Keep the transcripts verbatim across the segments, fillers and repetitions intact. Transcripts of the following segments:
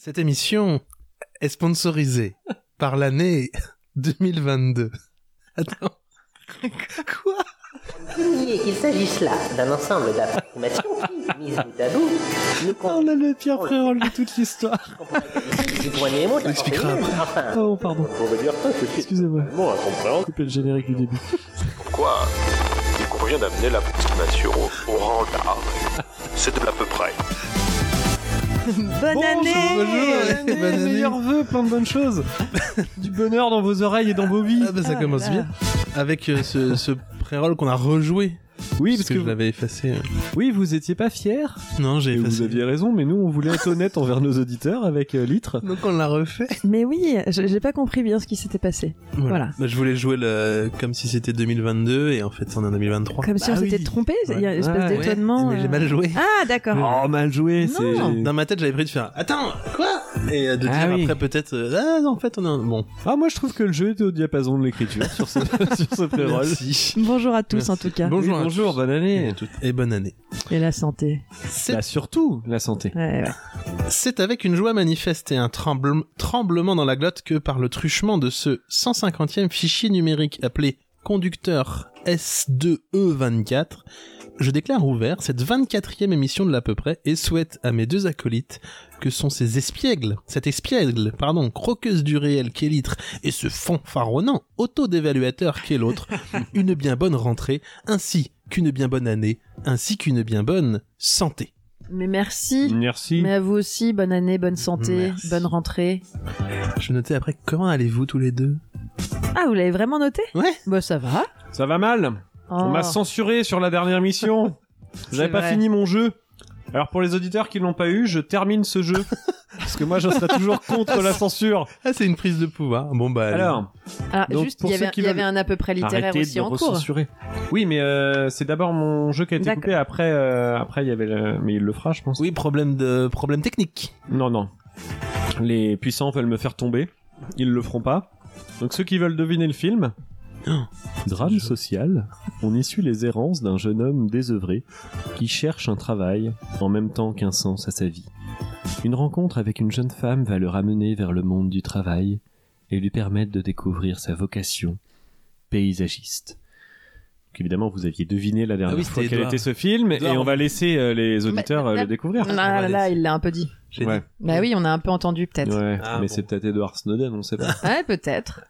Cette émission est sponsorisée par l'année deux mille vingt-deux. Attends. Quoi ? Souligner qu'il s'agisse là d'un ensemble d'approximations qui, mises bout à bout, nous On a le pire pré-roll de toute l'histoire. On expliquera après. Enfin, Oh, pardon. on va dire ça, c'est Excusez-moi. bon à comprendre. Coupez le générique du début. Pourquoi il convient d'amener l'approximation au, au rang d'art. C'est de l'à peu près. Bonne Bonjour, année bonjour. Bonne année. Meilleurs vœux, plein de bonnes choses. Du bonheur dans vos oreilles et dans vos vies. Ah bah ça Ah commence là. bien. Avec euh, ce, ce pré-roll qu'on a rejoué. Oui, Parce parce que, que, je l'avais effacé. euh. oui, vous étiez pas fiers. Non, j'ai Et effacé. vous aviez raison, mais nous, on voulait être honnête envers nos auditeurs avec euh, Litre. Donc on l'a refait. Mais oui, je- j'ai pas compris bien ce qui s'était passé. Voilà. Bah, je voulais jouer le... comme si c'était deux mille vingt-deux et en fait on est en deux mille vingt-trois. Comme si Bah on s'était oui. trompé, il y a une espèce Ouais. d'étonnement. Ouais, mais j'ai euh. mal joué. Ah, d'accord. Oh, mal joué, Non. c'est... Dans ma tête j'avais pris de faire attends quoi et euh, de Ah dire oui. après peut-être euh, ah non, en fait on est un... bon. Ah, moi, je trouve que le jeu était au diapason de l'écriture sur ce, sur ce pré-roll. Merci. Bonjour à tous Merci. en tout cas. Bonjour, Oui, à bonjour, tous. bonne année. Et, toutes- et bonne année. Et la santé. C'est Bah, surtout, la santé. Ouais, ouais. C'est avec une joie manifeste et un tremble- tremblement dans la glotte que par le truchement de ce cent cinquantième fichier numérique appelé conducteur S deux E vingt-quatre, je déclare ouvert cette vingt-quatrième émission de l'à peu près et souhaite à mes deux acolytes que sont ces espiègles, cette espiègle, pardon, croqueuse du réel qu'est Litre et ce fanfaronnant auto-dévaluateur qu'est l'autre, une bien bonne rentrée ainsi qu'une bien bonne année ainsi qu'une bien bonne santé. Mais merci. Merci. Mais à vous aussi, bonne année, bonne santé, Merci. bonne rentrée. Je notais après comment allez-vous tous les deux ? Ah, vous l'avez vraiment noté ? Ouais. Bah ça va. Ça va mal. Oh. On m'a censuré sur la dernière mission. J'avais C'est pas vrai. fini mon jeu. Alors pour les auditeurs qui l'ont pas eu, je termine ce jeu. Parce que moi je serai toujours contre la censure. Ah, c'est une prise de pouvoir. Bon, bah. allez. Alors, Ah, Donc, juste, pour il y ceux avait, qui il y avait veulent- un à peu près littéraire arrêtez aussi de en cours. recensurer. Oui, mais euh, c'est d'abord mon jeu qui a été D'accord. coupé. Après, euh, après il y avait le... Mais il le fera, je pense. Oui, problème de problème technique. Non, non. Les puissants veulent me faire tomber. Ils le feront pas. Donc ceux qui veulent deviner le film... Oh, Drame social, on y suit les errances d'un jeune homme désœuvré qui cherche un travail en même temps qu'un sens à sa vie. Une rencontre avec une jeune femme va le ramener vers le monde du travail et lui permettre de découvrir sa vocation paysagiste. Donc évidemment, vous aviez deviné la dernière Ah oui, fois c'était quel Edouard. était ce film Edouard. et on va laisser euh, les auditeurs euh, Bah, le découvrir. Ah là là, il l'a un peu dit. J'ai Ouais, dit. Bah oui, on a un peu entendu peut-être. ouais. Ah, mais bon. c'est peut-être Edward Snowden, on sait pas. Ouais, peut-être.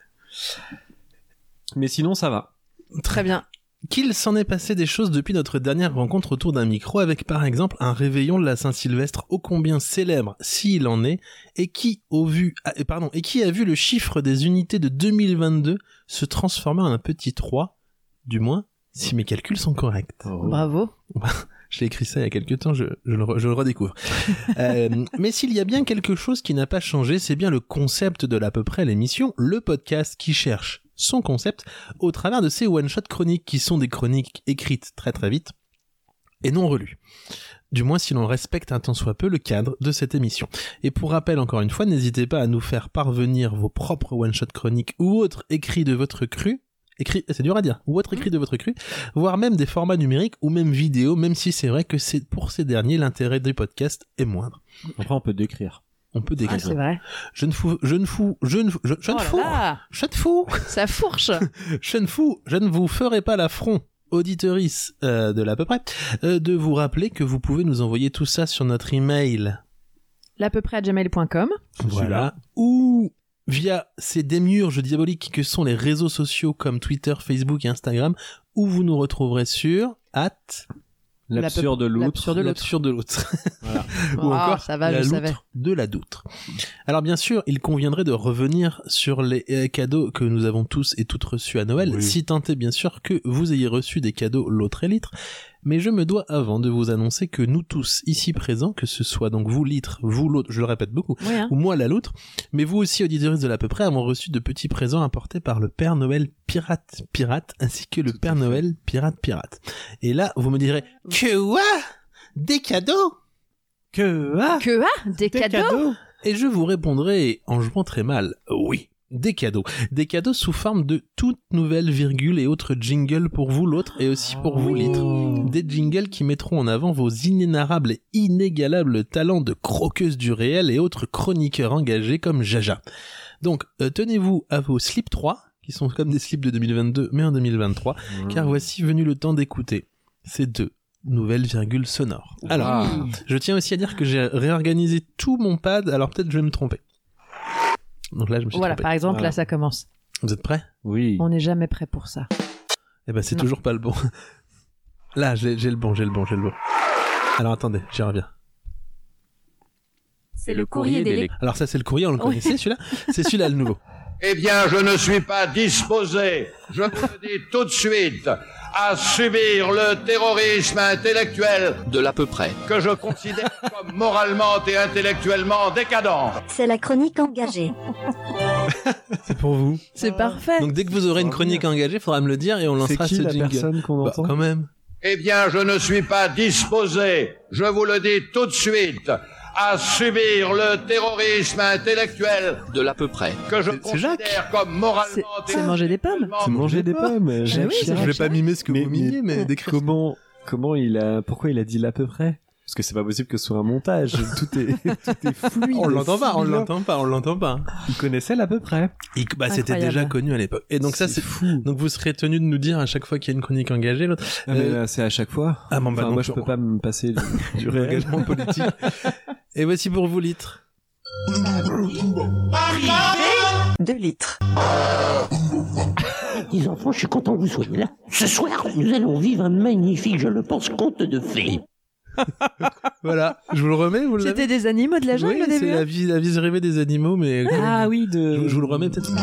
Mais sinon, ça va. Très bien. Qu'il s'en est passé des choses depuis notre dernière rencontre autour d'un micro avec par exemple un réveillon de la Saint-Sylvestre ô combien célèbre s'il en est et qui au vu ah, et pardon et qui a vu le chiffre des unités de deux mille vingt-deux se transformer en un petit trois, du moins si mes calculs sont corrects. Bravo. J'ai écrit ça il y a quelques temps, je, je, le, re- je le redécouvre. Euh, mais s'il y a bien quelque chose qui n'a pas changé, c'est bien le concept de l'à peu près l'émission, le podcast qui cherche son concept au travers de ces one-shot chroniques qui sont des chroniques écrites très très vite et non relues. Du moins si l'on respecte un tant soit peu le cadre de cette émission. Et pour rappel encore une fois, n'hésitez pas à nous faire parvenir vos propres one-shot chroniques ou autres écrits de votre cru, écrit, c'est dur à dire, ou autre écrit de votre cru, voire même des formats numériques ou même vidéo, même si c'est vrai que c'est pour ces derniers l'intérêt des podcasts est moindre. Après, on peut décrire. On peut Ah, décrire. c'est vrai. je ne fous, je ne fous, je ne fous, je, je ne Oh là fous, là, je ne fous, ça fourche. je ne fous, je ne vous ferai pas l'affront, auditorice euh, de l'à peu près, euh, de vous rappeler que vous pouvez nous envoyer tout ça sur notre email. L'à peu près à gmail point com. Voilà. Ou via ces démiurges diaboliques que sont les réseaux sociaux comme Twitter, Facebook et Instagram, où vous nous retrouverez sur at L'absurde de l'autre. L'absurde de l'autre. l'absurde de l'autre. Voilà. Ou Ah, encore ça va, la je savais. loutre de la doutre. Alors bien sûr, il conviendrait de revenir sur les euh, cadeaux que nous avons tous et toutes reçus à Noël, Oui. si tant est bien sûr que vous ayez reçu des cadeaux l'autre et litre. Mais je me dois avant de vous annoncer que nous tous ici présents, que ce soit donc vous litre, vous l'autre, je le répète beaucoup, Oui, hein. ou moi la loutre, mais vous aussi auditeurs de l'à peu près avons reçu de petits présents apportés par le Père Noël pirate pirate ainsi que le Tout à Père fait. Noël pirate pirate. Et là, vous me direz que quoi ? Des cadeaux ? Que ah, Que ah, des, des cadeaux, cadeaux. Et je vous répondrai en jouant très mal, oui, Des cadeaux. Des cadeaux sous forme de toutes nouvelles virgules et autres jingles pour vous, l'autre, et aussi pour vous, Litre. Des jingles qui mettront en avant vos inénarrables et inégalables talents de croqueuse du réel et autres chroniqueurs engagés comme Jaja. Donc, euh, tenez-vous à vos slips trois, qui sont comme des slips de deux mille vingt-deux, mais en deux mille vingt-trois, mmh. car voici venu le temps d'écouter ces deux nouvelles virgules sonores. Alors, ah. je tiens aussi à dire que j'ai réorganisé tout mon pad, alors peut-être je vais me tromper. Donc là, je me suis voilà, trompé. par exemple, voilà. là, ça commence. Vous êtes prêts ? Oui. On n'est jamais prêt pour ça. Eh ben, c'est Non. toujours pas le bon. Là, j'ai, j'ai le bon, j'ai le bon, j'ai le bon. Alors attendez, j'y reviens. C'est le courrier des lecteurs. Alors ça, c'est le courrier, on le Oui. connaissait, celui-là ? C'est celui-là, le nouveau. Eh bien, je ne suis pas disposé, je vous le dis tout de suite, à subir le terrorisme intellectuel De l'à peu près. que je considère comme moralement et intellectuellement décadent. C'est la chronique engagée. C'est pour vous. C'est parfait. Donc dès que vous aurez une chronique engagée, il faudra me le dire et on C'est lancera qui ce la jingle. personne qu'on Bah, entend quand même. Eh bien, je ne suis pas disposé, je vous le dis tout de suite, à subir le terrorisme intellectuel De l'à peu près. que je C'est- c'est Jacques. considère comme moralement C'est- et c'est manger des pommes. intellectuellement C'est manger des pommes. Jacques oui, Chirac. Je vais pas mimer ce que Mais- vous mimiez, mais mais décrire. Comment, comment il a, pourquoi il a dit l'à peu près? Parce que c'est pas possible que ce soit un montage. Tout est, tout est fluide. On l'entend pas, on fluide. l'entend pas, on l'entend pas. Il connaissait l'à peu près. Et, bah, c'était Incroyable. déjà connu à l'époque. Et donc ça, c'est fou. Donc vous serez tenu de nous dire à chaque fois qu'il y a une chronique engagée, l'autre. Ah, mais Euh, là, c'est à chaque fois. Ah bon, bah Enfin, donc, moi, je peux pas me passer du, du réel. engagement politique. Et voici pour vous, Litre. Deux litres. Les enfants, je suis content que vous soyez là. Ce soir, nous allons vivre un magnifique, je le pense, conte de fées. Voilà, je vous le remets, vous l'avez. C'était des animaux de la jungle Oui, au début. c'est la vie, la vie rêvée des animaux, mais Ah oui, de. je, je vous le remets peut-être.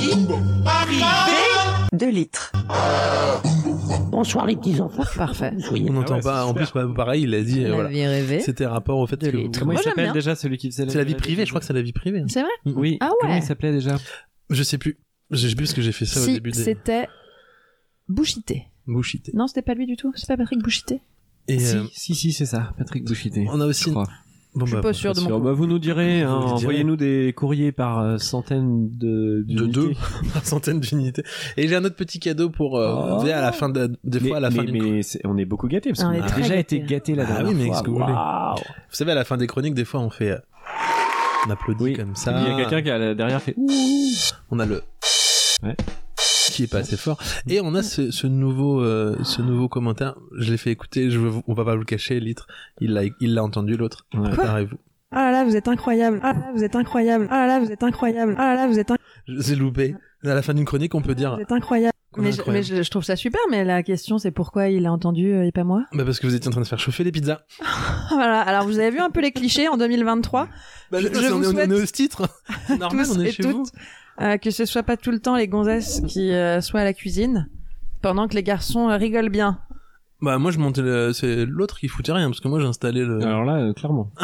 Deux litres. Bonsoir les petits enfants. Parfait. Vous soyez On n'entend ouais, pas. c'est En plus, bah, pareil, il a dit. euh, La voilà. vie rêvée. C'était rapport au fait De que. litre. Comment Moi, il j'aime s'appelle bien. déjà celui qui faisait C'est la vie privée. Je crois que c'est la vie privée. C'est vrai Oui. Ah Comment ouais. il s'appelait déjà? Je sais plus. Je sais plus parce que j'ai fait ça au Si, début des. c'était Bouchité. Bouchité. Non, c'était pas lui du tout. C'est pas Patrick Bouchité. Et Si, euh, si, si, c'est ça. Patrick Bouchité. on a aussi. Je crois. Bon, Je suis bah, pas bah, sûre de Sûr. mon coup. Bah, vous nous direz, hein, Vous nous direz. envoyez-nous des courriers par euh, centaines de, De d'unités. deux, par centaines d'unités. Et j'ai un autre petit cadeau pour euh, Oh. vous savez, à la fin de, des Mais, fois à la fin mais, d'une. mais c'est- on est beaucoup gâtés parce On qu'on est a très déjà gâtés. été gâtés la Ah dernière oui, mais fois. qu'est-ce que vous voulez Waouh. Vous savez, à la fin des chroniques, des fois, on fait, euh, on applaudit Oui. comme ça. Il y a quelqu'un qui a derrière fait ouh. On a le. Ouais. Qui est pas assez fort. Et on a ce, ce nouveau, euh, ce nouveau commentaire. Je l'ai fait écouter. Je, veux- on va pas vous le cacher, Litre. Il l'a, il l'a entendu l'autre. Ouais. Préparez-vous. Ah là là, vous êtes incroyable. Ah là là, vous êtes incroyable. Ah là là, vous êtes incroyable. Ah là là, vous êtes, inc- Je vous ai loupé. À la fin d'une chronique, on peut dire. vous êtes incroyable. qu'on est Mais, je, incroyable. mais je, je trouve ça super, mais la question c'est pourquoi il a entendu euh, et pas moi. Bah parce que vous étiez en train de faire chauffer les pizzas. Voilà, alors vous avez vu un peu les clichés en deux mille vingt-trois. Bah, Je- putain, je c'est- vous on, est, on souhaite- est au titre. C'est normal, Tous on est et chez toutes. vous. Euh, que ce soit pas tout le temps les gonzesses qui euh, soient à la cuisine, pendant que les garçons euh, rigolent bien. Bah moi je montais le... c'est l'autre qui foutait rien parce que moi j'ai installé le. Alors là, euh, clairement.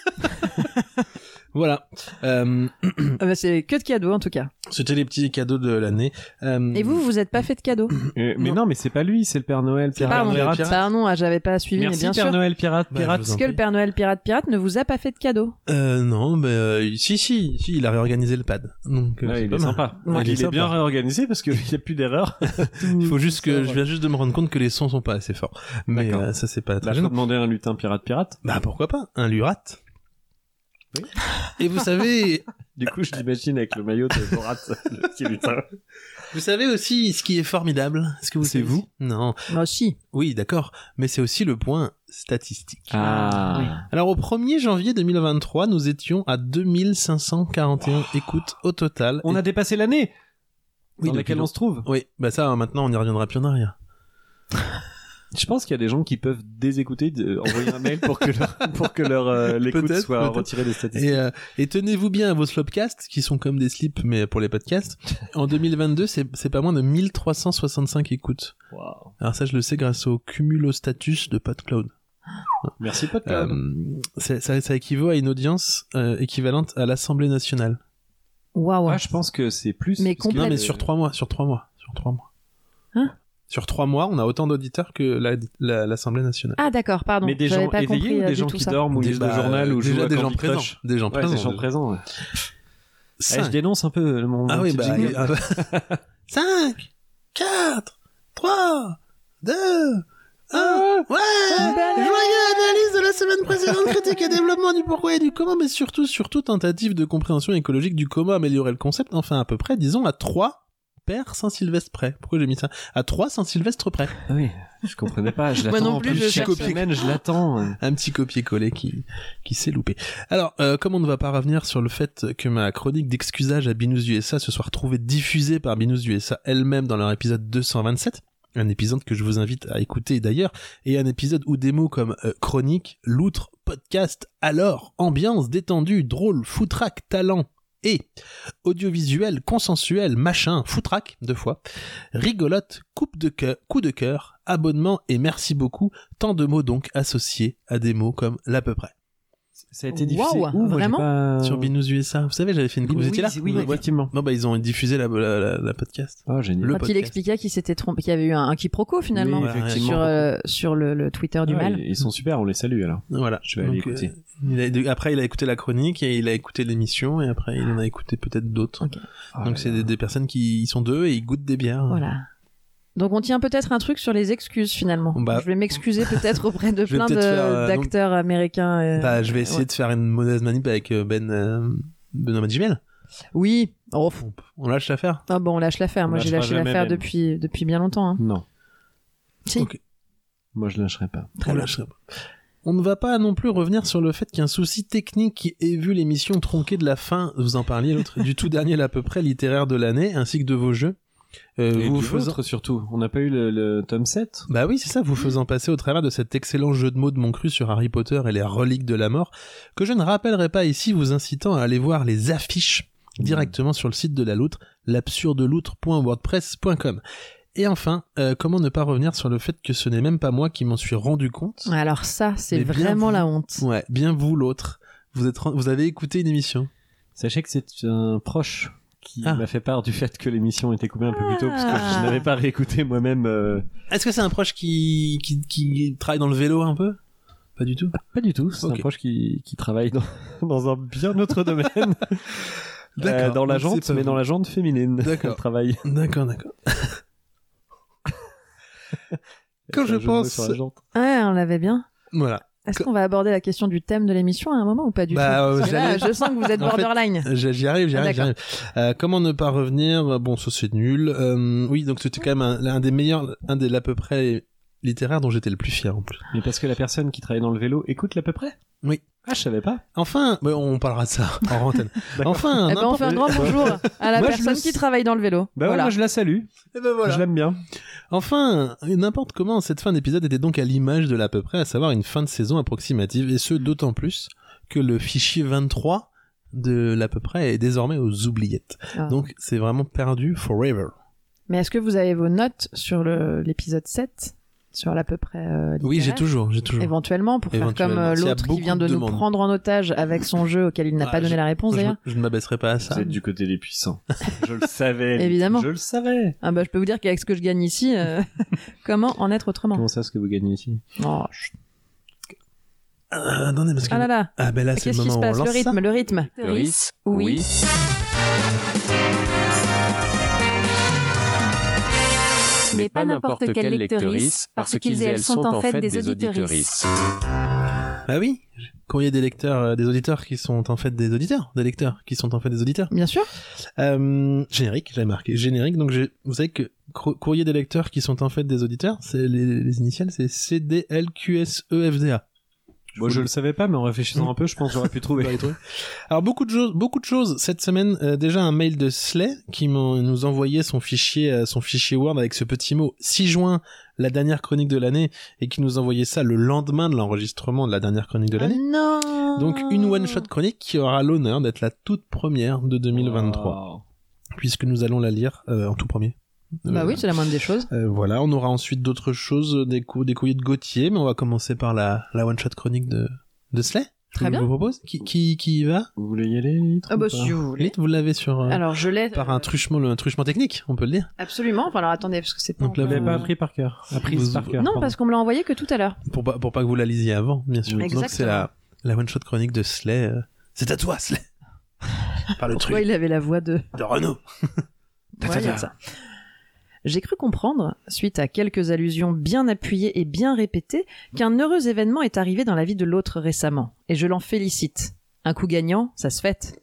Voilà. Euh, Euh, bah, c'est que de cadeaux en tout cas. C'était les petits cadeaux de l'année. Euh, Et vous, vous êtes pas fait de cadeaux. Euh, mais Non. non, mais c'est pas lui, c'est le Père Noël C'est le pirate. Père Noël Pardon, pirate. pardon, ah, j'avais pas suivi, Merci mais bien Père sûr. Noël pirate Bah, pirate. je vous en Est-ce que le prie. Père Noël pirate pirate ne vous a pas fait de cadeaux? Euh, non, mais euh, si, si, si, il a réorganisé le pad. Donc, euh, Ouais, c'est il pas est mal. sympa. Ouais, il, il est est, sympa. bien réorganisé parce qu'il n'y a plus d'erreurs. Il faut juste que je viens juste de me rendre compte que les sons sont pas assez forts. Mais D'accord. euh, ça c'est pas très Bah, faut gênant. demander un lutin pirate pirate. Bah pourquoi pas un lurat. Oui. Et vous savez, Du coup, je l'imagine avec le maillot de Borat, le petit lutin. vous savez aussi ce qui est formidable. Est-ce que vous C'est savez vous Non. Moi aussi. Oui, d'accord. Mais c'est aussi le point statistique. Ah. Oui. Alors au premier janvier deux mille vingt-trois, nous étions à deux mille cinq cent quarante et un écoutes au total. On Et- a dépassé l'année Oui, dans depuis laquelle long- on se trouve. Oui, bah ça maintenant on y reviendra plus en arrière. Je pense qu'il y a des gens qui peuvent désécouter, de- envoyer un mail pour que leur, pour que leur euh, l'écoute Peut-être, soit peut-être. retirée des statistiques. Et, euh, et tenez-vous bien à vos slopcasts, qui sont comme des slips, mais pour les podcasts. En deux mille vingt-deux, c'est, c'est pas moins de mille trois cent soixante-cinq écoutes. Waouh. Alors ça, je le sais grâce au cumulostatus de PodCloud. Merci Podcast. Euh, c'est- ça, ça équivaut à une audience euh, équivalente à l'Assemblée nationale. Waouh. Ah, je pense que c'est plus. Mais parce que- Non, mais Complète. sur trois mois, sur trois mois, sur trois mois. Hein Sur trois mois, on a autant d'auditeurs que la, la- l'Assemblée nationale. Ah d'accord, pardon. Mais des J'avais gens pas compris éveillés ou euh, des du gens tout qui ça. dorment ou lisent le Bah, journal ou jouent déjà à des gens Candy présents. Crush. Des gens Ouais, présents. des gens présents. ouais. Eh, je dénonce un peu mon Ah mon oui, petit bah... jingle. cinq, quatre, trois, deux, un... Ouais Joyeux analyse de la semaine précédente, critique et développement du pourquoi et du comment, mais surtout, surtout tentative de compréhension écologique du comment améliorer le concept, enfin à peu près, disons, à trois Père Saint-Sylvestre près. Pourquoi j'ai mis ça? À trois Saint-Sylvestre près. Ah oui, je comprenais pas, je Moi l'attends. non en plus, plus, je chaque cherchais. semaine, je l'attends. Un petit copier-coller qui, qui s'est loupé. Alors, euh, comme on ne va pas revenir sur le fait que ma chronique d'excusage à Binous U S A se soit retrouvée diffusée par Binous U S A elle-même dans leur épisode deux cent vingt-sept, un épisode que je vous invite à écouter d'ailleurs, et un épisode où des mots comme euh, chronique, loutre, podcast, alors, ambiance, détendue, drôle, foutraque, talent, et audiovisuel, consensuel, machin, foutraque, deux fois, rigolote, coupe de cœur, coup de cœur, abonnement et merci beaucoup, tant de mots donc associés à des mots comme l'à peu près. Ça a été diffusé Waouh, où? Moi, j'ai vraiment pas... Sur Binous U S A, vous savez, j'avais fait une... Vous Oui, étiez là? oui, Ouais. effectivement. Non, bah ils ont diffusé la, la, la, la podcast. Oh, génial. Le Quand il podcast. expliquait qu'il s'était trompé, qu'il y avait eu un, un quiproquo finalement Oui, effectivement. sur, euh, sur le, le Twitter du Ah, mal. Ils ils sont super, on les salue alors. Voilà. Je vais aller Donc, écouter. euh, il a- après, il a écouté la chronique et il a écouté l'émission et après, il en a écouté peut-être d'autres. Ok. Oh Donc, là c'est là. des, des personnes qui ils sont deux et ils goûtent des bières. Voilà. Donc on tient peut-être un truc sur les excuses finalement. Bah, je vais m'excuser peut-être auprès de je vais plein de, peut-être faire, euh, d'acteurs américains. euh, Bah, je vais essayer ouais. de faire une mauvaise manip avec euh, Ben, euh, Benoît Magimel. Oui. Oh. On, on lâche l'affaire. Ah bon, on lâche l'affaire. On Moi j'ai lâchera lâché jamais, l'affaire Ben. depuis, depuis bien longtemps. Hein. Non, Si. Ok. moi je lâcherai pas. On lâchera pas. On ne va pas non plus revenir sur le fait qu'un souci technique qui ait vu l'émission tronquée de la fin, vous en parliez l'autre, du tout dernier à peu près littéraire de l'année, ainsi que de vos jeux. Euh, Et vous du faisant... vôtre, surtout. On n'a pas eu le, le tome sept? Bah oui, c'est ça, vous faisant passer au travers de cet excellent jeu de mots de mon cru sur Harry Potter et les reliques de la mort, que je ne rappellerai pas ici, vous incitant à aller voir les affiches directement sur le site de la loutre, l'absurdeloutre point wordpress point com. Et enfin, euh, comment ne pas revenir sur le fait que ce n'est même pas moi qui m'en suis rendu compte. Alors ça, c'est Mais bien vraiment vous. la honte. Ouais, bien vous l'autre. Vous êtes, ren- vous avez écouté une émission. Sachez que c'est un proche qui Ah. m'a fait part du fait que l'émission était coupée un peu plus tôt, parce que Ah. je n'avais pas réécouté moi-même. euh, Est-ce que c'est un proche qui, qui, qui travaille dans le vélo un peu? Pas du tout. Pas du tout, c'est Ok. un proche qui, qui travaille dans, dans un bien autre domaine. D'accord. Euh, dans la Donc, jante, c'est pas mais vous. dans la jante féminine. D'accord. Elle travaille. D'accord, d'accord. Quand je Un jeu de mots pense, sur la jante. Ouais, on l'avait bien. voilà. Est-ce Que- qu'on va aborder la question du thème de l'émission à un moment ou pas du Bah, tout euh, Parce que là, j'allais- je sens que vous êtes En fait, borderline. J'y j'y arrive, j'y Ah, arrive, j'y arrive. Euh, comment ne pas revenir? Bon, ça c'est nul. Euh, oui, donc c'était quand même un, un des meilleurs, un des à peu près littéraires dont j'étais le plus fier en plus. Mais parce que la personne qui travaille dans le vélo écoute l'à peu près? Oui. Ah, je savais pas. Enfin, bah, on parlera de ça en antenne. Enfin, Eh ben, on fait un grand bonjour à la Moi, je personne le qui sais. travaille dans le vélo. Bah ouais, voilà. moi je la salue. Et ben voilà. Je l'aime bien. Enfin, n'importe comment, cette fin d'épisode était donc à l'image de l'à peu près, à savoir une fin de saison approximative, et ce d'autant plus que le fichier vingt-trois de l'à peu près est désormais aux oubliettes. Ah. Donc c'est vraiment perdu forever. Mais est-ce que vous avez vos notes sur le- l'épisode sept sur l'à peu près euh, Oui, j'ai littéraire toujours, j'ai toujours. Éventuellement, pour faire comme Éventuellement. euh, S'il y a l'autre qui beaucoup vient de, de nous demandes. prendre en otage avec son jeu auquel il n'a Ah, pas donné je- la réponse je, d'ailleurs. je ne m'abaisserai pas à ça. Vous êtes du côté des puissants. Je le savais. Évidemment. Je le savais. Ah bah je peux vous dire qu'avec ce que je gagne ici, euh, comment en être autrement Comment ça, ce que vous gagnez ici? Oh, chut. Ah, attendez, parce que... Ah là là, Ah ben là, c'est le qu'est-ce qui moment se où on passe? Le lance rythme, ça. le rythme. Lectrice, Oui. mais pas n'importe quelle lectrice, parce qu'ils et elles sont en fait des auditrices. Bah oui, courrier des lecteurs, euh, des auditeurs qui sont en fait des auditeurs, des lecteurs qui sont en fait des auditeurs. Bien sûr. Euh, générique, j'avais marqué générique. Donc j'ai- vous savez que cro- courrier des lecteurs qui sont en fait des auditeurs, c'est les, les initiales, c'est C D L Q S E F D A. Bon, je le savais pas, mais en réfléchissant un peu, je pense que j'aurais pu trouver. Vous l'avez trouvé. Alors beaucoup de choses, beaucoup de choses cette semaine. Euh, déjà un mail de Slay qui m'en- nous envoyait son fichier, euh, son fichier Word avec ce petit mot six juin, la dernière chronique de l'année, et qui nous envoyait ça le lendemain de l'enregistrement de la dernière chronique de Ah l'année. non. Donc une one shot chronique qui aura l'honneur d'être la toute première de deux mille vingt-trois, Wow. puisque nous allons la lire euh, en tout premier. Bah Euh, oui, c'est la moindre des choses. Euh, voilà, on aura ensuite d'autres choses, des, cou- des courriers de Gauthier, mais on va commencer par la, la one shot chronique de de Slay. Très je bien. vous propose. Qui qui qui y va? Vous voulez y aller, Lilith, Ah ou bah pas si vous voulez. Lilith, vous l'avez sur euh, Alors je l'ai. par un truchement, le un truchement technique, on peut le dire. Absolument. Enfin alors attendez parce que c'est pas. Donc là, Vous encore- l'avez pas appris par cœur. Apprise Vous- par cœur. Non pardon. parce qu'on me l'a envoyé que tout à l'heure. Pour pas pour pas que vous la lisiez avant, bien sûr. Donc Exactement. c'est la la one shot chronique de Slay. euh, C'est à toi, Slay. Par le Pourquoi truc il avait la voix de... de Renault. Ouais, il y a de ça. J'ai cru comprendre, suite à quelques allusions bien appuyées et bien répétées, qu'un heureux événement est arrivé dans la vie de l'autre récemment, et je l'en félicite. Un coup gagnant, ça se fête.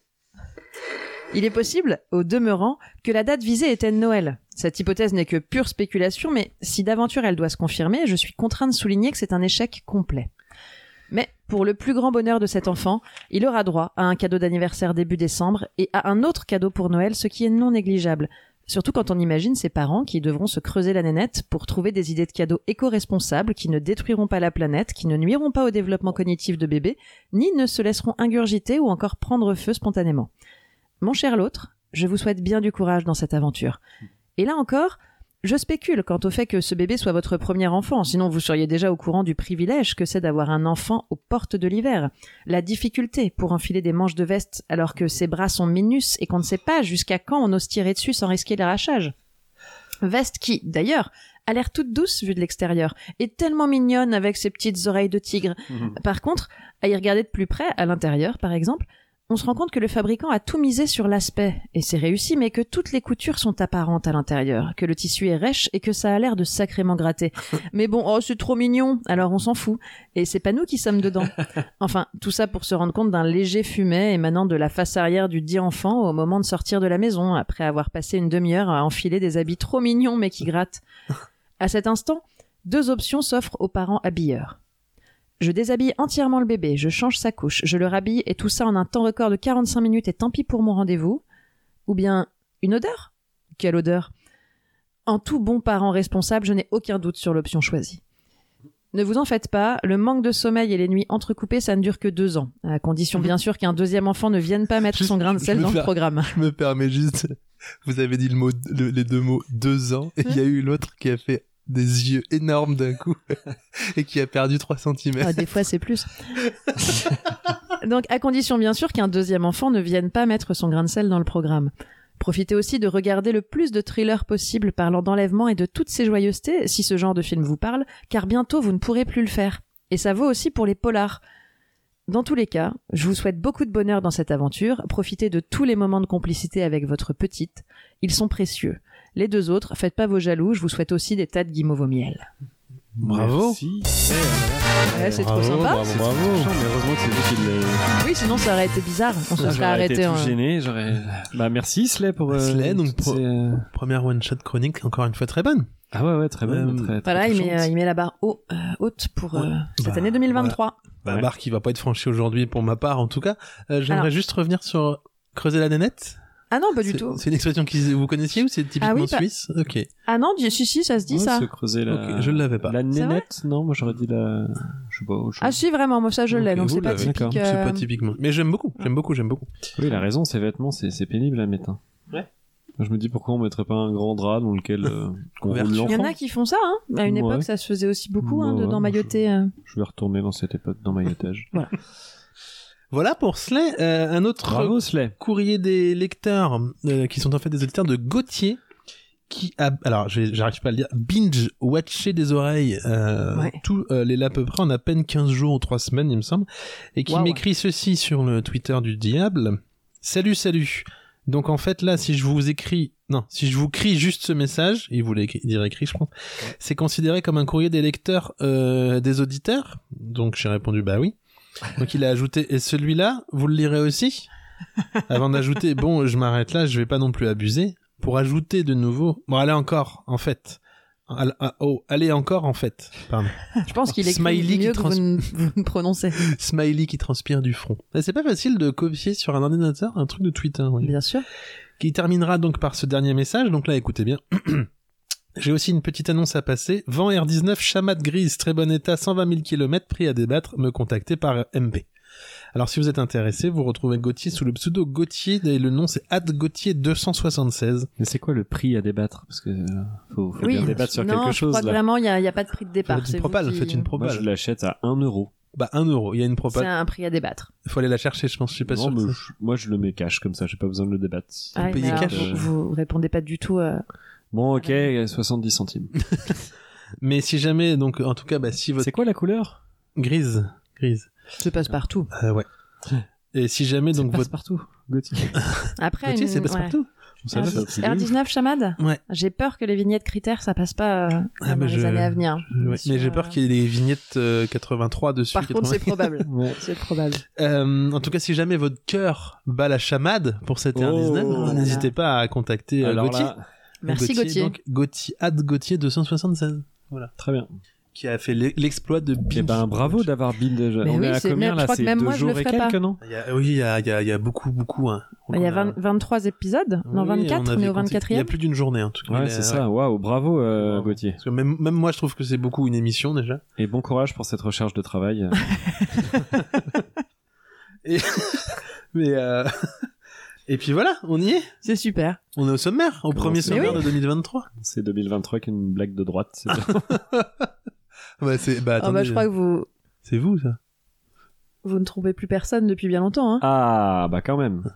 Il est possible, au demeurant, que la date visée était Noël. Cette hypothèse n'est que pure spéculation, mais si d'aventure elle doit se confirmer, je suis contraint de souligner que c'est un échec complet. Mais, pour le plus grand bonheur de cet enfant, il aura droit à un cadeau d'anniversaire début décembre et à un autre cadeau pour Noël, ce qui est non négligeable. Surtout quand on imagine ses parents qui devront se creuser la nénette pour trouver des idées de cadeaux éco-responsables qui ne détruiront pas la planète, qui ne nuiront pas au développement cognitif de bébé, ni ne se laisseront ingurgiter ou encore prendre feu spontanément. Mon cher l'autre, je vous souhaite bien du courage dans cette aventure. Et là encore, je spécule quant au fait que ce bébé soit votre premier enfant, sinon vous seriez déjà au courant du privilège que c'est d'avoir un enfant aux portes de l'hiver. La difficulté pour enfiler des manches de veste alors que ses bras sont minus et qu'on ne sait pas jusqu'à quand on ose tirer dessus sans risquer l'arrachage. Veste qui, d'ailleurs, a l'air toute douce vue de l'extérieur, et tellement mignonne avec ses petites oreilles de tigre. Mmh. Par contre, à y regarder de plus près, à l'intérieur par exemple, on se rend compte que le fabricant a tout misé sur l'aspect, et c'est réussi, mais que toutes les coutures sont apparentes à l'intérieur, que le tissu est rêche et que ça a l'air de sacrément gratter. Mais bon, oh, c'est trop mignon, alors on s'en fout. Et c'est pas nous qui sommes dedans. Enfin, tout ça pour se rendre compte d'un léger fumet émanant de la face arrière du dit enfant au moment de sortir de la maison, après avoir passé une demi-heure à enfiler des habits trop mignons mais qui grattent. À cet instant, deux options s'offrent aux parents habilleurs. Je déshabille entièrement le bébé, je change sa couche, je le rhabille et tout ça en un temps record de quarante-cinq minutes et tant pis pour mon rendez-vous. Ou bien, une odeur ? Quelle odeur ? En tout bon parent responsable, je n'ai aucun doute sur l'option choisie. Ne vous en faites pas, le manque de sommeil et les nuits entrecoupées, ça ne dure que deux ans, à condition bien sûr qu'un deuxième enfant ne vienne pas mettre Juste, son grain de sel dans per... le programme. Je me permets juste, vous avez dit le mot, le, les deux mots deux ans, et il y a eu l'autre qui a fait des yeux énormes d'un coup et qui a perdu trois centimètres. Ah, des fois, c'est plus. Donc, à condition, bien sûr, qu'un deuxième enfant ne vienne pas mettre son grain de sel dans le programme. Profitez aussi de regarder le plus de thrillers possible parlant d'enlèvement et de toutes ces joyeusetés, si ce genre de film vous parle, car bientôt, vous ne pourrez plus le faire. Et ça vaut aussi pour les polars. Dans tous les cas, je vous souhaite beaucoup de bonheur dans cette aventure. Profitez de tous les moments de complicité avec votre petite. Ils sont précieux. Les deux autres, faites pas vos jaloux, je vous souhaite aussi des tas de guimauves au miel. Bravo. Merci. Ouais, c'est bravo, trop sympa. Bravo, bravo. Mais heureusement que c'est vous qui l'avez... Oui, sinon ça aurait été bizarre. On se serait J'aurais arrêté. été en... tout gêné, j'aurais... Bah merci Slay pour... Euh, Slay, donc pro- euh... première one-shot chronique, encore une fois très bonne. Ah ouais, ouais, très bonne. Euh, très, très Voilà, il met, touchante. euh, il met la barre haut, euh, haute pour euh, Ouais. cette Bah, année deux mille vingt-trois. Bah, Ouais. barre qui va pas être franchie aujourd'hui pour ma part, en tout cas. Euh, j'aimerais Alors. juste revenir sur creuser la nénette. Ah non, pas du C'est- tout. C'est une expression que vous connaissiez ou c'est typiquement Ah oui, pas- suisse? Ok. Ah non, dis- si, si, ça se dit Ouais, ça. se creuser la... Ok, je l'avais pas. La C'est vrai nénette, non, moi j'aurais dit la... Je sais pas, autre chose. Ah si, vraiment, moi ça je l'ai, Ok, donc vous c'est pas l'avez. typique. D'accord. C'est euh, pas typiquement. Mais j'aime beaucoup, j'aime beaucoup, j'aime beaucoup. Oui, il a raison, ces vêtements, c'est, c'est pénible à mettre. Hein. Ouais. Je me dis pourquoi on mettrait pas un grand drap dans lequel euh, on roule Couverture. Il y l'enfant. en a qui font ça, hein. À une Ouais. époque, ça se faisait aussi beaucoup, hein, Ouais, de ouais, d'emmailloter. euh. Je vais retourner dans cette époque d'emmaillotage. Voilà pour Slay. Euh, un autre Bravo Slay. courrier des lecteurs, euh, qui sont en fait des auditeurs de Gauthier, qui a, alors j'ai- j'arrive pas à le dire, binge watché des oreilles, euh, Ouais. tous euh, les là à peu près en à peine quinze jours ou trois semaines il me semble, et qui Waouh. m'écrit ceci sur le Twitter du diable. Salut, salut. Donc en fait là, si je vous écris, non, si je vous crie juste ce message, il voulait écri- dire écrit je pense, c'est considéré comme un courrier des lecteurs, euh, des auditeurs. Donc j'ai répondu bah oui. Donc il a ajouté, et celui-là, vous le lirez aussi? Avant d'ajouter, bon, je m'arrête là, je vais pas non plus abuser. Pour ajouter de nouveau, bon, allez encore, en fait. Al- ah, oh, allez encore, en fait. Pardon. Je pense qu'il écrit Smiley qui mieux que trans- vous ne, vous ne prononcez. Smiley qui transpire du front. Et c'est pas facile de copier sur un ordinateur un truc de Twitter, oui. Bien sûr. Qui terminera donc par ce dernier message. Donc là, écoutez bien. J'ai aussi une petite annonce à passer. Vent R dix-neuf, Chamat grise, très bon état, cent vingt mille kilomètres, prix à débattre, me contacter par M P. Alors si vous êtes intéressé, vous retrouvez Gauthier sous le pseudo Gauthier, et le nom c'est arobase Gauthier deux cent soixante-seize. Mais c'est quoi le prix à débattre? Parce que euh, faut, faut Oui, bien débattre sur non, quelque je chose crois que là. vraiment, il n'y a, il y a pas de prix de départ. Faites C'est une vous propale, qui- faites une Moi propale. je l'achète à un euro. Bah un euro, il y a une C'est propale. un prix à débattre. Faut aller la chercher, je pense, je suis pas Non, sûr. mais que je- moi je le mets cash comme ça, j'ai pas besoin de le débattre. Ah, payez mais alors, cash. vous, vous répondez pas du tout. euh, Bon ok, soixante-dix centimes. Mais si jamais, donc en tout cas, bah si votre C'est quoi la couleur? grise, grise, Se passe partout. euh, ouais. Et si jamais Donc donc passe votre partout. Gauthier. Après, Gauthier, une... c'est Passepartout. Ça, R- ça, c'est R dix-neuf Chamad. Ouais. J'ai peur que les vignettes critères, ça passe pas euh, Ah, dans bah, les je- années à venir. Ouais, Sur, mais j'ai peur euh, qu'il y ait des vignettes euh, quatre-vingt-trois dessus. Par contre, c'est quatre-vingts. probable. Ouais. C'est probable. Euh, en tout cas, si jamais votre cœur bat la chamade pour cette R dix-neuf, Oh là n'hésitez pas à contacter euh, Alors Gauthier. là, Merci Gauthier. Donc, Gauthier, at Gauthier deux cent soixante-seize. Voilà. très bien. Qui a fait l'e- l'exploit de Eh binge. ben, bravo d'avoir binge. Mais On oui, est à c'est- combien même- je là? crois que C'est même deux moi, je le jours et ferais quelques, pas. non? Il y a- oui, il y a, il y, a, il y a beaucoup, beaucoup. Hein. Bah, il y a Donc, on vingt, vingt-trois épisodes. Non, oui, on vingt-quatre, avait mais au compté- Il y a vingt-quatrième. plus d'une journée, en tout cas. Ouais, Mais, c'est euh, ça. Waouh, bravo euh, ouais. Gauthier. Parce que même, même moi, je trouve que c'est beaucoup une émission, déjà. Et bon courage pour cette recherche de travail. Et... mais euh... Et puis voilà, on y est. C'est super. On est au sommaire, au premier c'est- sommaire Mais de deux mille vingt-trois. C'est deux mille vingt-trois qu'une blague de droite. c'est bien. Ouais, c'est... Bah, Ah attendez, bah, je crois que vous, c'est vous, ça. vous ne trompez plus personne depuis bien longtemps. Hein. Ah, bah quand même.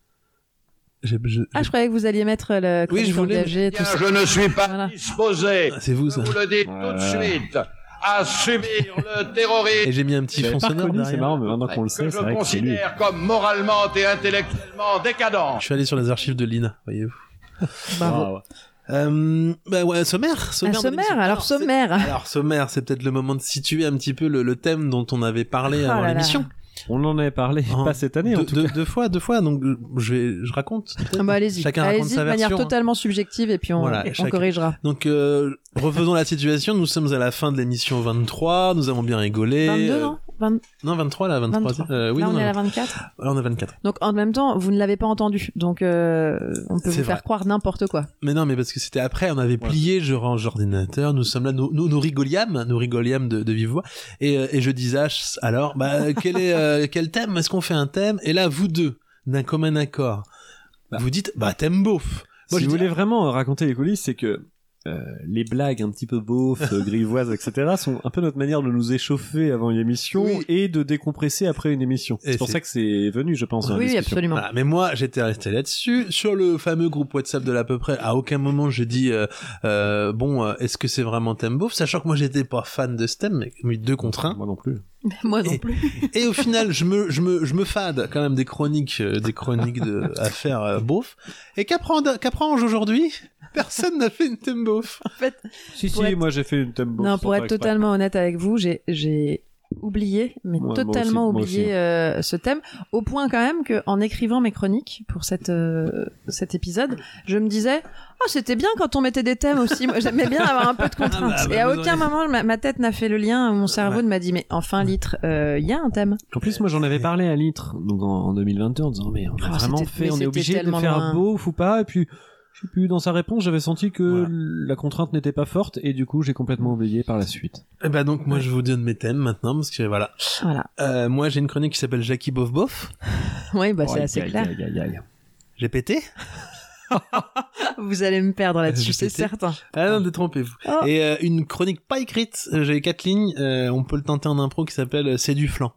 J'ai- je- Ah, je croyais que vous alliez mettre le Oui, je chronique voulais, engagée, Bien, tout ça. je ne suis pas Voilà. disposé, C'est vous, je ça. vous le dis tout de Voilà. suite, à subir le terrorisme Et j'ai mis un petit J'avais fond pas sonore reconnu, c'est derrière. marrant, mais maintenant qu'on le que sait, c'est je vrai que c'est lui. considère comme moralement et intellectuellement décadent. Je suis allé sur les archives de Lina, voyez-vous. Bravo. Ah, ouais. Euh, bah ouais, sommaire, Un sommaire. de sommaire, l'émission. alors c'est- sommaire. Alors sommaire, c'est peut-être le moment de situer un petit peu le, le thème dont on avait parlé Oh avant là là. l'émission. On en avait parlé, En pas cette année en deux, tout deux- cas. deux fois, deux fois. Donc je vais, je raconte. peut-être. Ah bah, allez-y. Chacun raconte Allez-y sa de manière version, hein. totalement subjective et puis on, Voilà, on chacun- corrigera. Donc euh, refaisons la situation. Nous sommes à la fin de l'émission vingt-trois. Nous avons bien rigolé. vingt-deux, Euh, non vingt... Non, vingt-trois là, vingt-trois. vingt-trois. Euh, oui, Là, non, on est non. à la vingt-quatre. Là, on est vingt-quatre. Donc, en même temps, vous ne l'avez pas entendu. Donc, euh, on peut C'est vous faire vrai. croire n'importe quoi. Mais non, mais parce que c'était après, on avait plié, je range l'ordinateur, nous sommes là, nous, nous, nous rigoliâmes, nous rigoliâmes de, de vive voix, et, euh, et je disais, ah, alors, bah, quel est, euh, quel thème? Est-ce qu'on fait un thème? Et là, vous deux, d'un commun accord, vous dites, bah, thème beauf. Moi, si je vous dis, voulez vraiment raconter les coulisses, c'est que euh, les blagues un petit peu beaufs, euh, grivoises, et cetera sont un peu notre manière de nous échauffer avant une émission Oui. et de décompresser après une émission. Et C'est pour c'est- ça que c'est venu, je pense. dans la Oui, oui, discussion. absolument. Voilà, mais moi, j'étais resté là-dessus. Sur le fameux groupe WhatsApp de l'à peu près, à aucun moment j'ai dit, euh, euh, bon, euh, est-ce que c'est vraiment thème beauf? Sachant que moi, j'étais pas fan de ce thème, mais mis deux contre un. Moi non plus. Moi non Et- plus. Et au final, je me, je me, je me fade quand même des chroniques, euh, des chroniques de, à faire euh, beauf. Et qu'apprendre, qu'apprendre aujourd'hui? Personne n'a fait une thème beauf. En fait, Si, Pour si, être- moi j'ai fait une thème beauf. non, sans pour faire être exprès. totalement honnête avec vous, j'ai, j'ai oublié, mais Moi- moi totalement aussi, moi oublié aussi. euh, ce thème, au point quand même que en écrivant mes chroniques pour cette, euh, cet épisode, je me disais, oh, c'était bien quand on mettait des thèmes aussi. Moi, j'aimais bien avoir un peu de contraintes. Ah bah, Et à vous aucun auriez- moment, ma, ma tête n'a fait le lien, mon cerveau Ouais. m'a dit, mais enfin, Litre, il y a un thème. En plus, moi j'en avais parlé à Litre, donc en, en deux mille vingt-deux, en disant mais on a Oh, vraiment c'était- fait, mais on est c'était obligé de tellement faire loin. beauf ou pas, et puis je sais plus, dans sa réponse, j'avais senti que Voilà. la contrainte n'était pas forte, et du coup j'ai complètement oublié par la suite. Et bah donc, moi, je vous donne mes thèmes maintenant, parce que voilà. Voilà. Euh, moi, j'ai une chronique qui s'appelle Jackie Bof Bof. Oui, bah, c'est Aïe, assez aïe, clair. aïe, aïe, aïe. J'ai pété. Vous allez me perdre là-dessus, J'ai c'est pété. certain. Ah non, détrompez-vous. Oh. Et euh, une chronique pas écrite, euh, j'ai quatre lignes, euh, on peut le tenter en impro, qui s'appelle euh, C'est du flan.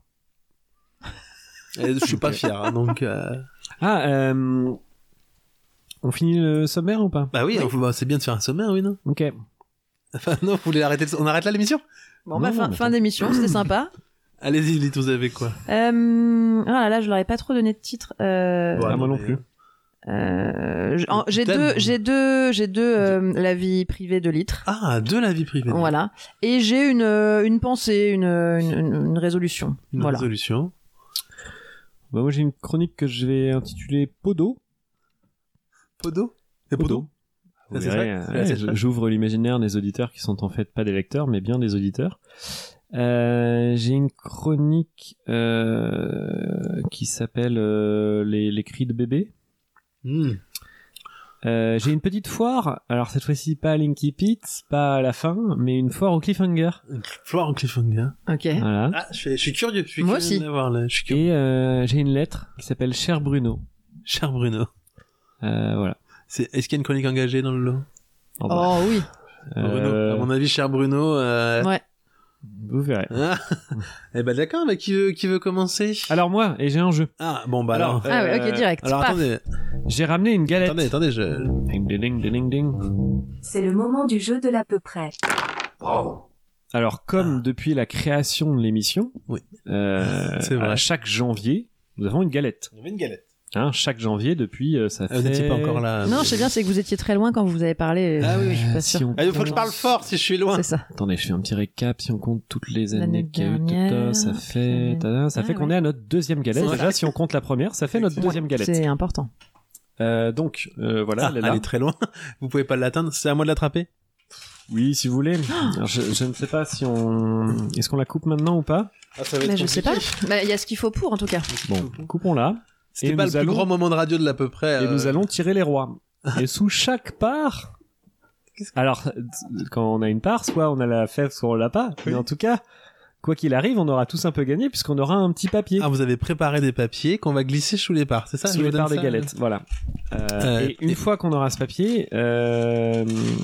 Et je suis pas fier, hein, donc... euh, Ah, euh... on finit le sommaire ou pas? Bah oui, enfin, bah, c'est bien de faire un sommaire, oui, non? Ok. Enfin, non, vous voulez arrêter le- On arrête là l'émission? Bon, Non, bah, non, fin, mais fin attends. d'émission, c'était sympa. Allez-y, dites, vous avez quoi? Euh... Ah là là, je leur ai pas trop donné de titre. Euh... Ouais, Ah, moi non mais- plus. Euh, j- en- j'ai Thème. deux, j'ai deux, j'ai deux euh, la vie privée de Litre. Ah, de la vie privée. Voilà. Et j'ai une euh, une pensée, une une, une- une résolution. Une voilà. résolution. Bah, moi j'ai une chronique que je vais intituler Podo. Podo? Et Podo? Vous Ah, c'est verrez, vrai, euh, c'est ouais, assez je- chouette. j'ouvre l'imaginaire des auditeurs qui sont en fait pas des lecteurs, mais bien des auditeurs. Euh, j'ai une chronique euh, qui s'appelle euh, les, les cris de bébé. Hmm. Euh, j'ai une petite foire, alors cette fois-ci pas à Linky Pit, pas à la fin, mais une foire au cliffhanger. Flore en cliffhanger. Ok. Voilà. Ah, je suis, je suis curieux. Je suis Moi curieux aussi. de la voir, là. Je suis curieux. Et euh, j'ai une lettre qui s'appelle Cher Bruno. Cher Bruno. Euh, voilà. C'est, est-ce qu'il y a une chronique engagée dans le lot? Oh, bah, Oh oui. Bruno. euh, À mon avis, cher Bruno, euh... Ouais. vous verrez. Ah. Eh ben, d'accord, mais qui veut, qui veut commencer? Alors moi, et j'ai un jeu. Ah, bon, bah alors. Ah ouais, ok, direct. Alors, Paf. attendez. J'ai ramené une galette. Attendez, attendez, je... Ding, ding, ding, ding, ding. C'est le moment du jeu de l'à peu près. Alors, comme depuis la création de l'émission, Oui. euh, C'est vrai. à chaque janvier, nous avons une galette. Il y avait une galette. Hein, chaque janvier depuis euh, ça Ah, fait. vous n'étiez pas encore là. Non, je sais bien, c'est que vous étiez très loin quand vous avez parlé. Ah oui, oui. Je suis pas Si sûre. on Ah, il faut que je compte- parle fort si je suis loin. C'est ça. Attendez, je fais un petit récap. Si on compte toutes les L'année années qu'il y a eu, dernière, tata, ça fait, tata, ça Ah, fait qu'on ouais. est à notre deuxième galette. C'est Déjà, ça. si on compte la première, ça fait notre deuxième galette. C'est important. Euh, donc, euh, voilà, Ah, elle est là. elle est très loin. Vous pouvez pas l'atteindre. C'est à moi de l'attraper. Oui, si vous voulez. Alors, je, je ne sais pas si on, est-ce qu'on la coupe maintenant ou pas? Ah, ça va Mais je sais pas. Bah, il y a ce qu'il faut pour, en tout cas. Bon, coupons-la. C'était Et pas nous le plus allons- grand moment de radio de l'à peu près. Et euh, nous allons tirer les rois. Et sous chaque part, alors quand on a une part, soit on a la fève, soit on l'a pas. Mais en tout cas, quoi qu'il arrive, on aura tous un peu gagné puisqu'on aura un petit papier Ah, vous avez préparé des papiers qu'on va glisser sous les parts, c'est ça? sous Je les vous donne parts des ça, galettes. Voilà. Euh, Euh, et une et- fois qu'on aura ce papier, euh...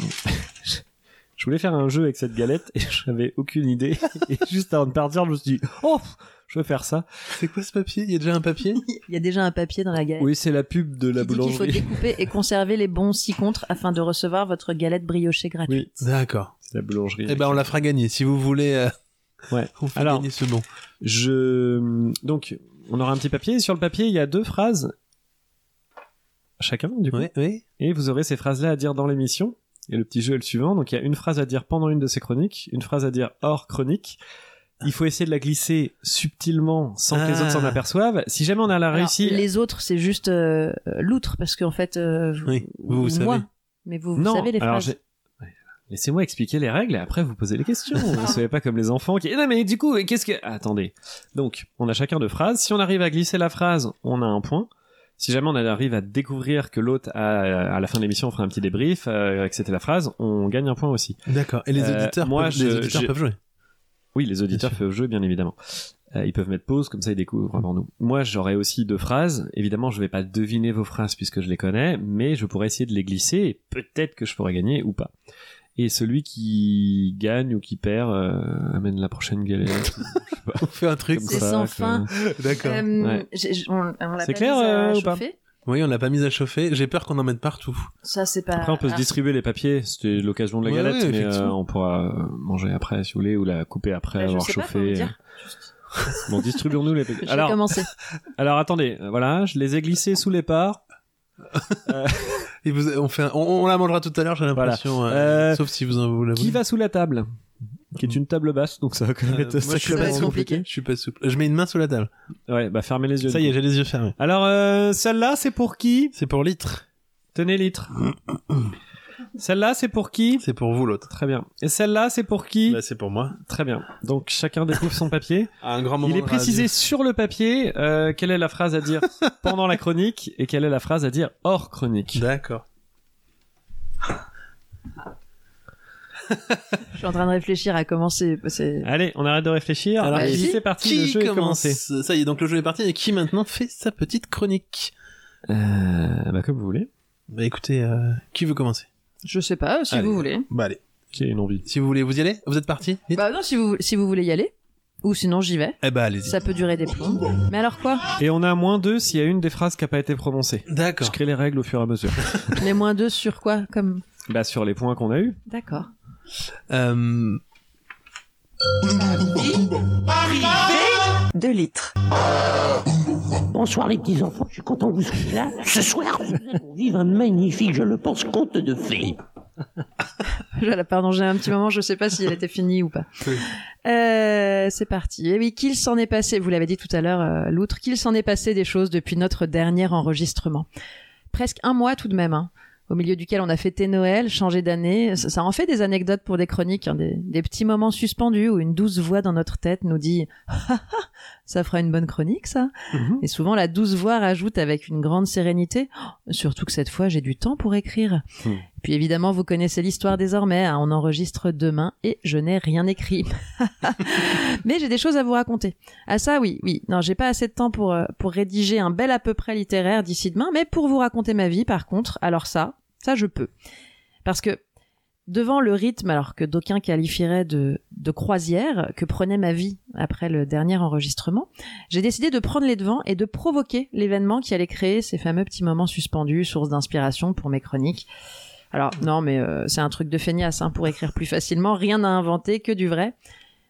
je voulais faire un jeu avec cette galette et j'avais aucune idée. Et juste avant de partir, je me suis dit, oh, je vais faire ça. C'est quoi ce papier? Il y a déjà un papier? Il y a déjà un papier dans la galette. Oui, c'est la pub de la qui dit qu'il faut boulangerie. découper et conserver les bons six contres afin de recevoir votre galette briochée gratuite. Oui, D'accord. c'est la boulangerie. Eh ben, on la fera gagner. Si vous voulez, euh, Ouais. on fait Alors, gagner ce bon. Je donc on aura un petit papier et sur le papier il y a deux phrases chacun du coup Oui, oui. et vous aurez ces phrases là à dire dans l'émission et le petit jeu est le suivant. Donc il y a une phrase à dire pendant une de ces chroniques, une phrase à dire hors chronique. Il faut essayer de la glisser subtilement sans que les Ah. autres s'en aperçoivent. Si jamais on a la Alors, réussi, les autres, c'est juste euh, euh, l'outre, parce qu'en fait, euh, Oui, vous, vous moi, savez. mais vous, vous non, savez les alors phrases. j'ai- Ouais. Laissez-moi expliquer les règles et après vous posez les questions. Vous savez pas comme les enfants qui. Non mais du coup, qu'est-ce que. Ah, attendez. Donc, on a chacun deux phrases. Si on arrive à glisser la phrase, on a un point. Si jamais on arrive à découvrir que l'autre, a, à la fin de l'émission, on fera un petit débrief, euh, que c'était la phrase, on gagne un point aussi. D'accord. Et les Euh, auditeurs, moi, peuvent, je- les auditeurs je- peuvent jouer. Oui, les auditeurs Bien sûr. peuvent jouer, bien évidemment. Euh, ils peuvent mettre pause, comme ça ils découvrent avant nous. Moi, j'aurai aussi deux phrases. Évidemment, je vais pas deviner vos phrases puisque je les connais, mais je pourrais essayer de les glisser et peut-être que je pourrais gagner ou pas. Et celui qui gagne ou qui perd euh, amène la prochaine galette. ou- je sais pas, On fait un truc. comme C'est ça, sans quoi. fin. D'accord. Euh, Ouais. j'ai- j'ai- on, on l'a C'est pas clair, mise à euh, ou pas chauffer. Oui, on l'a pas mise à chauffer. J'ai peur qu'on en mette partout. Ça, c'est pas. Après, on peut se Ah, distribuer les papiers. C'était l'occasion de la Ouais, galette, ouais, mais euh, effectivement. on pourra euh, manger après si vous voulez ou la couper après bah, je avoir sais pas, faut chauffé. me dire. Bon, distribuons-nous les papiers. Je vais Alors, commencer. alors attendez, euh, voilà, je les ai glissés sous les parts. Et vous, on fait, un- on, on la mangera tout à l'heure. J'ai l'impression. Voilà. euh, Euh, sauf si vous en voulez. Qui va sous la table? Qui est une table basse, donc ça va quand même Euh, être moi, je suis sacrément Ça va être pas compliqué. souple. Je suis pas souple. Je mets une main sous la table. Ouais, bah fermez les yeux. Ça y est, j'ai les yeux fermés. Alors, euh, celle-là, c'est pour qui? C'est pour litre. Tenez litre. Celle-là, c'est pour qui? C'est pour vous l'autre. Très bien. Et celle-là, c'est pour qui? Là, c'est pour moi. Très bien. Donc, chacun découvre son papier. Un grand moment. Il est de précisé radio. sur le papier euh, quelle est la phrase à dire pendant la chronique et quelle est la phrase à dire hors chronique. D'accord. Je suis en train de réfléchir à comment c'est. c'est- Allez, on arrête de réfléchir. Alors, Allez, qui- c'est parti, Qui le jeu est commence commencé. Ça y est, donc le jeu est parti. Et qui maintenant fait sa petite chronique? Euh, bah, comme vous voulez. Bah écoutez, euh, qui veut commencer? Je sais pas, si Allez. vous voulez. Bah allez. Qui a une envie? Si vous voulez, vous y allez? Vous êtes parti? Vite. Bah non, si vous, si vous voulez y aller. Ou sinon, j'y vais. Eh bah allez-y. Ça peut durer des plombs. Mais alors quoi? Et on a moins deux s'il y a une des phrases qui n'a pas été prononcée. Je D'accord. crée les règles au fur et à mesure. Les moins deux sur quoi? Comme. Bah, sur les points qu'on a eus. D'accord. Euh, Deux litres. Bonsoir les petits enfants, je suis content que vous soyez là. Ce soir, nous allons vivre un magnifique, je le pense, conte de fées. Voilà, pardon, j'ai un petit moment, je sais pas si elle était finie ou pas. Oui. Euh, c'est parti. Et oui, qu'il s'en est passé, vous l'avez dit tout à l'heure, euh, l'outre, qu'il s'en est passé des choses depuis notre dernier enregistrement. Presque un mois tout de même, hein, au milieu duquel on a fêté Noël, changé d'année. Ça, ça en fait des anecdotes pour des chroniques, hein, des, des petits moments suspendus où une douce voix dans notre tête nous dit « Ah, ah, ça fera une bonne chronique, ça !» Mhm. Et souvent, la douce voix rajoute avec une grande sérénité oh, « Surtout que cette fois, j'ai du temps pour écrire. Hmm. » Puis évidemment, vous connaissez l'histoire désormais, hein, on enregistre demain et je n'ai rien écrit. Mais j'ai des choses à vous raconter. Ah ça, oui, oui. Non, j'ai pas assez de temps pour, euh, pour rédiger un bel à peu près littéraire d'ici demain, mais pour vous raconter ma vie, par contre, alors ça, ça je peux. Parce que devant le rythme, alors que d'aucuns qualifieraient de, de croisière, que prenait ma vie après le dernier enregistrement, j'ai décidé de prendre les devants et de provoquer l'événement qui allait créer ces fameux petits moments suspendus, source d'inspiration pour mes chroniques. Alors, non, mais euh, c'est un truc de feignasse, hein, pour écrire plus facilement, rien à inventer, que du vrai.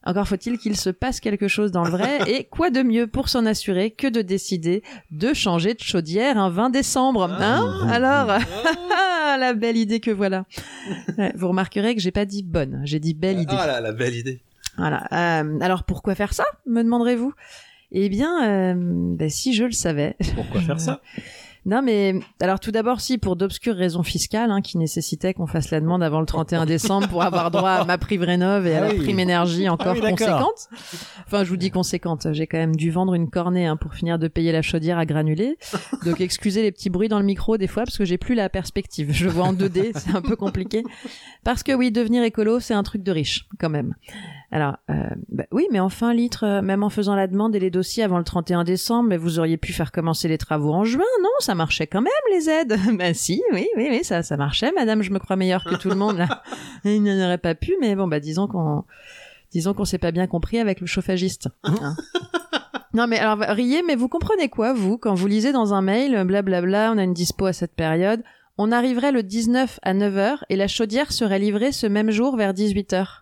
Encore faut-il qu'il se passe quelque chose dans le vrai, et quoi de mieux pour s'en assurer que de décider de changer de chaudière un vingt décembre, hein? Alors, la belle idée que voilà. Vous remarquerez que j'ai pas dit bonne, j'ai dit belle idée. Ah là, la belle idée. Voilà. Euh, alors pourquoi faire ça, me demanderez-vous? Eh bien, euh, ben, si je le savais. Pourquoi faire ça? Non, mais alors tout d'abord, si pour d'obscures raisons fiscales hein, qui nécessitaient qu'on fasse la demande avant le trente et un décembre pour avoir droit à ma prime rénov et à ah la oui. prime énergie encore ah oui, conséquente. Enfin, je vous dis conséquente. J'ai quand même dû vendre une cornée hein, pour finir de payer la chaudière à granulés. Donc excusez les petits bruits dans le micro des fois parce que j'ai plus la perspective. Je vois en deux D, c'est un peu compliqué. Parce que oui, devenir écolo, c'est un truc de riche quand même. Alors, euh, bah, oui, mais enfin, litre, euh, même en faisant la demande et les dossiers avant le trente et un décembre, mais vous auriez pu faire commencer les travaux en juin, non? Ça marchait quand même, les aides. Bah si, oui, oui, oui, ça, ça marchait, madame, je me crois meilleure que tout le monde, là. Il n'y en aurait pas pu, mais bon, bah, disons qu'on, disons qu'on s'est pas bien compris avec le chauffagiste. Hein. Non, mais alors, riez, mais vous comprenez quoi, vous, quand vous lisez dans un mail, blablabla, on a une dispo à cette période, on arriverait le dix-neuf à neuf heures et la chaudière serait livrée ce même jour vers dix-huit heures.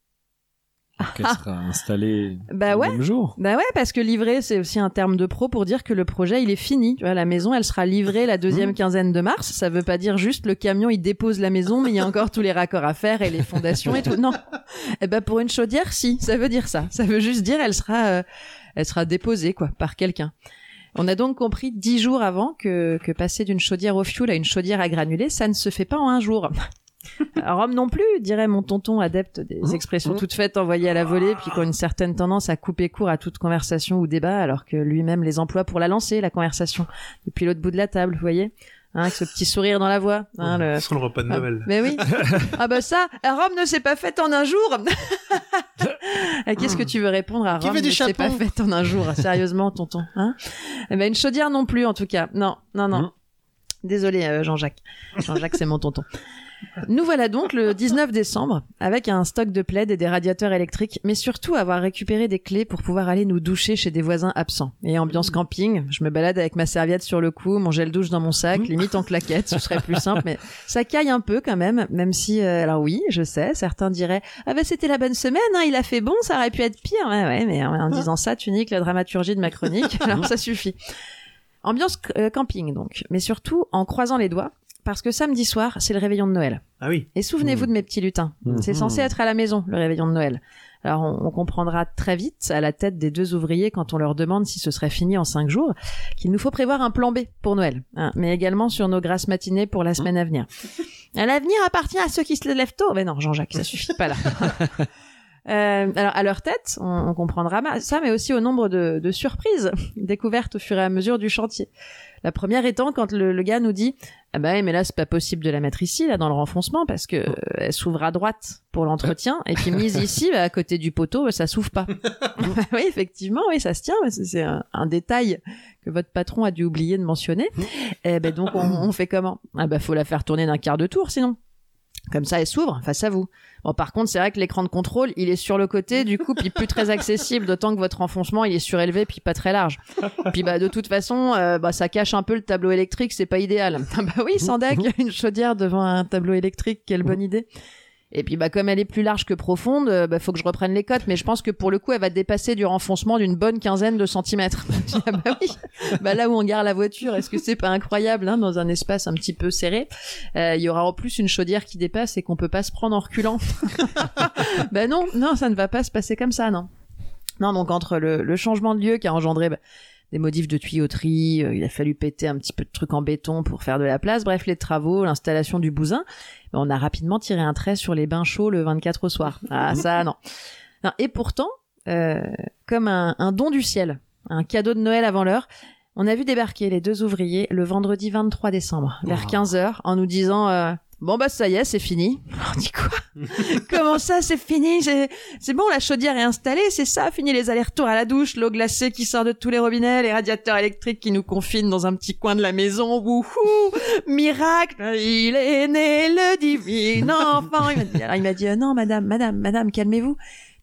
Qu'elle sera installée bah le ouais. même jour. Bah ouais, parce que livrer, c'est aussi un terme de pro pour dire que le projet, il est fini. Tu vois, la maison, elle sera livrée la deuxième mmh. quinzaine de mars. Ça veut pas dire juste le camion, il dépose la maison, mais il y a encore tous les raccords à faire et les fondations et tout. Non. Eh ben, pour une chaudière, si. Ça veut dire ça. Ça veut juste dire, elle sera, euh, elle sera déposée, quoi, par quelqu'un. On a donc compris dix jours avant que, que passer d'une chaudière au fioul à une chaudière à granulés, ça ne se fait pas en un jour. Rome non plus, dirait mon tonton adepte des expressions toutes faites envoyées à la volée, puis qui ont une certaine tendance à couper court à toute conversation ou débat, alors que lui-même les emploie pour la lancer, la conversation, depuis l'autre bout de la table, vous voyez, hein, avec ce petit sourire dans la voix. Hein, le... Sur le repas de Noël. Ah, mais oui. Ah bah ça, Rome ne s'est pas faite en un jour. Qu'est-ce que tu veux répondre à Rome ne s'est pas faite en un jour? Sérieusement, tonton, hein? Eh ben, une chaudière non plus, en tout cas. Non, non, non. Mmh. Désolé, euh, Jean-Jacques. Jean-Jacques, c'est mon tonton. Nous voilà donc le dix-neuf décembre avec un stock de plaids et des radiateurs électriques, mais surtout avoir récupéré des clés pour pouvoir aller nous doucher chez des voisins absents. Et ambiance camping, je me balade avec ma serviette sur le cou, mon gel douche dans mon sac, limite en claquette, ce serait plus simple, mais ça caille un peu quand même, même si, euh, alors oui, je sais, certains diraient « Ah ben c'était la bonne semaine, hein, il a fait bon, ça aurait pu être pire. » Ouais, ouais, mais en disant ça, tu niques la dramaturgie de ma chronique, alors ça suffit. Ambiance euh, camping donc, mais surtout en croisant les doigts, parce que samedi soir, c'est le réveillon de Noël. Ah oui. Et souvenez-vous mmh. de mes petits lutins. Mmh. C'est censé être à la maison, le réveillon de Noël. Alors, on, on comprendra très vite, à la tête des deux ouvriers, quand on leur demande si ce serait fini en cinq jours, qu'il nous faut prévoir un plan B pour Noël, hein, mais également sur nos grasses matinées pour la semaine à venir. L'avenir appartient à ceux qui se lèvent tôt. Mais non, Jean-Jacques, ça suffit pas là. Euh, alors à leur tête, on, on comprendra ça, mais aussi au nombre de, de surprises découvertes au fur et à mesure du chantier. La première étant quand le, le gars nous dit ah bah mais là c'est pas possible de la mettre ici là dans le renfoncement parce que euh, elle s'ouvre à droite pour l'entretien et puis mise ici bah, à côté du poteau bah, ça s'ouvre pas. Oui effectivement oui ça se tient mais c'est, c'est un, un détail que votre patron a dû oublier de mentionner. Et ben donc on, on fait comment? Ah bah faut la faire tourner d'un quart de tour sinon. Comme ça, elle s'ouvre face à vous. Bon, par contre, c'est vrai que l'écran de contrôle, il est sur le côté, du coup, puis plus très accessible, d'autant que votre enfoncement, il est surélevé, puis pas très large. Puis, bah, de toute façon, euh, bah, ça cache un peu le tableau électrique, c'est pas idéal. Bah oui, Sandek, une chaudière devant un tableau électrique, quelle bonne idée. Et puis, bah, comme elle est plus large que profonde, euh, bah, faut que je reprenne les cotes, mais je pense que pour le coup, elle va dépasser du renfoncement d'une bonne quinzaine de centimètres. Ah bah oui. Bah, là où on gare la voiture, est-ce que c'est pas incroyable, hein, dans un espace un petit peu serré? Il euh, y aura en plus une chaudière qui dépasse et qu'on peut pas se prendre en reculant. Bah non, non, ça ne va pas se passer comme ça, non. Non, donc entre le, le changement de lieu qui a engendré, bah, des modifs de tuyauterie, euh, il a fallu péter un petit peu de trucs en béton pour faire de la place, bref, les travaux, l'installation du bousin, on a rapidement tiré un trait sur les bains chauds le vingt-quatre au soir. Ah ça, non. non et pourtant, euh, comme un, un don du ciel, un cadeau de Noël avant l'heure, on a vu débarquer les deux ouvriers le vendredi vingt-trois décembre, vers quinze heures, en nous disant... Euh, Bon bah ça y est, c'est fini. On dit quoi? Comment ça, c'est fini? c'est... c'est bon, la chaudière est installée, c'est ça? Fini les allers-retours à la douche, l'eau glacée qui sort de tous les robinets, les radiateurs électriques qui nous confinent dans un petit coin de la maison. Wouhou! Miracle! Il est né le divin enfant! Il m'a dit, alors il m'a dit, non madame, madame, madame, calmez-vous.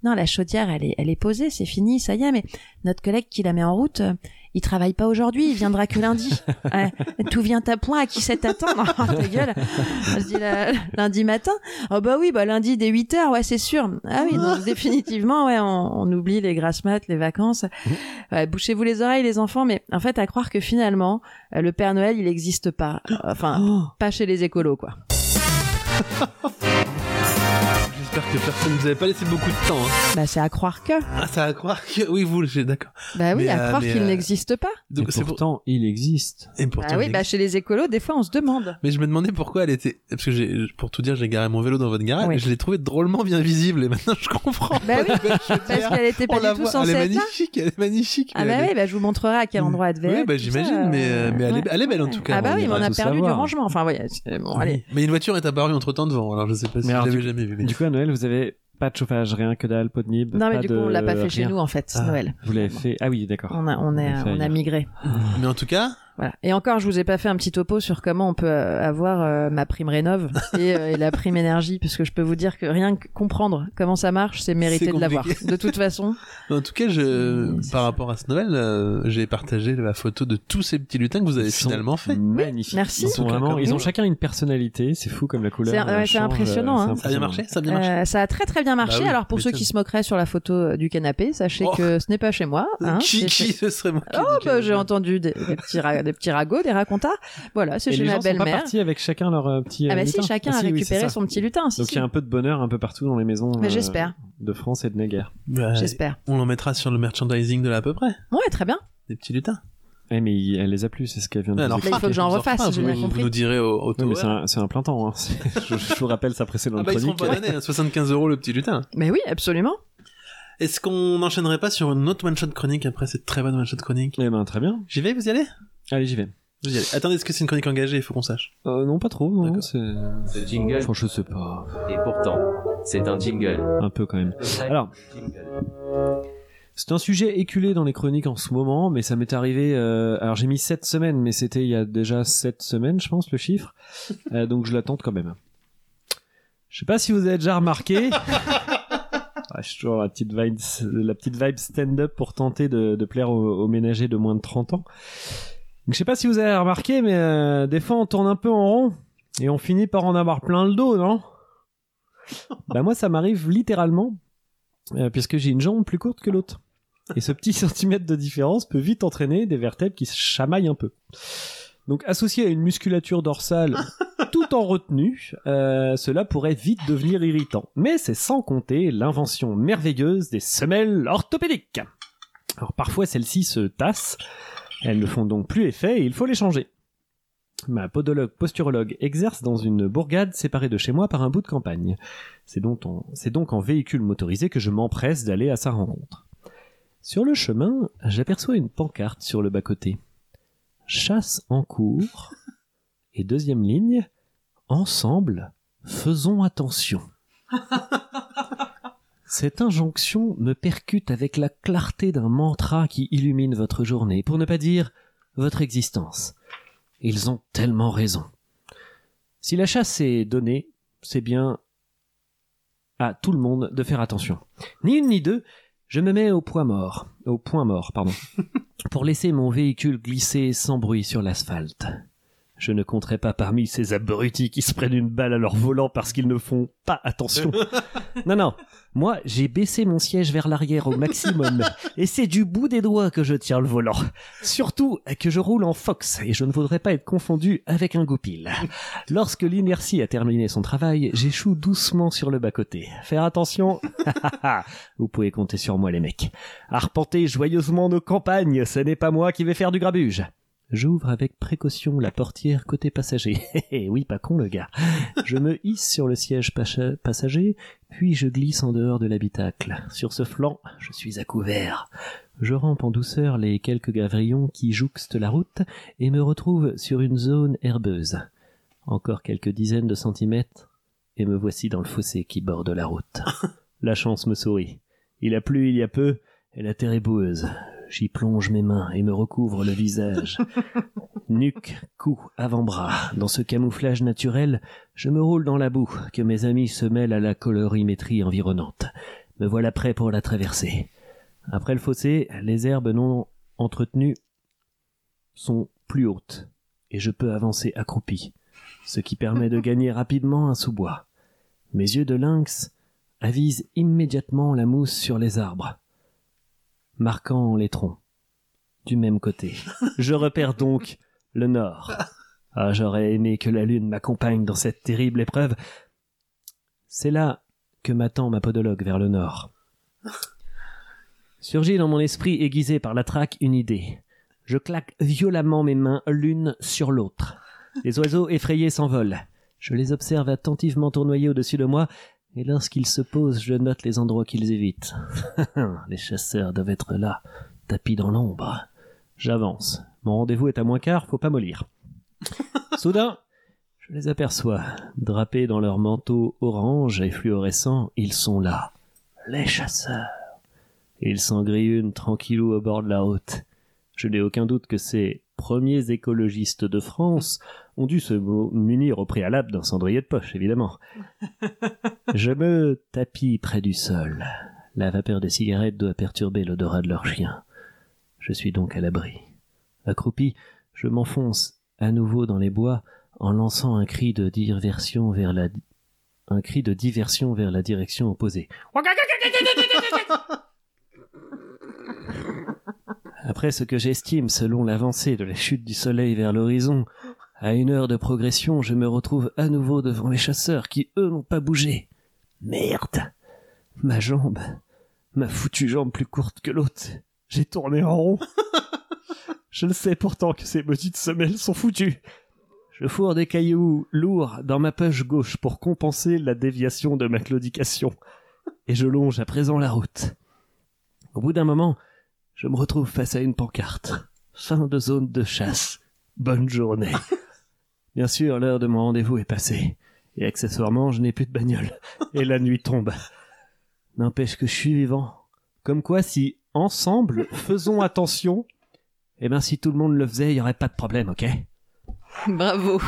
non, la chaudière, elle est, elle est posée, c'est fini, ça y est, mais notre collègue qui la met en route, euh, il travaille pas aujourd'hui, il viendra que lundi. Ouais, tout vient à point, à qui c'est t'attend? Non, ta gueule. Je dis la, lundi matin. Oh bah oui, bah lundi dès huit heures, ouais, c'est sûr. Ah oui, donc définitivement, ouais, on, on oublie les grasses mat, les vacances. Ouais, bouchez-vous les oreilles, les enfants, mais en fait, à croire que finalement, euh, le Père Noël, il existe pas. Enfin, oh. pas chez les écolos, quoi. J'espère que personne ne vous avait pas laissé beaucoup de temps. Hein. Bah, c'est à croire que. Ah, c'est à croire que. Oui, vous, j'ai d'accord. Bah oui, mais, à euh, croire mais, qu'il euh... n'existe pas. Donc, et pourtant, pour... il existe. Et pourtant, bah oui, bah chez les écolos, des fois, on se demande. Mais je me demandais pourquoi elle était. Parce que j'ai, pour tout dire, j'ai garé mon vélo dans votre garage oui. et je l'ai trouvé drôlement bien visible. Et maintenant, je comprends. Bah oui, parce qu'elle était pas du tout censée être là. Elle est magnifique, elle est magnifique. Ah bah oui, bah je vous montrerai à quel endroit elle devait être. Oui, bah j'imagine, mais mais elle est belle en tout cas. Ah bah oui, mais on a perdu du rangement. Enfin, voyez. Bon, allez. Mais une voiture est apparue entre temps devant. Alors, je sais pas si je l'avais jamais vu. Du coup, à Noël, vous avez pas de chauffage, rien que dalle, pot de nib. Non, mais pas du coup, de... on l'a pas fait rien. Chez nous, en fait, ah, Noël. Vous l'avez fait. Ah oui, d'accord. On a, on est, on, on a migré. Mais en tout cas. Voilà. Et encore, je vous ai pas fait un petit topo sur comment on peut euh, avoir euh, ma prime rénov et, euh, et la prime énergie, parce que je peux vous dire que rien que comprendre comment ça marche, c'est mérité c'est de l'avoir. De toute façon. En tout cas, je, c'est... par rapport à ce Noël, euh, j'ai partagé la photo de tous ces petits lutins que vous avez ils finalement fait. Magnifiques. Merci. Ils sont vraiment, ils ont chacun une personnalité. C'est fou comme la couleur. C'est, ouais, c'est impressionnant. Hein. Ça a bien marché. Ça a bien marché. Euh, ça a très très bien marché. Bah oui, alors pour ceux qui se moqueraient sur la photo du canapé, sachez oh. que ce n'est pas chez moi. Hein, qui, qui ce serait moqué? Oh bah j'ai entendu des, des petits ra- des petits ragots, des racontards. Voilà, c'est et chez les ma gens belle-mère. Sont pas partis avec chacun leur euh, petit. Ah bah lutin. si, chacun ah, a si, récupéré oui, son petit lutin. Si, Donc il si. y a un peu de bonheur un peu partout dans les maisons. Mais euh, j'espère. De France et de Naguère. Bah, j'espère. On l'en mettra sur le merchandising de là à peu près. Ouais, très bien. Des petits lutins. Eh mais elle les a plus, c'est ce qu'elle vient de dire. Alors, il faut que j'en refasse, j'ai bien compris. Vous nous direz au, au oui, mais c'est un, c'est un plein temps. Hein. je, je vous rappelle sa précédente ah bah, chronique. Ils seront pas d'année, hein, soixante-quinze euros le petit lutin. Mais oui, absolument. Est-ce qu'on n'enchaînerait pas sur une autre one-shot chronique après cette très bonne one-shot chronique? Eh ben très bien. J'y vais, vous y allez? Allez, j'y vais. Vous y allez. Attendez, est-ce que c'est une chronique engagée? Il faut qu'on sache. Euh, non, pas trop. Non, c'est... Ce jingle. Enfin, je sais pas. Et pourtant, c'est un jingle. Un peu quand même. Alors. C'est un sujet éculé dans les chroniques en ce moment, mais ça m'est arrivé... Euh... Alors j'ai mis sept semaines, mais c'était il y a déjà sept semaines, je pense, le chiffre. Euh, donc je l'attends quand même. Je sais pas si vous avez déjà remarqué... ouais, je suis toujours la petite vibe, la petite vibe stand-up pour tenter de, de plaire aux, aux ménagers de moins de trente ans. Donc, je sais pas si vous avez remarqué, mais euh, des fois on tourne un peu en rond et on finit par en avoir plein le dos, non? Bah moi ça m'arrive littéralement, euh, puisque j'ai une jambe plus courte que l'autre. Et ce petit centimètre de différence peut vite entraîner des vertèbres qui se chamaillent un peu. Donc associé à une musculature dorsale tout en retenue, euh, cela pourrait vite devenir irritant. Mais c'est sans compter l'invention merveilleuse des semelles orthopédiques. Alors parfois celles-ci se tassent, elles ne font donc plus effet et il faut les changer. Ma podologue posturologue exerce dans une bourgade séparée de chez moi par un bout de campagne. C'est donc en, c'est donc en véhicule motorisé que je m'empresse d'aller à sa rencontre. Sur le chemin, j'aperçois une pancarte sur le bas-côté. Chasse en cours. Et deuxième ligne, ensemble, faisons attention. Cette injonction me percute avec la clarté d'un mantra qui illumine votre journée, pour ne pas dire votre existence. Ils ont tellement raison. Si la chasse est donnée, c'est bien à tout le monde de faire attention. Ni une ni deux, je me mets au point mort, au point mort, pardon, pour laisser mon véhicule glisser sans bruit sur l'asphalte. Je ne compterai pas parmi ces abrutis qui se prennent une balle à leur volant parce qu'ils ne font pas attention. Non, non, moi, j'ai baissé mon siège vers l'arrière au maximum, et c'est du bout des doigts que je tiens le volant. Surtout que je roule en Fox, et je ne voudrais pas être confondu avec un goupil. Lorsque l'inertie a terminé son travail, j'échoue doucement sur le bas-côté. Faire attention, vous pouvez compter sur moi les mecs. Arpenter joyeusement nos campagnes, ce n'est pas moi qui vais faire du grabuge. J'ouvre avec précaution la portière côté passager. Oui, pas con le gars. Je me hisse sur le siège pacha- passager, puis je glisse en dehors de l'habitacle. Sur ce flanc, je suis à couvert. Je rampe en douceur les quelques gravillons qui jouxtent la route et me retrouve sur une zone herbeuse. Encore quelques dizaines de centimètres, et me voici dans le fossé qui borde la route. La chance me sourit. Il a plu il y a peu, et la terre est boueuse. J'y plonge mes mains et me recouvre le visage. Nuque, cou, avant-bras. Dans ce camouflage naturel, je me roule dans la boue, que mes amis se mêlent à la colorimétrie environnante. Me voilà prêt pour la traversée. Après le fossé, les herbes non entretenues sont plus hautes et je peux avancer accroupi, ce qui permet de gagner rapidement un sous-bois. Mes yeux de lynx avisent immédiatement la mousse sur les arbres, marquant les troncs du même côté. Je repère donc le nord. Ah, j'aurais aimé que la lune m'accompagne dans cette terrible épreuve. C'est là que m'attend ma podologue vers le nord. Surgit dans mon esprit, aiguisé par la traque, une idée. Je claque violemment mes mains l'une sur l'autre. Les oiseaux effrayés s'envolent. Je les observe attentivement tournoyer au-dessus de moi, et lorsqu'ils se posent, je note les endroits qu'ils évitent. Les chasseurs doivent être là, tapis dans l'ombre. J'avance. Mon rendez-vous est à moins quart, faut pas mollir. Soudain, je les aperçois. Drapés dans leurs manteaux orange et fluorescents, ils sont là. Les chasseurs. Ils s'en grillent une tranquillou au bord de la route. Je n'ai aucun doute que ces premiers écologistes de France ont dû se munir au préalable d'un cendrier de poche, évidemment. Je me tapis près du sol. La vapeur des cigarettes doit perturber l'odorat de leur chien. Je suis donc à l'abri. Accroupi, je m'enfonce à nouveau dans les bois en lançant un cri de diversion vers la un cri de diversion vers la direction opposée. Après ce que j'estime selon l'avancée de la chute du soleil vers l'horizon, à une heure de progression, je me retrouve à nouveau devant les chasseurs qui, eux, n'ont pas bougé. Merde! Ma jambe, ma foutue jambe plus courte que l'autre. J'ai tourné en rond. Je le sais pourtant que ces petites semelles sont foutues. Je fourre des cailloux lourds dans ma poche gauche pour compenser la déviation de ma claudication. Et je longe à présent la route. Au bout d'un moment, je me retrouve face à une pancarte. Fin de zone de chasse. Bonne journée. Bien sûr, l'heure de mon rendez-vous est passée. Et accessoirement, je n'ai plus de bagnole. Et la nuit tombe. N'empêche que je suis vivant. Comme quoi, si, ensemble, faisons attention, eh ben, si tout le monde le faisait, il n'y aurait pas de problème, ok? Bravo.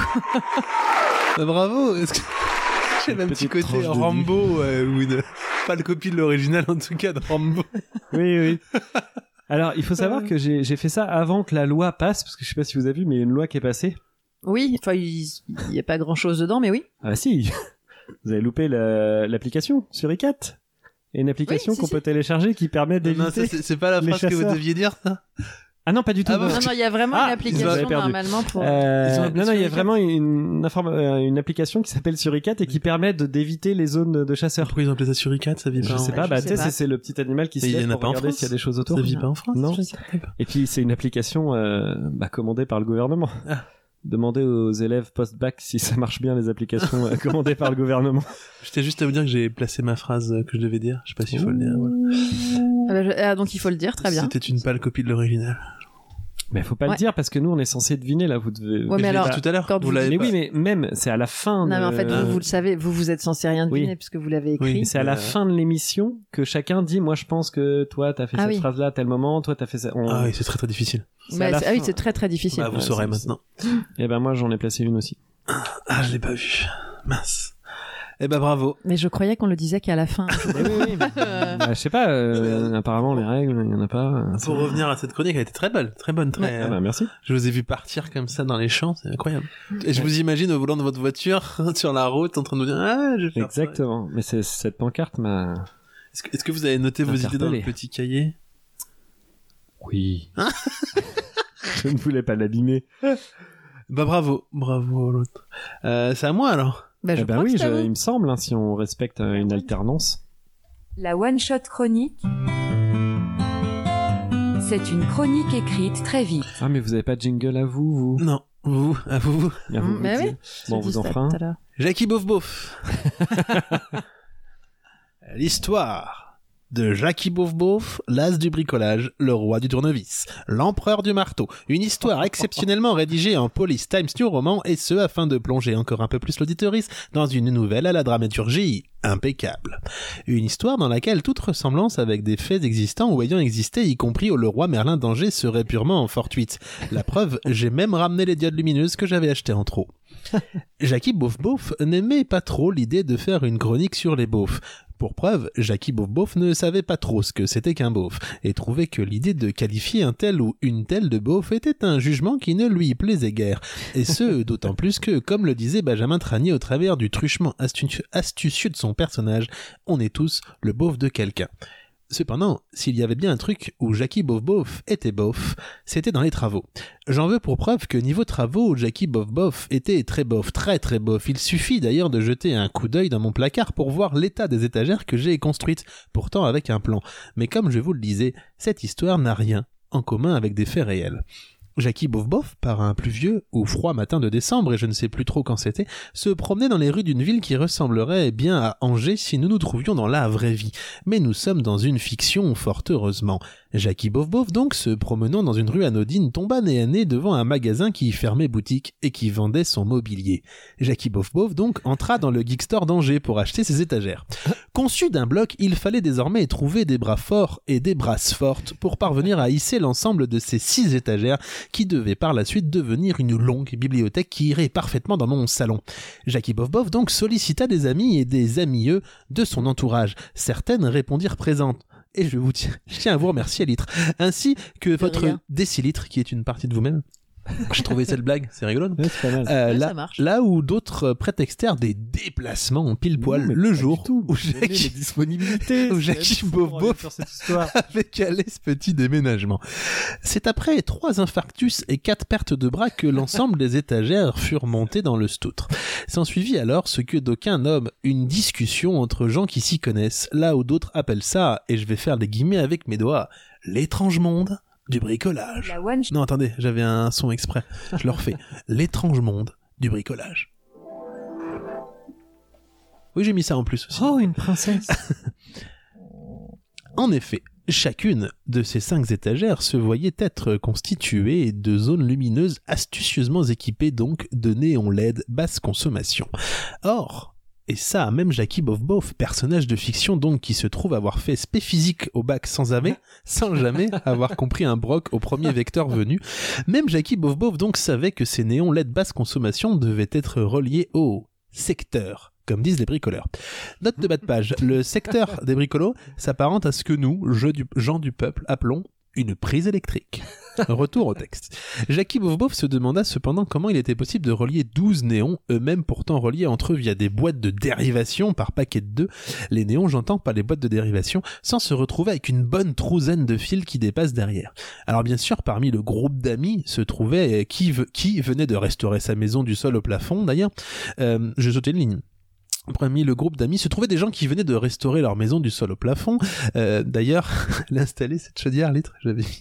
Bah, bravo. Est-ce que... J'ai un petit côté Rambo, euh, ou une... pas le copie de l'original, en tout cas, de Rambo. Oui, oui. Alors, il faut savoir que j'ai, j'ai fait ça avant que la loi passe, parce que je sais pas si vous avez vu, mais il y a une loi qui est passée. Oui, enfin, il n'y a pas grand-chose dedans, mais oui. Ah si, vous avez loupé la, l'application sur i quatre. Et une application oui, si, qu'on si. peut télécharger qui permet d'éviter. Non, ça, c'est, c'est pas la phrase que vous deviez dire, ça. Ah non, pas du tout. Ah bon non, non, il y a vraiment ah, une application normalement pour... Euh, non, non, il y a vraiment une, informa- une application qui s'appelle sur i quatre et qui permet de, d'éviter les zones de chasseurs. Pourquoi ils ont appelé ça sur i quatre, ça vit pas Je en... sais pas, bah, tu sais, c'est, c'est le petit animal qui se lève pour regarder s'il y a des choses autour. Ça vit pas en France? Non. Et puis, c'est une application, euh, bah, commandée par le gouvernement. Ah. Demandez aux élèves post-bac si ça marche bien les applications euh, commandées par le gouvernement. J'étais juste à vous dire que j'ai placé ma phrase que je devais dire. Je sais pas s'il faut Ouh. le dire. Voilà. Ah, bah, je... ah, donc il faut le dire, très bien. C'était une pâle copie de l'original. Mais faut pas ouais. le dire parce que nous on est censé deviner là. Vous devez. Ouais, mais alors, tout à l'heure. Quand vous vous l'avez mais pas... oui, mais même c'est à la fin. Non, de... mais en fait, vous, vous le savez, vous vous êtes censé rien deviner oui. puisque vous l'avez écrit. Oui. Et c'est à la euh... fin de l'émission que chacun dit. Moi, je pense que toi, t'as fait ah, cette oui. phrase-là à tel moment. Toi, t'as fait ça. On... Ah oui, c'est très très difficile. Bah, c'est... Ah oui, c'est très très difficile. Bah, vous ouais, saurez c'est... maintenant. Et ben moi, j'en ai placé une aussi. Ah, je l'ai pas vu. Mince. Eh ben bravo. Mais je croyais qu'on le disait qu'à la fin. oui, oui, bah, je sais pas. Euh, apparemment les règles, il y en a pas. Pour revenir à cette chronique, elle était très belle, très bonne, très. Ah bah, merci. Je vous ai vu partir comme ça dans les champs, c'est incroyable. Et je vous imagine au volant de votre voiture sur la route, en train de vous dire ah je vais faire Exactement. Ça. Mais c'est, cette pancarte m'a. Est-ce que, est-ce que vous avez noté vos idées dans le petit cahier? Oui. Je ne voulais pas l'abîmer. Bah bravo, bravo l'autre. Euh, c'est à moi alors. Bah, je eh ben oui, je, il me semble, hein, si on respecte euh, une alternance. La one-shot chronique, c'est une chronique écrite très vite. Ah, mais vous avez pas de jingle à vous, vous? Non, vous, à vous. À vous, mmh, bah oui. Bon, vous en ferez un. Jackie Bouf Bouf. L'histoire de Jackie Bouf Bouf, l'as du bricolage, le roi du tournevis, l'empereur du marteau. Une histoire exceptionnellement rédigée en Police Times New Roman, et ce afin de plonger encore un peu plus l'auditoris dans une nouvelle à la dramaturgie impeccable. Une histoire dans laquelle toute ressemblance avec des faits existants ou ayant existé, y compris au le roi Merlin d'Angers, serait purement fortuite. La preuve, j'ai même ramené les diodes lumineuses que j'avais achetées en trop. Jackie Bouf Bouf n'aimait pas trop l'idée de faire une chronique sur les beaufs. Pour preuve, Jackie Beauf Beauf ne savait pas trop ce que c'était qu'un beauf, et trouvait que l'idée de qualifier un tel ou une telle de beauf était un jugement qui ne lui plaisait guère. Et ce, d'autant plus que, comme le disait Benjamin Tranier au travers du truchement astu- astucieux de son personnage, on est tous le beauf de quelqu'un. Cependant, s'il y avait bien un truc où Jackie Beauf Beauf était beauf, c'était dans les travaux. J'en veux pour preuve que niveau travaux, Jackie Beauf Beauf était très beauf, très très beauf. Il suffit d'ailleurs de jeter un coup d'œil dans mon placard pour voir l'état des étagères que j'ai construites, pourtant avec un plan. Mais comme je vous le disais, cette histoire n'a rien en commun avec des faits réels. Jackie Beauf Beauf, par un pluvieux ou froid matin de décembre, et je ne sais plus trop quand c'était, se promenait dans les rues d'une ville qui ressemblerait bien à Angers si nous nous trouvions dans la vraie vie. Mais nous sommes dans une fiction, fort heureusement. Jackie Beauf Beauf, donc, se promenant dans une rue anodine, tomba nez à nez devant un magasin qui fermait boutique et qui vendait son mobilier. Jackie Beauf Beauf, donc, entra dans le Geek Store d'Angers pour acheter ses étagères. Conçu d'un bloc, il fallait désormais trouver des bras forts et des brasses fortes pour parvenir à hisser l'ensemble de ces six étagères qui devait par la suite devenir une longue bibliothèque qui irait parfaitement dans mon salon. Jackie Beauf Beauf donc sollicita des amis et des amieux de son entourage. Certaines répondirent présentes. Et je vous tiens, je tiens à vous remercier, Litre, ainsi que de votre rien. Décilitre, qui est une partie de vous-même. J'ai trouvé cette blague, c'est rigolo. Ouais, c'est pas mal. Euh, Ouais, là, ça marche. là où d'autres prétextèrent des déplacements en pile poil Non, le jour tout. où Vous avez les Jackie, disponibilités. où c'est Jackie fou Beauf pour aller Beauf sur cette histoire. avait calé ce petit déménagement. C'est après trois infarctus et quatre pertes de bras que l'ensemble des étagères furent montées dans le stoutre. S'ensuivit alors ce que d'aucuns nomment une discussion entre gens qui s'y connaissent, là où d'autres appellent ça, et je vais faire des guillemets avec mes doigts, l'étrange monde du bricolage. La one Non, attendez, j'avais un son exprès. Je le refais. L'étrange monde du bricolage. Oui, j'ai mis ça en plus aussi. Oh, une princesse. En effet, chacune de ces cinq étagères se voyait être constituée de zones lumineuses astucieusement équipées donc de néons L E D basse consommation. Or, et ça, même Jackie Beauf Beauf, personnage de fiction donc qui se trouve avoir fait spé physique au bac sans jamais, sans jamais avoir compris un broc au premier vecteur venu, même Jackie Beauf Beauf donc savait que ces néons L E D basse consommation devaient être reliés au secteur, comme disent les bricoleurs. Note de bas de page, le secteur des bricolos s'apparente à ce que nous, jeux du, gens du peuple, appelons une prise électrique. Retour au texte. Jackie Beauf Beauf se demanda cependant comment il était possible de relier douze néons, eux-mêmes pourtant reliés entre eux via des boîtes de dérivation par paquet de deux, les néons j'entends pas les boîtes de dérivation, sans se retrouver avec une bonne trouzaine de fils qui dépassent derrière. Alors bien sûr, parmi le groupe d'amis se trouvait qui, ve- qui venait de restaurer sa maison du sol au plafond d'ailleurs, euh, je sautais une ligne. Parmi le groupe d'amis se trouvaient des gens qui venaient de restaurer leur maison du sol au plafond. Euh, d'ailleurs, l'installer cette chaudière litre, j'avais mis.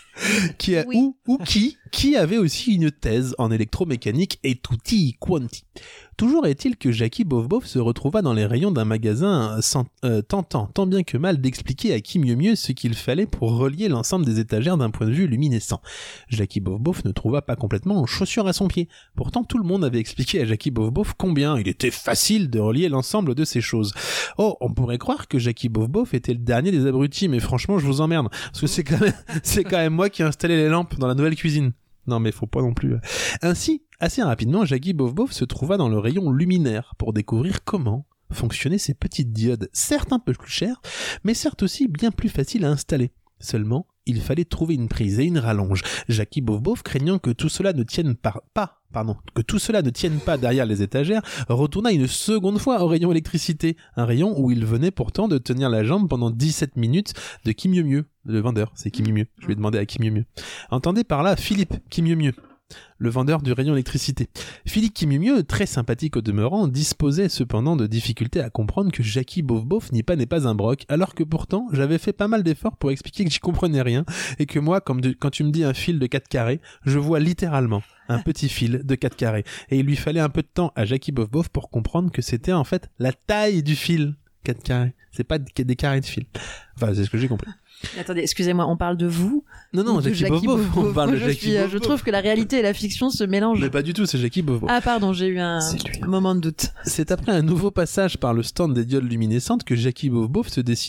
Qui a, Oui. ou, ou qui, qui avait aussi une thèse en électromécanique et tutti quanti. Toujours est-il que Jackie Beauf Beauf se retrouva dans les rayons d'un magasin sans, euh, tentant tant bien que mal d'expliquer à qui mieux mieux ce qu'il fallait pour relier l'ensemble des étagères d'un point de vue luminescent. Jackie Beauf Beauf ne trouva pas complètement en chaussure à son pied. Pourtant tout le monde avait expliqué à Jackie Beauf Beauf combien il était facile de relier l'ensemble de ces choses. Oh, on pourrait croire que Jackie Beauf Beauf était le dernier des abrutis, mais franchement je vous emmerde, parce que c'est quand même, c'est quand même moi qui ai installé les lampes dans la nouvelle cuisine. Non mais faut pas non plus. Ainsi, assez rapidement, Jackie Beauf Beauf se trouva dans le rayon luminaire pour découvrir comment fonctionnaient ces petites diodes, certes un peu plus chères, mais certes aussi bien plus faciles à installer. Seulement, il fallait trouver une prise et une rallonge. Jackie Beauf Beauf, craignant que tout cela ne tienne par... pas, pardon, que tout cela ne tienne pas derrière les étagères, retourna une seconde fois au rayon électricité, un rayon où il venait pourtant de tenir la jambe pendant dix-sept minutes de qui mieux mieux, le vendeur, c'est qui mieux mieux. Je lui ai demandé à qui mieux mieux. Entendez par là Philippe qui mieux mieux, le vendeur du rayon électricité. Philippe Kimieux, très sympathique au demeurant, disposait cependant de difficultés à comprendre que Jackie Beauf Beauf n'y pas n'est pas un broc, alors que pourtant j'avais fait pas mal d'efforts pour expliquer que j'y comprenais rien, et que moi, comme de, quand tu me dis un fil de quatre carrés, je vois littéralement un petit fil de quatre carrés. Et il lui fallait un peu de temps à Jackie Beauf Beauf pour comprendre que c'était en fait la taille du fil quatre carrés. C'est pas des carrés de fil. Enfin, c'est ce que j'ai compris. Attendez, excusez-moi, on parle de vous? Non, non, de Jackie, Beauf Beauf. On parle de je, Jackie suis, euh, Beauf je Beauf. trouve que la réalité et la fiction se mélangent. Mais pas du tout, c'est Jackie Beauf Beauf. Ah pardon, j'ai eu un C'est lui. moment de doute. C'est après un nouveau passage par le stand des diodes luminescentes que Jackie Beauf Beauf se décida,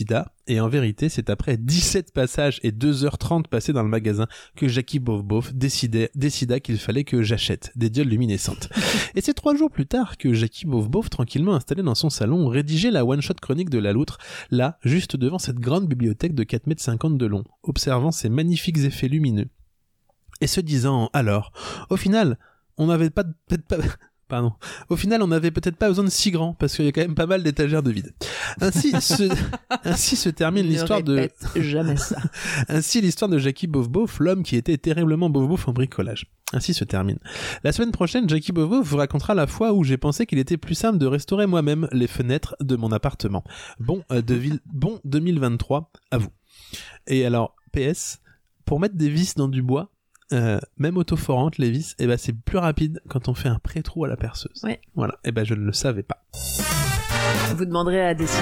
Et en vérité, c'est après dix-sept passages et deux heures trente passées dans le magasin que Jackie Bof Bof décidait, décida qu'il fallait que j'achète des diodes luminescentes. Et c'est trois jours plus tard que Jackie Bof Bof, tranquillement installé dans son salon, rédigeait la one-shot chronique de la loutre, là, juste devant cette grande bibliothèque de quatre mètres cinquante de long, observant ses magnifiques effets lumineux. Et se disant, alors, au final, on n'avait pas, peut-être pas... Pardon. Au final, on n'avait peut-être pas besoin de si grand, parce qu'il y a quand même pas mal d'étagères de vide. Ainsi se, ainsi se termine Ne l'histoire de... répète jamais ça. Ainsi l'histoire de Jackie Bof Bof, l'homme qui était terriblement bof bof en bricolage. Ainsi se termine. La semaine prochaine, Jackie Bof Bof vous racontera la fois où j'ai pensé qu'il était plus simple de restaurer moi-même les fenêtres de mon appartement. Bon, euh, de ville... bon deux mille vingt-trois, à vous. Et alors, P S, pour mettre des vis dans du bois, Euh, même autoforantes, les vis, eh ben c'est plus rapide quand on fait un pré-trou à la perceuse. Ouais. Voilà. Et eh ben je ne le savais pas. Vous demanderez à décider.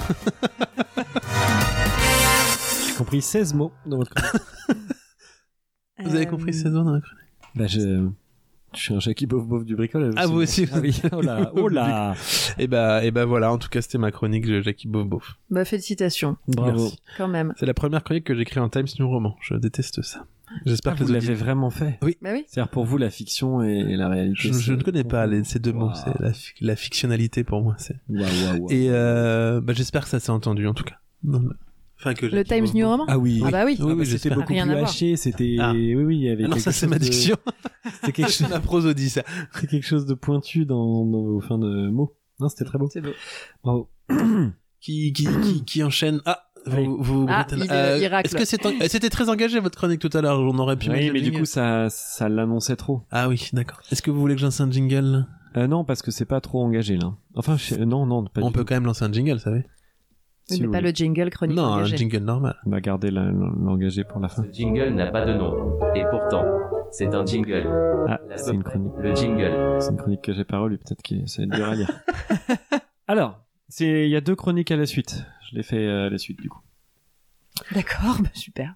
J'ai compris seize mots dans votre chronique. Vous avez compris seize mots dans la chronique? Bah je... je suis un Jackie Bof Bof du bricolage. Ah, vous aussi. Ah oui. Oh là, oh là. Et bah, et bah voilà. En tout cas, c'était ma chronique de Jackie Bof Bof. Bah, félicitations. Bravo. Merci. Quand même. C'est la première chronique que j'écris en Times New Roman. Je déteste ça. J'espère Ah, que vous les l'avez vraiment fait. Oui. Bah oui. C'est-à-dire pour vous la fiction et, et la réalité. Je, je ne connais pas les, ces deux Wow. mots. C'est la, fi- la fictionnalité pour moi. C'est. Waouh, waouh, waouh. Et euh, bah, j'espère que ça s'est entendu en tout cas. Non, mais- Enfin que Le Jackie Times Bof New Bof- Roman. Ah oui. Ah bah oui. Oui, oui, Ah bah, c'était j'espère. beaucoup Rien plus à voir. haché. C'était. Ah. Oui, oui, il y avait. Ah non, quelque ça c'est chose ma de- diction. C'était quelque C'est chose. ma prosodie ça. C'était quelque chose de pointu dans, dans vos fins de mots. Non, c'était très beau. C'est beau. Bravo. Qui qui qui, qui enchaîne. Ah. Oui. Vous, vous, Ah, vous- il, euh, il racle. Est-ce que c'est en- c'était très engagé votre chronique tout à l'heure? On aurait pu. mettre Oui, le mais du jingle. coup, ça, ça l'annonçait trop. Ah oui, d'accord. Est-ce que vous voulez que je lance un jingle? Euh, non, parce que c'est pas trop engagé là. Enfin, je... non, non, pas On du peut tout. quand même lancer un jingle, vous savez? Oui, Si mais vous pas voulez. le jingle chronique Non, engagée. un jingle normal. On va garder la- l'engagé pour la fin. Ce jingle n'a pas de nom. Et pourtant, c'est un jingle. Ah, La c'est une chronique. Le jingle. C'est une chronique que j'ai pas relue, peut-être que ça va être dur à lire. Alors, c'est il y a deux chroniques à la suite. Je les fais euh, à la suite du coup. D'accord, bah super.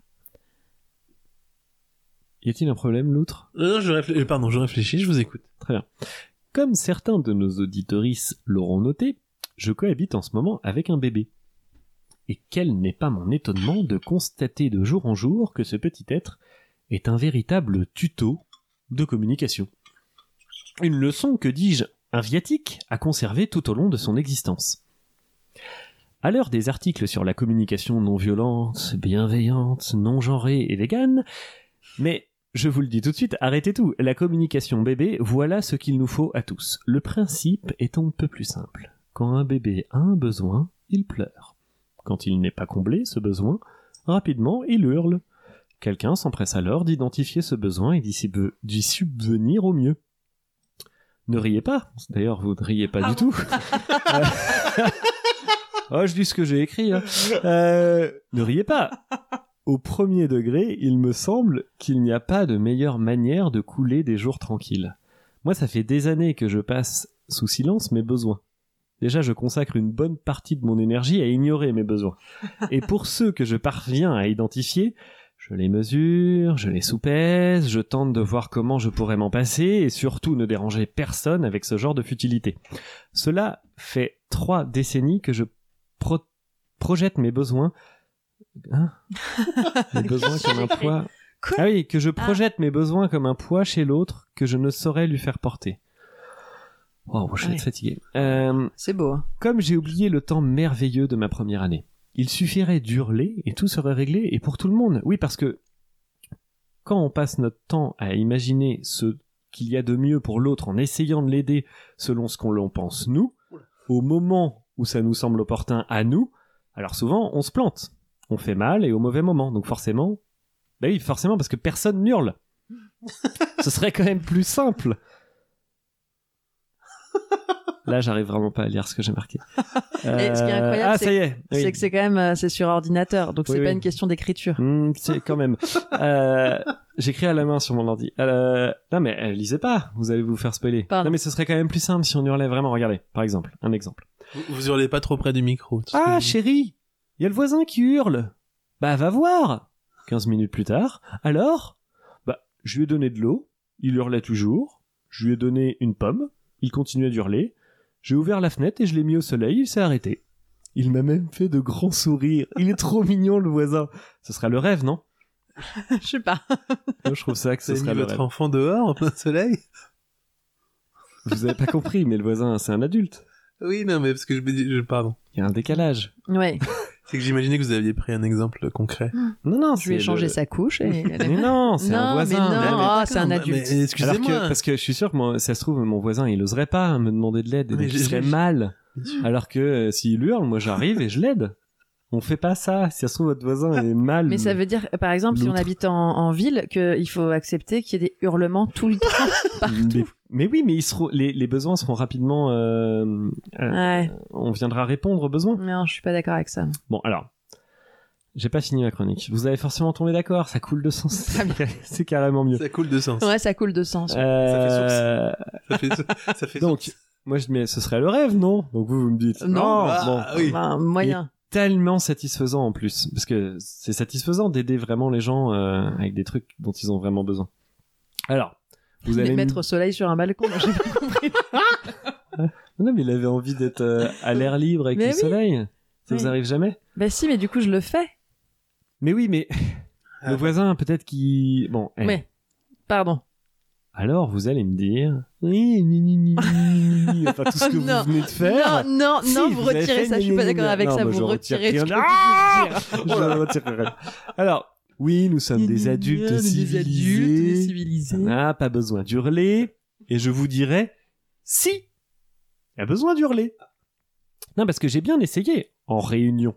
Y a-t-il un problème, l'outre? Euh, je réfléchis, euh, pardon, je réfléchis, je vous écoute. Très bien. Comme certains de nos auditorices l'auront noté, je cohabite en ce moment avec un bébé. Et quel n'est pas mon étonnement de constater de jour en jour que ce petit être est un véritable tuto de communication. Une leçon, que dis-je, un viatique à conserver tout au long de son existence. À l'heure des articles sur la communication non violente, bienveillante, non genrée et végane, mais je vous le dis tout de suite, arrêtez tout. La communication bébé, voilà ce qu'il nous faut à tous. Le principe est un peu plus simple. Quand un bébé a un besoin, il pleure. Quand il n'est pas comblé, ce besoin, rapidement, il hurle. Quelqu'un s'empresse alors d'identifier ce besoin et d'y sub- d'y subvenir au mieux. Ne riez pas. D'ailleurs, vous ne riez pas du tout. Euh, oh, je dis ce que j'ai écrit. Hein. Euh, ne riez pas. Au premier degré, il me semble qu'il n'y a pas de meilleure manière de couler des jours tranquilles. Moi, ça fait des années que je passe sous silence mes besoins. Déjà, je consacre une bonne partie de mon énergie à ignorer mes besoins. Et pour ceux que je parviens à identifier, je les mesure, je les soupèse, je tente de voir comment je pourrais m'en passer et surtout ne déranger personne avec ce genre de futilité. Cela fait trois décennies que je pro- projette mes besoins... Hein mes besoins comme un poids... Quoi Ah oui, que je projette mes besoins comme un poids chez l'autre que je ne saurais lui faire porter. Oh, je vais Ouais. être fatigué. Euh, C'est beau, hein. comme j'ai oublié le temps merveilleux de ma première année, il suffirait d'hurler et tout serait réglé, et pour tout le monde. Oui, parce que quand on passe notre temps à imaginer ce qu'il y a de mieux pour l'autre en essayant de l'aider selon ce qu'on l'en pense nous, au moment où ça nous semble opportun à nous, alors souvent on se plante. On fait mal et au mauvais moment. Donc forcément, bah oui, forcément parce que personne n'hurle. Ce serait quand même plus simple. Là, j'arrive vraiment pas à lire ce que j'ai marqué. Et ce qui est incroyable, ah, c'est- ça y est. C'est oui. que c'est quand même euh, c'est sur ordinateur, donc Oui, c'est oui. pas une question d'écriture. Hmm, c'est quand même. Euh, J'écris à la main sur mon ordi. Euh, non mais euh, lisez pas, vous allez vous faire spoiler. Pardon. Non mais ce serait quand même plus simple si on hurlait vraiment. Regardez, par exemple, un exemple. Vous, vous hurlez pas trop près du micro. tout ce Ah que- chérie, il y a le voisin qui hurle. Bah va voir. quinze minutes plus tard, alors, bah je lui ai donné de l'eau, il hurlait toujours. Je lui ai donné une pomme, il continuait d'hurler. J'ai ouvert la fenêtre et je l'ai mis au soleil, il s'est arrêté. Il m'a même fait de grands sourires. Il est trop mignon, le voisin. Ce sera le rêve, non? Je sais pas. Moi, je trouve ça que ce Vous avez sera mis le votre rêve. enfant dehors en plein soleil? Vous avez pas compris, mais le voisin, c'est un adulte. Oui, non, mais parce que je me dis, je- pardon. Il y a un décalage. Ouais. C'est que j'imaginais que vous aviez pris un exemple concret. Non, non, Je lui ai c'est changé le- sa couche et... Mais non, c'est non, un voisin. mais non, Mais- ah, c'est un Mais- adulte. mais Alors excusez-moi. que, parce que je suis sûr que moi, si ça se trouve, mon voisin, il oserait pas me demander de l'aide, et Mais donc il j'ai- serait j'ai- mal. Bien sûr. Alors que euh, s'il hurle, moi j'arrive et je l'aide. On fait pas ça. Si ça se trouve, votre voisin est mal. Mais ça veut dire, par exemple, si on L'autre. habite en, en ville, qu'il faut accepter qu'il y ait des hurlements tout le temps. mais, mais oui, mais ils seront, les, les besoins seront rapidement. euh, euh, Ouais. On viendra répondre aux besoins. Non, je suis pas d'accord avec ça. Bon, alors. J'ai pas fini ma chronique. Vous avez forcément tombé d'accord. Ça coule de sens. Très bien. C'est carrément mieux. Ça coule de sens. Ouais, ça coule de sens. Euh, Ça fait, ça fait Donc, source. moi je dis, mais ce serait le rêve, non? Donc vous, vous me dites. Non. Oh, Ah, bon. oui. Enfin, moyen. Tellement satisfaisant en plus, parce que c'est satisfaisant d'aider vraiment les gens euh, avec des trucs dont ils ont vraiment besoin. Alors, vous allez Les me- mettre au soleil sur un balcon, moi, j'ai pas compris. Non, mais il avait envie d'être euh, à l'air libre avec Mais le oui. soleil. Ça vous Oui. arrive jamais? Bah si, mais du coup, je le fais. Mais oui, mais Ah. le voisin peut-être qui bon. eh. Mais, pardon. Alors vous allez me dire, oui, ni, ni, ni, ni, ni, enfin tout ce que Non. vous venez de faire. Non, non, Si, non, vous vous avez retirez fait ça, je ni, suis ni, pas ni, d'accord ni. avec Non, ça, moi, je vous retire retirez ce que rien. vous Ah venez de dire. Je ne retirerai rien. Alors, oui, nous sommes des adultes Des civilisés. adultes civilisés. Ah, pas besoin d'hurler. Et je vous dirais, si, il y a besoin d'hurler. Non, parce que j'ai bien essayé en réunion.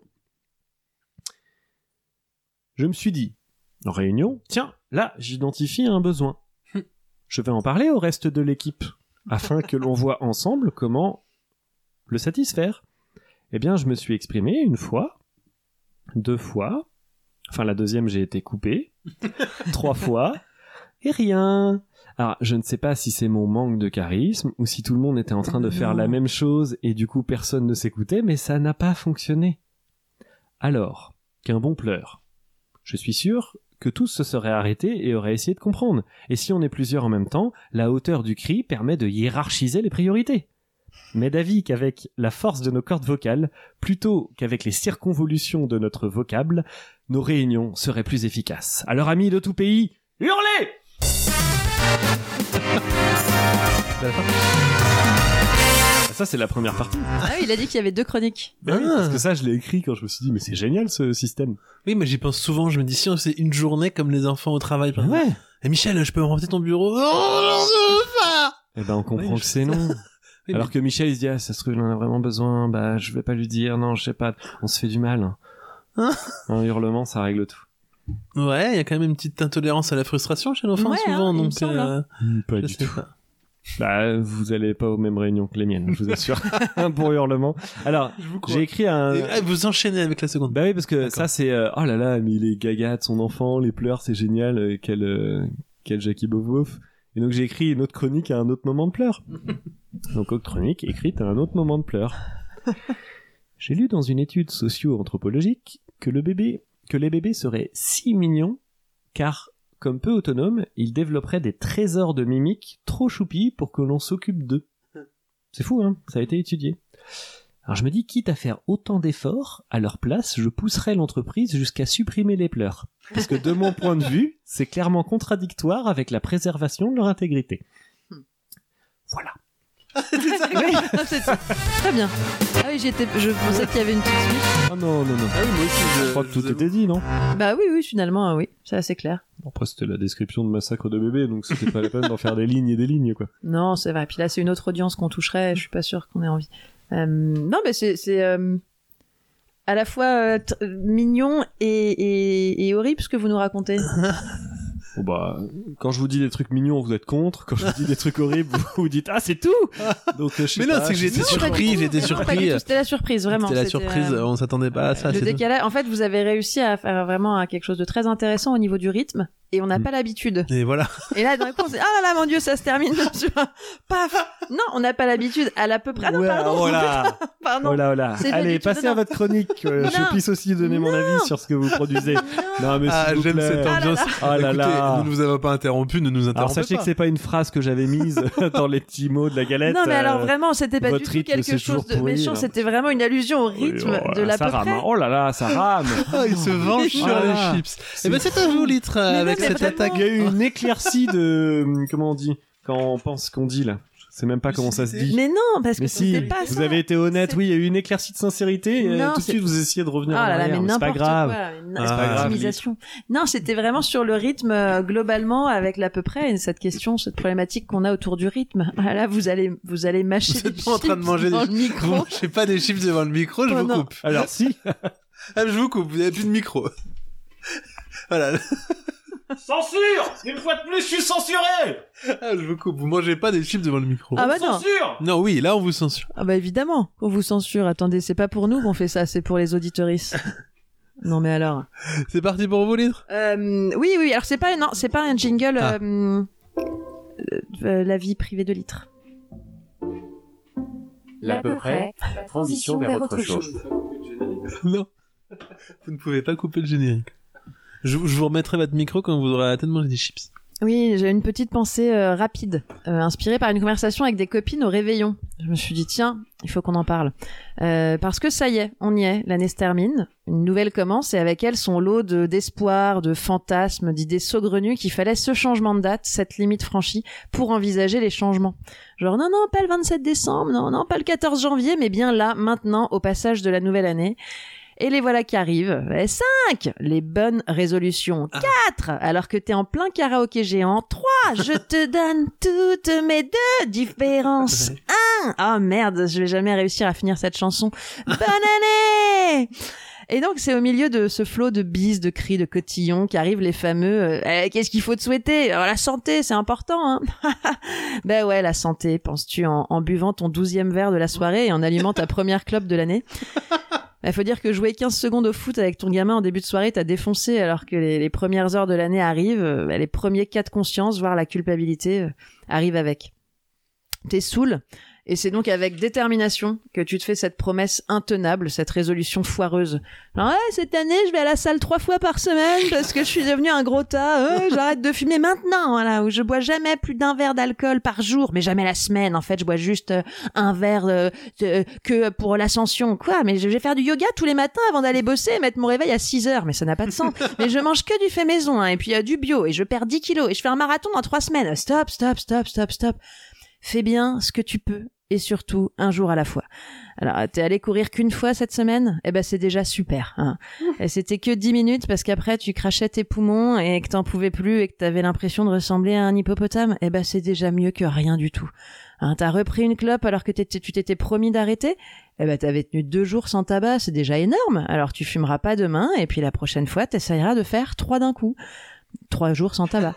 Je me suis dit, en réunion, tiens, là, j'identifie un besoin. Je vais en parler au reste de l'équipe, afin que l'on voit ensemble comment le satisfaire. Eh bien, je me suis exprimé une fois, deux fois, enfin la deuxième j'ai été coupé, trois fois, et rien. Alors, je ne sais pas si c'est mon manque de charisme, ou si tout le monde était en train de faire la même chose, et du coup personne ne s'écoutait, mais ça n'a pas fonctionné. Alors, qu'un bon pleure. Je suis sûr que tous se seraient arrêtés et auraient essayé de comprendre. Et si on est plusieurs en même temps, la hauteur du cri permet de hiérarchiser les priorités. Mais d'avis qu'avec la force de nos cordes vocales, plutôt qu'avec les circonvolutions de notre vocable, nos réunions seraient plus efficaces. Alors amis de tout pays, hurlez! Ça, c'est la première partie. Ah oui, il a dit qu'il y avait deux chroniques. Ben oui, Ah. parce que ça, je l'ai écrit quand je me suis dit, mais c'est génial ce système. Oui, mais j'y pense souvent. Je me dis, si on faisait une journée comme les enfants au travail. par exemple. Ouais. Et Michel, je peux remporter ton bureau? Oh, non, je veux pas! Eh ben, on comprend Oui, que je- c'est non. Oui, Alors mais- que Michel, il se dit, ah, ça se trouve, il en a vraiment besoin, bah, je vais pas lui dire, non, je sais pas, on se fait du mal. Hein Un hurlement, ça règle tout. Ouais, il y a quand même une petite intolérance à la frustration chez l'enfant, Ouais, souvent, hein, il me donc, semble, euh, Pas je du sais tout. pas. Bah, vous allez pas aux mêmes réunions que les miennes, je vous assure. Un bon hurlement. Alors, Je vous crois. j'ai écrit un... Et, ah, vous enchaînez avec la seconde. Bah oui, parce que D'accord. ça, c'est, euh, oh là là, mais il est gaga de son enfant, les pleurs, c'est génial, euh, quel, euh, quel Jackie Bovoff. Et donc, j'ai écrit une autre chronique à un autre moment de pleurs. Donc, autre chronique écrite à un autre moment de pleurs. J'ai lu dans une étude socio-anthropologique que le bébé, que les bébés seraient si mignons, car, comme peu autonomes, ils développeraient des trésors de mimique trop choupis pour que l'on s'occupe d'eux. C'est fou, hein? Ça a été étudié. Alors je me dis, quitte à faire autant d'efforts, à leur place, je pousserais l'entreprise jusqu'à supprimer les pleurs. Parce que de mon point de vue, c'est clairement contradictoire avec la préservation de leur intégrité. Voilà. Oui, c'est ça. Très bien. Ah oui, j'étais, je pensais qu'il y avait une petite suite. Oh non, non, non. Ah oui, moi aussi, je, Je crois que tout je vous était dit, non? Bah oui, oui, finalement, oui, c'est assez clair. Après, c'était la description de massacre de bébé, donc c'était pas la peine d'en faire des lignes et des lignes, quoi. Non, c'est vrai. Puis là, c'est une autre audience qu'on toucherait. Je suis pas sûre qu'on ait envie. Euh, non, mais c'est, c'est euh, à la fois euh, t- mignon et, et, et horrible ce que vous nous racontez. Bon bah, quand je vous dis des trucs mignons, vous êtes contre. Quand je vous dis des trucs horribles, vous vous dites, ah, c'est tout! Donc, euh, je sais Mais non, pas, c'est que j'ai été Non, pas du surpris, tout. j'ai été Non, pas du surpris. tout. C'était la surprise, vraiment. C'était la C'était, surprise, euh, on s'attendait pas à ça. le c'est décalage. En fait, vous avez réussi à faire vraiment à quelque chose de très intéressant au niveau du rythme. et on n'a Mm. pas l'habitude. Et voilà. Et là, d'un coup, on se dit, ah là là, mon Dieu, ça se termine sur un paf. Non, on n'a pas l'habitude. À l'à peu près. Ah non, Ouais, pardon. oh là. Pardon. Oh là, oh là. C'est pas Allez, du tout passez dedans. à votre chronique. que Non. je puisse aussi donner mon Non. avis sur ce que vous produisez. Non, mais Ah, s'il vous j'aime plaît. cette ambiance. Oh là Écoutez, là. nous ne vous avons pas interrompu, ne nous Alors interrompez sachez pas. que c'est pas une phrase que j'avais mise dans les petits mots de la galette. Non, mais alors euh, vraiment, c'était pas du votre tout rythme, quelque c'est chose toujours de pourri, méchant. hein. C'était vraiment une allusion au rythme oui, oh, de l'à ça peu rame, près. hein. Oh là là, ça rame. Ah, il se venge sur Voilà. les chips. Eh ben, c'est à vous, Litre, Mais avec non, mais cette vraiment. attaque. Il y a eu une éclaircie de comment on dit quand on pense qu'on dit là. Je sais même pas comment ça se dit. Mais non, parce que Mais si, c'était pas vous ça. avez été honnête, C'est- oui, il y a eu une éclaircie de sincérité, et Non, tout de c'est- suite vous essayez de revenir Oh en là là, arrière, mais mais c'est pas n'importe grave. quoi, une Ah, c'est pas grave, optimisation. Non, c'était vraiment sur le rythme euh, globalement avec l'à peu près et cette question, cette problématique qu'on a autour du rythme. Ah là, vous allez, vous allez mâcher Vous des êtes pas en train de chips manger dans des le Vous micro. mangez pas des chips devant le micro, je Oh vous non. coupe. Alors si, Ah, je vous coupe, vous avez plus de micro. Voilà. censure. Une fois de plus, je suis censuré. Ah, je vous coupe, vous mangez pas des chips devant le micro. Ah bah non. Non, oui, là on vous censure. Ah bah évidemment, on vous censure. Attendez, c'est pas pour nous qu'on fait ça, c'est pour les auditeuristes. Non mais alors. C'est parti pour vous, Litre. Euh, oui, oui. Alors c'est pas, non, c'est pas un jingle. Ah. euh, euh, la vie privée de Litre. L'à peu près, transition vers autre chose. Non. Vous ne pouvez pas couper le générique. Je, je vous remettrai votre micro quand vous aurez la tête de manger des chips. Oui, j'ai une petite pensée euh, rapide, euh, inspirée par une conversation avec des copines au réveillon. Je me suis dit, tiens, il faut qu'on en parle. Euh, parce que ça y est, on y est, l'année se termine, une nouvelle commence, et avec elle son lot de, d'espoir, de fantasmes, d'idées saugrenues qu'il fallait ce changement de date, cette limite franchie, pour envisager les changements. Genre, non, non, pas le vingt-sept décembre, non, non, pas le quatorze janvier, mais bien là, maintenant, au passage de la nouvelle année. Et les voilà qui arrivent. Et cinq, les bonnes résolutions. Quatre, alors que t'es en plein karaoké géant. Trois, je te donne toutes mes deux différences. Un, oh merde, je vais jamais réussir à finir cette chanson. Bonne année! Et donc, c'est au milieu de ce flot de bises, de cris, de cotillons qu'arrivent les fameux euh, eh, qu'est-ce qu'il faut te souhaiter? Alors, la santé, c'est important, hein. Ben ouais, la santé, penses-tu, en, en buvant ton douzième verre de la soirée et en allumant ta première clope de l'année. Il faut dire que jouer quinze secondes au foot avec ton gamin en début de soirée t'as défoncé alors que les, les premières heures de l'année arrivent, euh, bah, les premiers cas de conscience, voire la culpabilité, euh, arrivent avec. T'es saoul. Et c'est donc avec détermination que tu te fais cette promesse intenable, cette résolution foireuse. Genre, ouais, cette année, je vais à la salle trois fois par semaine parce que je suis devenu un gros tas. Ouais, j'arrête de fumer maintenant, voilà, où je bois jamais plus d'un verre d'alcool par jour, mais jamais la semaine. En fait, je bois juste euh, un verre euh, de- que pour l'ascension. Quoi? Mais je vais faire du yoga tous les matins avant d'aller bosser et mettre mon réveil à six heures. Mais ça n'a pas de sens. Mais je mange que du fait maison, hein, et puis euh, du bio, et je perds dix kilos, et je fais un marathon dans trois semaines. Stop, stop, stop, stop, stop. Fais bien ce que tu peux. Et surtout, un jour à la fois. Alors, t'es allé courir qu'une fois cette semaine? Eh ben, c'est déjà super, hein. Et c'était que dix minutes parce qu'après, tu crachais tes poumons et que t'en pouvais plus et que t'avais l'impression de ressembler à un hippopotame. Eh ben, c'est déjà mieux que rien du tout. Hein, t'as repris une clope alors que t'étais, tu t'étais promis d'arrêter? Eh ben, t'avais tenu deux jours sans tabac, c'est déjà énorme. Alors, tu fumeras pas demain et puis la prochaine fois, t'essayeras de faire trois d'un coup. Trois jours sans tabac.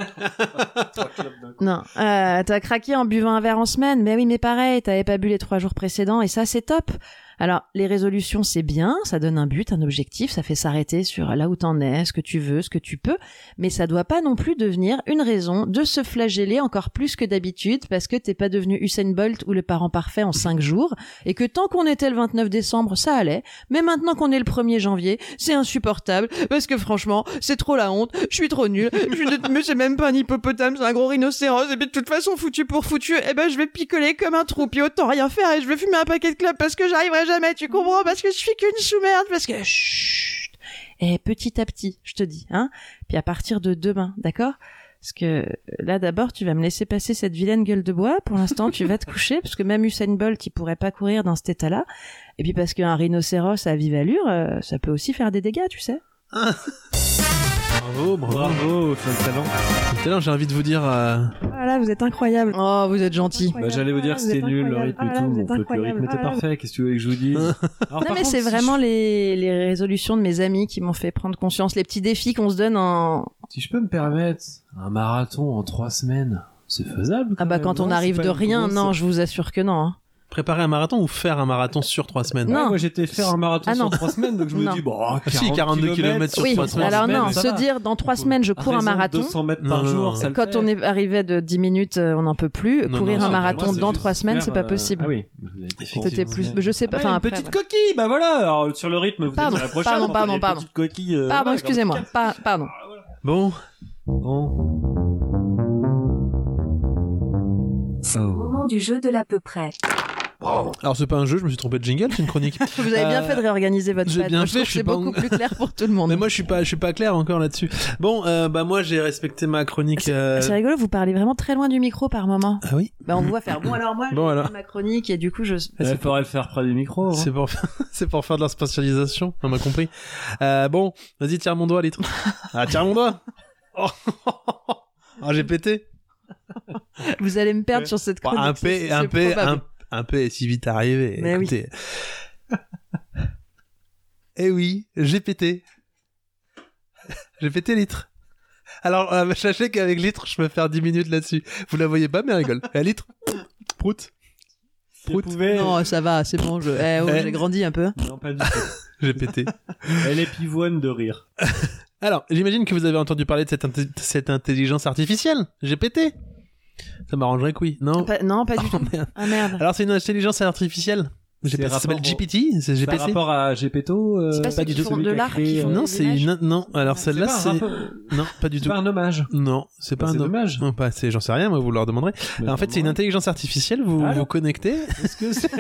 Non, euh, t'as craqué en buvant un verre en semaine. Mais oui, mais pareil, t'avais pas bu les trois jours précédents et ça, c'est top. Alors, les résolutions, c'est bien, ça donne un but, un objectif, ça fait s'arrêter sur là où t'en es, ce que tu veux, ce que tu peux, mais ça doit pas non plus devenir une raison de se flageller encore plus que d'habitude parce que t'es pas devenu Usain Bolt ou le parent parfait en cinq jours, et que tant qu'on était le vingt-neuf décembre, ça allait, mais maintenant qu'on est le premier janvier, c'est insupportable, parce que franchement, c'est trop la honte, je suis trop nul, je suis de... mais c'est même pas un hippopotame, c'est un gros rhinocéros, et puis de toute façon, foutu pour foutu, eh ben je vais picoler comme un trou, puis autant rien faire, et je vais fumer un paquet de clopes parce que j'arriverai jamais, tu comprends, parce que je suis qu'une sous-merde, parce que chut. Et petit à petit, je te dis, hein. Puis à partir de demain, d'accord? Parce que là, d'abord, tu vas me laisser passer cette vilaine gueule de bois. Pour l'instant, tu vas te coucher, parce que même Usain Bolt, il pourrait pas courir dans cet état-là. Et puis parce qu'un rhinocéros à vive allure, euh, ça peut aussi faire des dégâts, tu sais. Bravo, bravo. bravo, c'est le talent. Tout à l'heure, j'ai envie de vous dire... euh, Voilà, vous êtes incroyable. Oh, vous êtes gentil. Bah, j'allais vous dire que c'était nul, le rythme et tout, mon pote, le rythme était parfait, qu'est-ce que tu veux que je vous dise? Alors, Non, par mais contre, c'est si vraiment je- les, les résolutions de mes amis qui m'ont fait prendre conscience, les petits défis qu'on se donne en... Si je peux me permettre, un marathon en trois semaines, c'est faisable. Ah bah même, quand non on arrive C'est de pas une rien, grosse- non, je vous assure que non. Hein. Préparer un marathon ou faire un marathon sur trois semaines? Non. Ouais, moi j'étais faire un marathon Ah, sur non. trois semaines, donc je me Non. dis bon, Ah, si, quarante-deux kilomètres sur Oui, trois semaines. alors non, ça se va. dire dans trois semaines je cours un marathon. deux cents mètres Non, par non, jour, non. ça le Quand fait. on est arrivé de dix minutes, euh, on n'en peut plus. Non, Courir non, un ça, marathon Moi, c'est dans juste trois semaines, faire, c'est pas euh, possible. Ah oui. C'était plus, je sais pas. Ah, Enfin une après. petite coquille, bah voilà. Alors sur le rythme, vous Pardon, êtes sur la prochaine. pardon, on fait pardon, des pardon. petites coquilles, euh, Pardon, voilà, excusez-moi. Pa- Pardon. Bon, Bon. Moment du jeu de l'à peu près. alors c'est pas un jeu, je me suis trompé de jingle, c'est une chronique. Vous avez bien Euh, fait de réorganiser votre j'ai pad. bien Moi, je fait, trouve je que suis c'est pas beaucoup en- plus clair pour tout le monde. Mais moi je suis pas, je suis pas clair encore là-dessus. Bon, euh, bah moi j'ai respecté ma chronique. euh, C'est rigolo, vous parlez vraiment très loin du micro par moment. Ah oui. Bah, on vous voit faire. Bon, alors moi, Bon, j'ai alors. fait ma chronique et du coup, je. Il faudrait le faire près du micro. hein. C'est pour, c'est pour faire de la spatialisation, on m'a compris. Euh, bon, vas-y, tire mon doigt, litre. Ah, tire mon doigt. Oh, ah, j'ai pété. Vous allez me perdre sur cette Bon, chronique. un c'est- P, c'est un P, probable. un, un P est si vite arrivé. Mais oui. Écoutez. Eh oui, j'ai pété. J'ai pété litre. Alors, euh, sachez qu'avec litre, je peux faire dix minutes là-dessus. Vous la voyez pas, mais elle rigole. Et litre, prout. Si elle pouvait- Non, ça va, c'est bon. Je... Eh, oh, Eh. j'ai grandi un peu. Non, pas du tout. J'ai pété. Elle est pivoine de rire. Alors, j'imagine que vous avez entendu parler de cette, inté- cette intelligence artificielle. J'ai pété. Ça m'arrangerait que oui, non? Pas- Non, pas du Oh, tout. merde. Ah merde. Alors, c'est une intelligence artificielle. J'ai C'est pas- ça s'appelle rapport G au- P T, c'est G P Par T. rapport à Gepetto, euh, C'est pas pas ceux du qui tout font celui de qui a l'art, créé, qui euh, font Non, des c'est images. une, non, alors C'est celle-là, pas un c'est, rapport- non, pas du C'est tout. pas un hommage. Non, c'est pas Bah, un c'est nom. dommage. Non, pas, c'est, j'en sais rien, moi, vous leur demanderez. Mais en fait, c'est une vraiment. intelligence artificielle, vous Alors vous connectez, Est-ce que c'est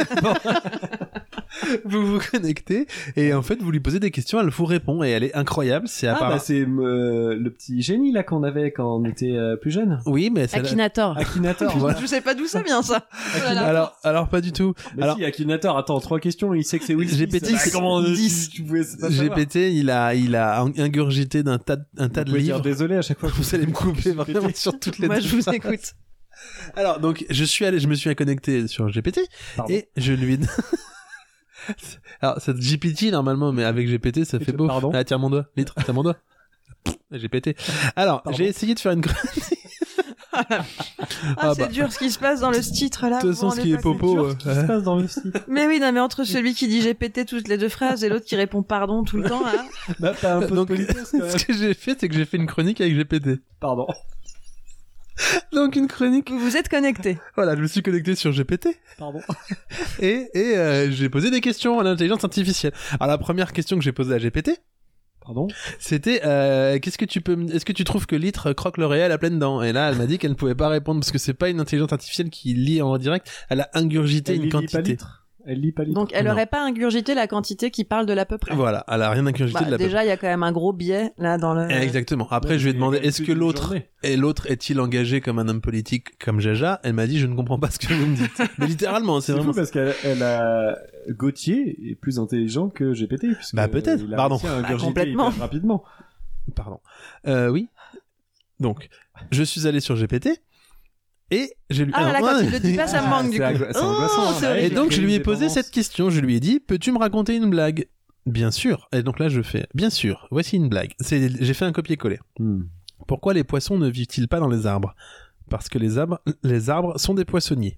vous vous connectez, et en fait, vous lui posez des questions, elle vous répond, et elle est incroyable, c'est Ah, apparemment. bah, c'est euh, le petit génie là qu'on avait quand on était euh, plus jeune. Oui, mais c'est Akinator. Akinator. Voilà. Je sais pas d'où ça vient, ça. Voilà. alors, alors pas du tout. Mais Alors- si, Akinator, attends, trois questions, il sait que c'est Will Smith. G P T, Bah, c'est comment euh, dix. tu, tu pouvais pas G savoir. P T, il a, il a ingurgité d'un tas, de- un tas Vous de pouvez dire livres. désolé à chaque fois que Vous allez me couper vraiment sur toutes les Moi, deux je vous phrases. écoute. Alors, donc, je suis allé, je me suis connecté sur G P T, Pardon. et je lui ai... Alors, c'est G P T, normalement, mais avec G P T, ça Et fait tu- beau. pardon Ah, tiens mon doigt. Litre, tiens mon doigt. J'ai pété. Alors, Pardon. j'ai essayé de faire une chronique. Ah, Ah, c'est bah. dur ce qui se passe dans le titre là. De toute façon, Vous ce vous qui est rendez pas popo, compte. euh, Qu'est-ce qui se passe dans le site Mais oui, non, mais entre celui qui dit j'ai pété toutes les deux phrases et l'autre qui répond pardon tout le temps là. Bah, t'as un peu Donc, de politesse quand même. ce que j'ai fait, c'est que j'ai fait une chronique avec G P T. Pardon. Donc, une chronique. Vous vous êtes connecté. Voilà, je me suis connecté sur G P T. Pardon. Et, et euh, j'ai posé des questions à l'intelligence artificielle. Alors, la première question que j'ai posée à G P T, Pardon. c'était euh, qu'est-ce que tu peux me- est-ce que tu trouves que Litre croque le réel à pleines dents? Et là elle m'a dit qu'elle ne pouvait pas répondre parce que c'est pas une intelligence artificielle qui lit en direct, elle a ingurgité Elle une lit pas quantité. litre. Elle lit pas litre. Donc elle Non. aurait pas ingurgité la quantité qui parle de l'à peu près. Voilà, elle a rien ingurgité Bah, de la déjà, il y a quand même un gros biais là dans le. Exactement. Après Ouais, je lui ai c'est demandé plus est-ce que d'une l'autre journée. et l'autre est-il engagé comme un homme politique comme Jaja? Elle m'a dit je ne comprends pas ce que vous me dites. Mais littéralement, c'est C'est vraiment fou parce qu'elle elle a Gauthier est plus intelligent que G P T. puisque Bah, peut-être. il a Pardon. réussi à ingurgiter complètement. hyper rapidement. Pardon. Euh, oui. Donc, je suis allé sur G P T et j'ai lu. Ah Alors, là, quand ouais. tu le dis pas, ça me Ah, manque du c'est coup. agua- c'est Oh, angoissant, hein. c'est Et Et horrible. donc je lui ai posé Dépendance. cette question, je lui ai dit peux-tu me raconter une blague? Bien sûr. Et donc là je fais bien sûr. Voici une blague. C'est j'ai fait un copier-coller. Hmm. Pourquoi les poissons ne vivent-ils pas dans les arbres? Parce que les arbres les arbres sont des poissonniers.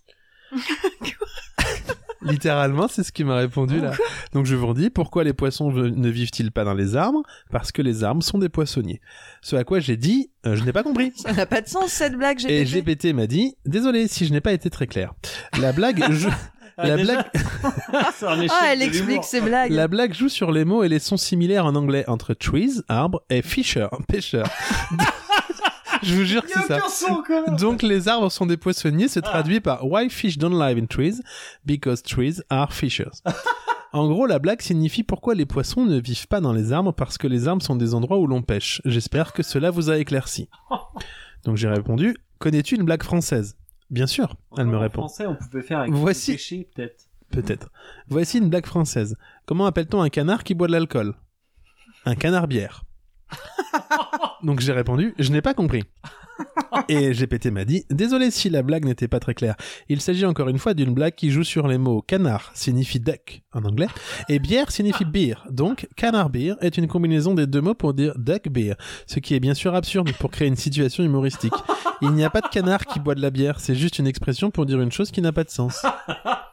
Littéralement, c'est ce qu'il m'a répondu là. Donc je vous redis, pourquoi les poissons v- ne vivent-ils pas dans les arbres? Parce que les arbres sont des poissonniers. Ce à quoi j'ai dit, euh, je n'ai pas compris. Ça n'a pas de sens cette blague. J'ai Et pété. G P T m'a dit, désolé si je n'ai pas été très clair. La blague, je... la blague, C'est un échec Ah, elle de explique l'humour. ses blagues. la blague joue sur les mots et les sons similaires en anglais entre trees, arbre, et fisher, pêcheur. Je vous jure que Il y a c'est ça. aucun son quand même. Donc les arbres sont des poissonniers se traduit par Why fish don't live in trees? Because trees are fishers. En gros, la blague signifie pourquoi les poissons ne vivent pas dans les arbres parce que les arbres sont des endroits où l'on pêche. J'espère que cela vous a éclairci. Donc j'ai répondu, connais-tu une blague française? Bien sûr, elle me En répond. français, on pouvait faire avec Voici- pêcher peut-être. Peut-être. Voici une blague française. Comment appelle-t-on un canard qui boit de l'alcool? Un canard-bière. Donc j'ai répondu, je n'ai pas compris. Et G P T m'a dit, désolé si la blague n'était pas très claire. Il s'agit encore une fois d'une blague qui joue sur les mots canard signifie duck en anglais et bière signifie beer. Donc canard beer est une combinaison des deux mots pour dire duck beer, ce qui est bien sûr absurde pour créer une situation humoristique. Il n'y a pas de canard qui boit de la bière, c'est juste une expression pour dire une chose qui n'a pas de sens.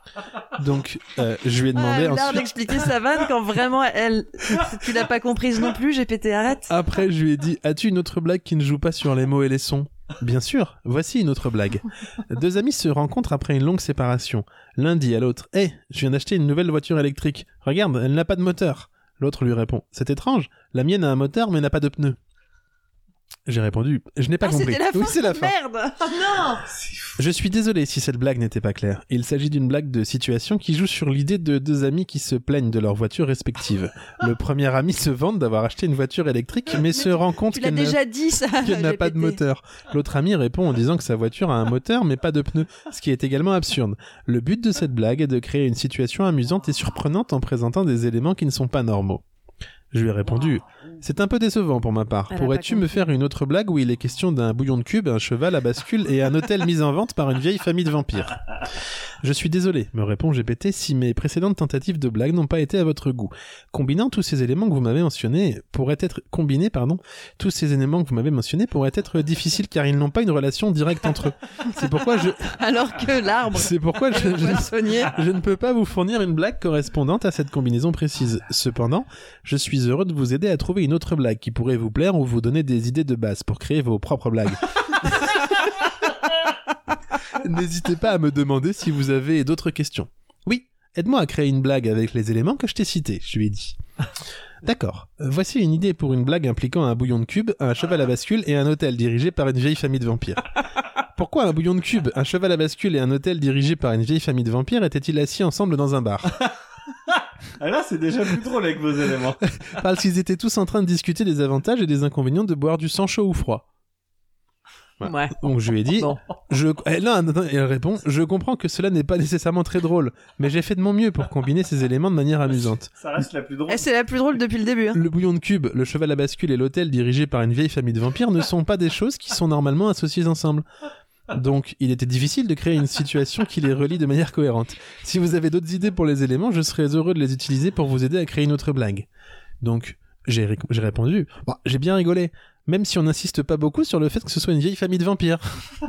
Donc, euh, je lui ai demandé ah, l'art ensuite... d'expliquer sa vanne quand vraiment elle, tu l'as pas comprise non plus, G P T, arrête. Après, je lui ai dit, as-tu une autre blague qui ne joue pas sur les mots et les sons ? Bien sûr, voici une autre blague. Deux amis se rencontrent après une longue séparation. L'un dit à l'autre, hé, hey, je viens d'acheter une nouvelle voiture électrique. Regarde, elle n'a pas de moteur. L'autre lui répond, c'est étrange, la mienne a un moteur mais n'a pas de pneus. J'ai répondu, je n'ai pas ah, compris. C'était la fin. Oui, c'est la fin. Merde. Oh non. Je suis désolé si cette blague n'était pas claire. Il s'agit d'une blague de situation qui joue sur l'idée de deux amis qui se plaignent de leurs voitures respectives. Le premier ami se vante d'avoir acheté une voiture électrique, mais, mais se rend compte tu l'as qu'elle, déjà n'a... dit, ça, qu'elle n'a pas de moteur. L'autre ami répond en disant que sa voiture a un moteur mais pas de pneus, ce qui est également absurde. Le but de cette blague est de créer une situation amusante et surprenante en présentant des éléments qui ne sont pas normaux. Je lui ai répondu, c'est un peu décevant pour ma part. Elle Pourrais-tu me faire une autre blague où il est question d'un bouillon de cube, un cheval à bascule et un hôtel mis en vente par une vieille famille de vampires ? Je suis désolé, me répond G P T, si mes précédentes tentatives de blague n'ont pas été à votre goût. Combinant tous ces éléments que vous m'avez mentionnés, pourraient être combinés, pardon, tous ces éléments que vous m'avez mentionnés pourraient être difficiles car ils n'ont pas une relation directe entre eux. C'est pourquoi je... Alors que l'arbre... C'est pourquoi je, je, je ne peux pas vous fournir une blague correspondante à cette combinaison précise. Cependant, je suis heureux de vous aider à trouver une autre blague qui pourrait vous plaire ou vous donner des idées de base pour créer vos propres blagues. N'hésitez pas à me demander si vous avez d'autres questions. Oui, aide-moi à créer une blague avec les éléments que je t'ai cités, je lui ai dit. D'accord, voici une idée pour une blague impliquant un bouillon de cube, un cheval à bascule et un hôtel dirigé par une vieille famille de vampires. Pourquoi un bouillon de cube, un cheval à bascule et un hôtel dirigé par une vieille famille de vampires étaient-ils assis ensemble dans un bar ? Ah là, c'est déjà plus drôle avec vos éléments. Parce qu'ils étaient tous en train de discuter des avantages et des inconvénients de boire du sang chaud ou froid. Ouais. ouais. Donc je lui ai dit, bon. je... Eh, non, non, non, et elle répond, je comprends que cela n'est pas nécessairement très drôle, mais j'ai fait de mon mieux pour combiner ces éléments de manière amusante. Ça reste la plus drôle. Et c'est la plus drôle depuis le début. Hein. Le bouillon de cube, le cheval à bascule et l'hôtel dirigé par une vieille famille de vampires ne sont pas des choses qui sont normalement associées ensemble. Donc, il était difficile de créer une situation qui les relie de manière cohérente. Si vous avez d'autres idées pour les éléments, je serais heureux de les utiliser pour vous aider à créer une autre blague. Donc, j'ai, ré- j'ai répondu, bah, j'ai bien rigolé, même si on n'insiste pas beaucoup sur le fait que ce soit une vieille famille de vampires.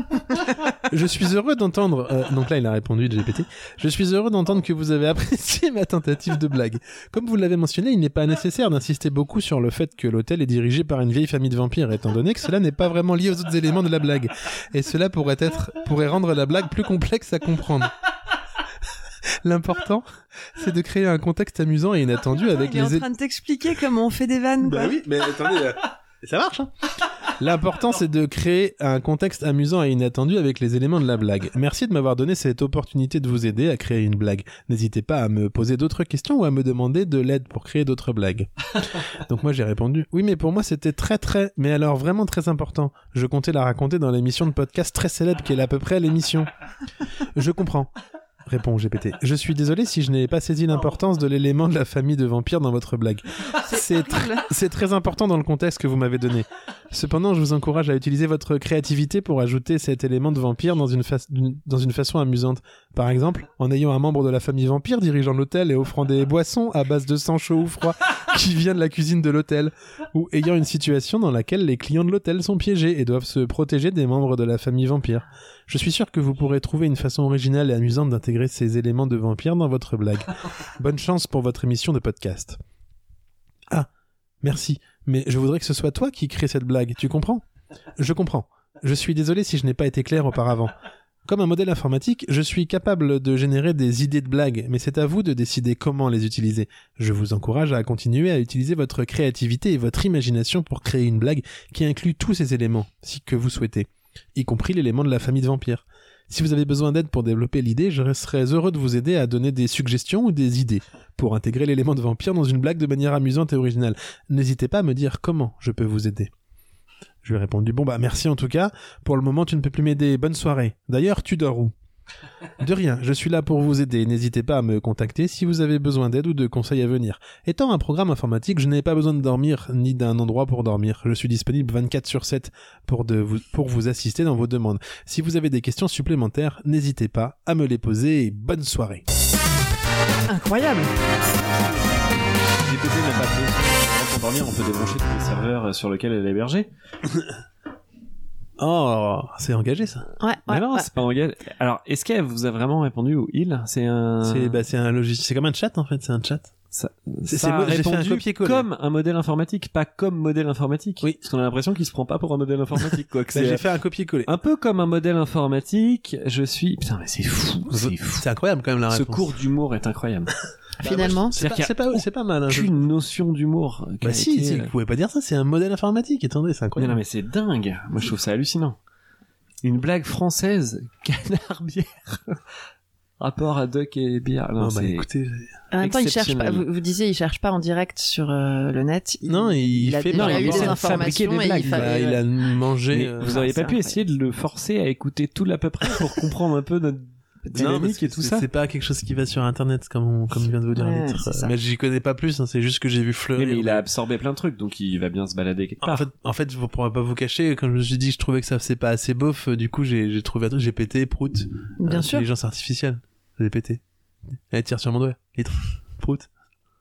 Je suis heureux d'entendre... Euh, donc là, il a répondu, G P T. Je suis heureux d'entendre que vous avez apprécié ma tentative de blague. Comme vous l'avez mentionné, il n'est pas nécessaire d'insister beaucoup sur le fait que l'hôtel est dirigé par une vieille famille de vampires, étant donné que cela n'est pas vraiment lié aux autres éléments de la blague. Et cela pourrait être, pourrait rendre la blague plus complexe à comprendre. L'important, c'est de créer un contexte amusant et inattendu avec les... Il est les... en train de t'expliquer comment on fait des vannes, quoi. Bah oui, mais attendez... Euh... Ça marche, hein. L'important, c'est de créer un contexte amusant et inattendu avec les éléments de la blague. Merci de m'avoir donné cette opportunité de vous aider à créer une blague. N'hésitez pas à me poser d'autres questions ou à me demander de l'aide pour créer d'autres blagues. Donc moi, j'ai répondu, oui, mais pour moi, c'était très très, mais alors vraiment très important. Je comptais la raconter dans l'émission de podcast très célèbre qui est à peu près l'émission. Je comprends. Répond G P T. Je suis désolé si je n'ai pas saisi l'importance de l'élément de la famille de vampires dans votre blague. C'est, tr- c'est très important dans le contexte que vous m'avez donné. Cependant, je vous encourage à utiliser votre créativité pour ajouter cet élément de vampire dans une, fa- dans une façon amusante. Par exemple, en ayant un membre de la famille vampire dirigeant l'hôtel et offrant des boissons à base de sang chaud ou froid qui vient de la cuisine de l'hôtel. Ou ayant une situation dans laquelle les clients de l'hôtel sont piégés et doivent se protéger des membres de la famille vampire. Je suis sûr que vous pourrez trouver une façon originale et amusante d'intégrer ces éléments de vampire dans votre blague. Bonne chance pour votre émission de podcast. Ah, merci, mais je voudrais que ce soit toi qui crée cette blague, tu comprends ? Je comprends. Je suis désolé si je n'ai pas été clair auparavant. Comme un modèle informatique, je suis capable de générer des idées de blagues, mais c'est à vous de décider comment les utiliser. Je vous encourage à continuer à utiliser votre créativité et votre imagination pour créer une blague qui inclut tous ces éléments, si que vous souhaitez, y compris l'élément de la famille de vampires. Si vous avez besoin d'aide pour développer l'idée, je serais heureux de vous aider à donner des suggestions ou des idées pour intégrer l'élément de vampire dans une blague de manière amusante et originale. N'hésitez pas à me dire comment je peux vous aider. Je lui ai répondu, bon bah merci en tout cas, pour le moment tu ne peux plus m'aider, bonne soirée. D'ailleurs, tu dors où ? De rien, je suis là pour vous aider, n'hésitez pas à me contacter si vous avez besoin d'aide ou de conseils à venir. Étant un programme informatique, je n'ai pas besoin de dormir ni d'un endroit pour dormir. Je suis disponible vingt-quatre sur sept pour, de vous, pour vous assister dans vos demandes. Si vous avez des questions supplémentaires, n'hésitez pas à me les poser et bonne soirée. Incroyable. G P T n'a pas fait. Pour dormir, on peut débrancher tous les serveurs sur lesquels elle est hébergée. Oh, c'est engagé ça. Ouais, Mais ouais, non, ouais. c'est pas engagé. Alors, est-ce qu'elle vous a vraiment répondu ou il? C'est un. C'est bah, c'est un logiciel, c'est comme un chat en fait, c'est un chat. Ça, C'est- ça c'est a moi, j'ai fait un répondu copier-coller. comme un modèle informatique, pas comme modèle informatique. Oui. Parce qu'on a l'impression qu'il se prend pas pour un modèle informatique, quoi. Que Bah, c'est j'ai fait un copier-coller. un peu comme un modèle informatique. Je suis. Putain, mais c'est fou. C'est fou. C'est incroyable quand même la Ce réponse. cours d'humour est incroyable. Finalement. C'est pas, C'est-à-dire c'est pas, c'est pas mal. Hein, je- Aucune notion d'humour. qui a Bah si, été- si, vous pouvez pas dire ça, c'est un modèle informatique. Attendez, c'est Non, incroyable. non, mais c'est dingue. Moi, je trouve ça hallucinant. Une blague française, canard bière. Rapport à duck et bière. Non, Non, bah c'est... écoutez, En même temps, il cherche pas. exceptionnel. Vous, vous disiez, il cherche pas en direct sur euh, le net. Il, Non, il a fait- déjà non, il eu essaie des de fabriquer informations des et blagues. il, fa- bah, il a mangé. Mais euh, vous auriez ça, pas pu ouais. essayer de le forcer à écouter tout l'à peu près pour comprendre un peu notre Non, dynamique parce que et tout c'est- ça. C'est pas quelque chose qui va sur internet comme on, comme vient de vous dire Ouais, le titre. c'est ça. Mais j'y connais pas plus, hein, c'est juste que j'ai vu fleurir. Oui, mais il a absorbé plein de trucs, donc il va bien se balader quelque En part. fait, en fait, je pourrais pas vous cacher, comme je me suis dit, je trouvais que ça c'est pas assez beauf, euh, du coup, j'ai, j'ai trouvé un truc, j'ai pété, prout. Bien sûr. Intelligence artificielle. J'ai pété. Elle tire sur mon doigt. Litre. Prout.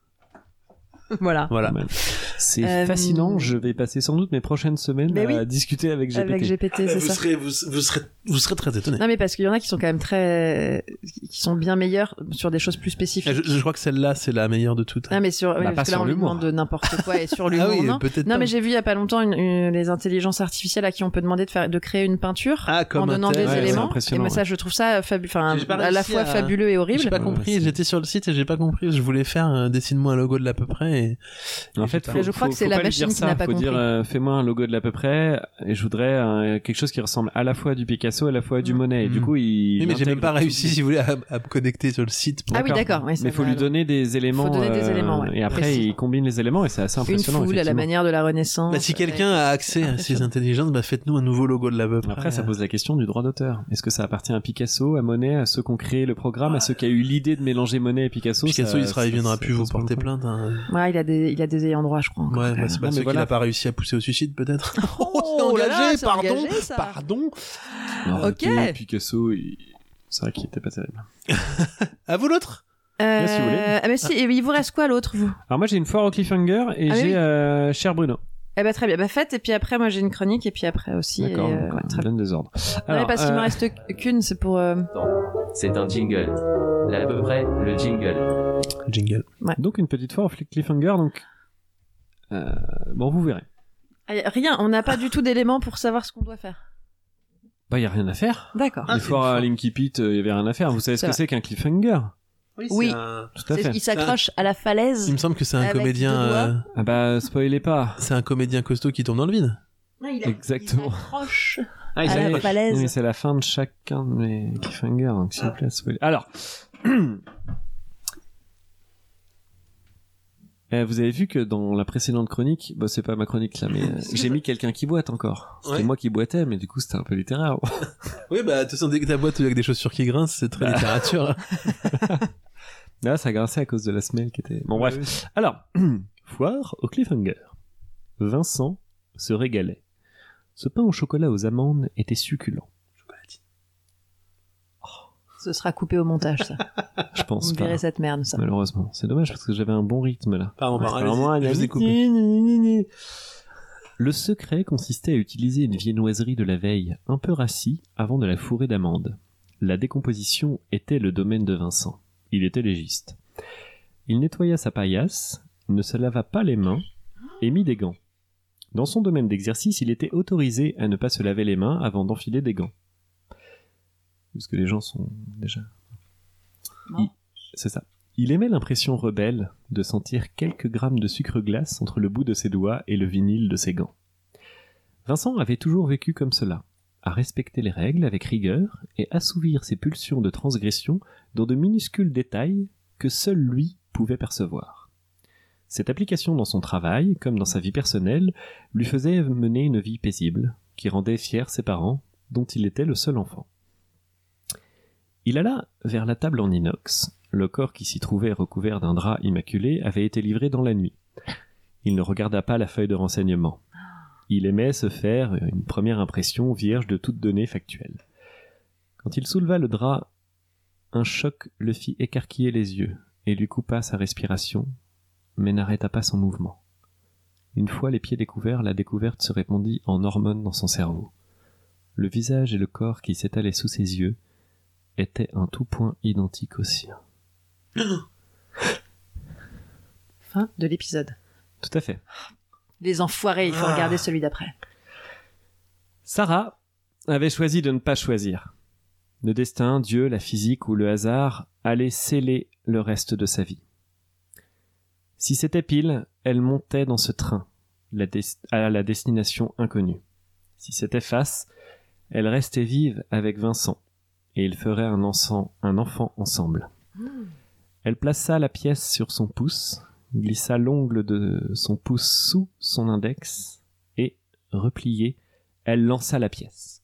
Voilà. Voilà. Pas mal. C'est Euh, fascinant. Je vais passer sans doute mes prochaines semaines Mais à oui. discuter avec G P T. Avec G P T, c'est vous ça. serez, vous, vous serez, vous serez très étonné. Non, mais parce qu'il y en a qui sont quand même très, qui sont bien meilleurs sur des choses plus spécifiques. Je, je crois que celle-là, c'est la meilleure de toutes. Non, mais sur, oui, Bah, pas parce que là, sur on lui l'humour. demande de n'importe quoi et sur l'humour, ah oui, non. peut-être Non, pas. mais j'ai vu il y a pas longtemps une, une- les intelligences artificielles à qui on peut demander de faire, de créer une peinture Ah, en comme un donnant tel. des Ouais, c'est éléments. Et impressionnant, moi, ouais. ça, je trouve ça fabuleux, enfin, J'ai pas à la réussi fois à- fabuleux et horrible. J'ai pas Ouais, compris, c'est- j'étais sur le site et j'ai pas compris. Je voulais faire, euh, dessine-moi un logo de l'à peu près et. En et fait, j'ai faut, pas- je crois faut- que c'est faut la pas lui machine dire qui ça. n'a pas faut dire, compris. euh, fais-moi un logo de l'à peu près, et je voudrais euh, quelque chose qui ressemble à la fois à du Picasso, à la fois à du Mm. Monet. Et du Mm. coup, il. Oui, mais j'ai même intègre pas tout- réussi, si vous voulez, à, à me connecter sur le site. pour- Ah oui, d'accord. Oui, ça Mais il faut va, lui alors. donner des éléments. donner des euh, éléments, ouais, Et après, précis. il combine les éléments et c'est assez Une impressionnant. foule à la effectivement. manière de la Renaissance. Bah, si quelqu'un a accès à ces intelligences, bah, faites-nous un nouveau logo de l'à peu près. Après, ça pose la question du droit d'auteur. Est-ce que ça appartient à Picasso, à Monet, à ceux qui ont créé le programme, à ceux qui ont eu l'idée de mélanger Monet et Picasso? Picasso, ça- il sera, il ça- viendra ça plus vous pose pas porter le point. plainte. Hein. Ouais, il a des, il a des ayants droit, je crois. encore, Ouais, quand bah, même. c'est pas Non, ceux mais qu'il voilà. a pas réussi à pousser au suicide, peut-être. Oh, c'est là engagé, là, c'est pardon, engagé, ça. pardon. Arrêtez, Ok. Picasso, il- c'est vrai qu'il était pas terrible. À vous l'autre. Euh, si vous voulez. ah, mais si, et il vous reste quoi l'autre, vous? Alors moi, j'ai une foire au cliffhanger et Ah oui, j'ai oui. euh, Cher Bruno. Eh ben, très bien. Bah, faites, et puis après, moi, j'ai une chronique, et puis après aussi. D'accord, et, euh, donc, ouais, on très bien. donne des ordres. Non, mais Alors, parce qu'il euh, me reste qu'une, c'est pour, euh, C'est un jingle. Là, à peu près, le jingle. Jingle. Donc une petite foire au cliffhanger, donc... Euh, bon, vous verrez. ah, y a rien, on n'a pas du tout d'éléments pour savoir ce qu'on doit faire. Bah, il y a rien à faire. D'accord. Ah, Les c'est foires une à foire. Linky Pit, il y avait rien à faire. Vous savez ce C'est que vrai. c'est qu'un cliffhanger? Oui. un- Tout à C'est- fait. il s'accroche à la falaise. Il me semble que c'est un Avec comédien. deux doigts. euh, Ah bah, spoilez pas. C'est un comédien costaud qui tombe dans le vide. Ouais, il a- Exactement. Il s'accroche. Ah, À la savez- falaise. Oui, c'est la fin de chacun de mes cliffhangers, donc s'il vous plaît, spoilez. Alors, Euh, vous avez vu que dans la précédente chronique, bah c'est pas ma chronique là, mais euh, j'ai mis quelqu'un qui boite encore. C'était Ouais. moi qui boitais, mais du coup c'était un peu littéraire. Oui, bah, de toute façon, dès que ta boîte avec des chaussures qui grincent, c'est très littérature. Là, ça grinçait à cause de la semelle qui était... Bon bref. Alors, foire au cliffhanger. Vincent se régalait. Ce pain au chocolat aux amandes était succulent. Ce sera coupé au montage, ça. Je pense Vous pas. verrez cette merde, ça. Malheureusement. C'est dommage parce que j'avais un bon rythme là. Pardon, pardon, Alors allez-y, moi, je vous ai coupé. Le secret consistait à utiliser une viennoiserie de la veille, un peu rassie, avant de la fourrer d'amandes. La décomposition était le domaine de Vincent. Il était légiste. Il nettoya sa paillasse, ne se lava pas les mains, et mit des gants. Dans son domaine d'exercice, il était autorisé à ne pas se laver les mains avant d'enfiler des gants. Parce que les gens sont déjà... Non. C'est ça. Il aimait l'impression rebelle de sentir quelques grammes de sucre glace entre le bout de ses doigts et le vinyle de ses gants. Vincent avait toujours vécu comme cela, à respecter les règles avec rigueur et assouvir ses pulsions de transgression dans de minuscules détails que seul lui pouvait percevoir. Cette application dans son travail, comme dans sa vie personnelle, lui faisait mener une vie paisible, qui rendait fiers ses parents, dont il était le seul enfant. Il alla vers la table en inox. Le corps qui s'y trouvait recouvert d'un drap immaculé avait été livré dans la nuit. Il ne regarda pas la feuille de renseignement. Il aimait se faire une première impression vierge de toute donnée factuelle. Quand il souleva le drap, un choc le fit écarquiller les yeux et lui coupa sa respiration, mais n'arrêta pas son mouvement. Une fois les pieds découverts, la découverte se répandit en hormones dans son cerveau. Le visage et le corps qui s'étalaient sous ses yeux étaient un tout point identique au sien. Fin de l'épisode. Tout à fait. Les enfoirés, il faut Ah. regarder celui d'après. Sarah avait choisi de ne pas choisir. Le destin, Dieu, la physique ou le hasard allaient sceller le reste de sa vie. Si c'était pile, elle montait dans ce train, la des- à la destination inconnue. Si c'était face, elle restait vive avec Vincent, et ils feraient un, enfant, un enfant ensemble. Elle plaça la pièce sur son pouce, glissa l'ongle de son pouce sous son index, et, repliée, elle lança la pièce.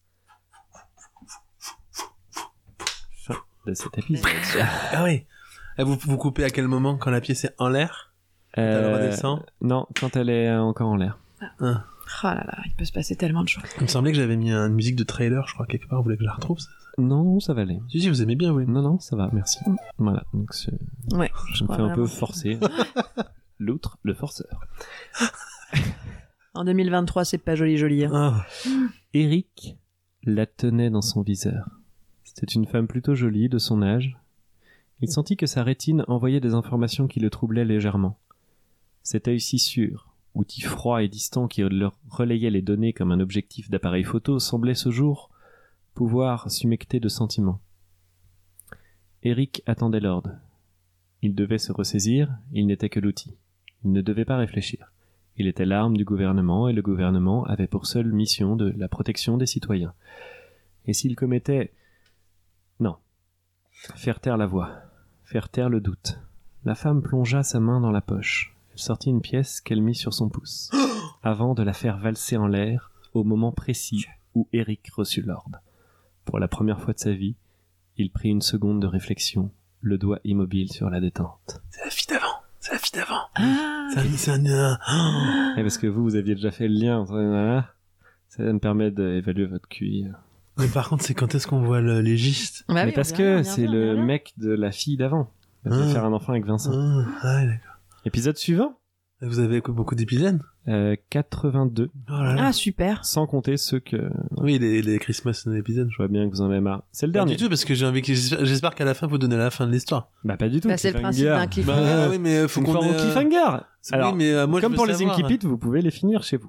Fin de cet épisode. Ah oui. Et vous, vous coupez à quel moment? Quand la pièce est en l'air? Elle Euh, redescend? non, quand elle est encore en l'air. Ah. Oh là là, il peut se passer tellement de choses. Il me semblait que j'avais mis une musique de trailer, je crois, quelque part. Vous voulez que je la retrouve? ça Non, ça va aller. Si, si, vous aimez bien, oui. Non, non, ça va, merci. Voilà, donc c'est- Ouais, je me crois fais un peu vraiment. forcer. L'outre, le forceur. En deux mille vingt-trois, c'est pas joli joli. Hein. Ah. Eric la tenait dans son viseur. C'était une femme plutôt jolie, de son âge. Il sentit que sa rétine envoyait des informations qui le troublaient légèrement. Cet œil si sûr, outil froid et distant qui leur relayait les données comme un objectif d'appareil photo, semblait ce jour pouvoir s'humecter de sentiments. Eric attendait l'ordre. Il devait se ressaisir, il n'était que l'outil. Il ne devait pas réfléchir. Il était l'arme du gouvernement et le gouvernement avait pour seule mission de la protection des citoyens. Et s'il commettait... Non. Faire taire la voix. Faire taire le doute. La femme plongea sa main dans la poche. Elle sortit une pièce qu'elle mit sur son pouce, avant de la faire valser en l'air au moment précis où Eric reçut l'ordre. Pour la première fois de sa vie, il prit une seconde de réflexion, le doigt immobile sur la détente. C'est la fille d'avant. C'est la fille d'avant. Ah, C'est un... C'est un... euh, Et parce que vous, vous aviez déjà fait le lien entre... voilà, ça me permet d'évaluer votre Q I. Mais par contre, c'est quand est-ce qu'on voit le légiste? bah Mais oui, parce on vient, que on vient, c'est on vient, on le vient. mec de la fille d'avant. Il va Ah. faire un enfant avec Vincent. Ah, ah ouais, d'accord. Épisode suivant, Vous avez quoi, beaucoup d'épisodes? euh, quatre-vingt-deux, Oh là là. Ah, super. sans compter ceux que Oui, les, les Christmas épisodes. je vois bien que vous en avez marre. C'est le Pas dernier. du tout, parce que j'ai envie que j'espère j'espère qu'à la fin vous donnez la fin de l'histoire. Bah pas du tout. Bah, c'est le principe cliffhanger. d'un cliffhanger. Bah oui, mais euh, faut Une qu'on forme ait, au euh, cliffhanger. c'est- Alors, oui, mais euh, moi, je comme veux pour les savoir. Inky Pit, vous pouvez les finir chez vous.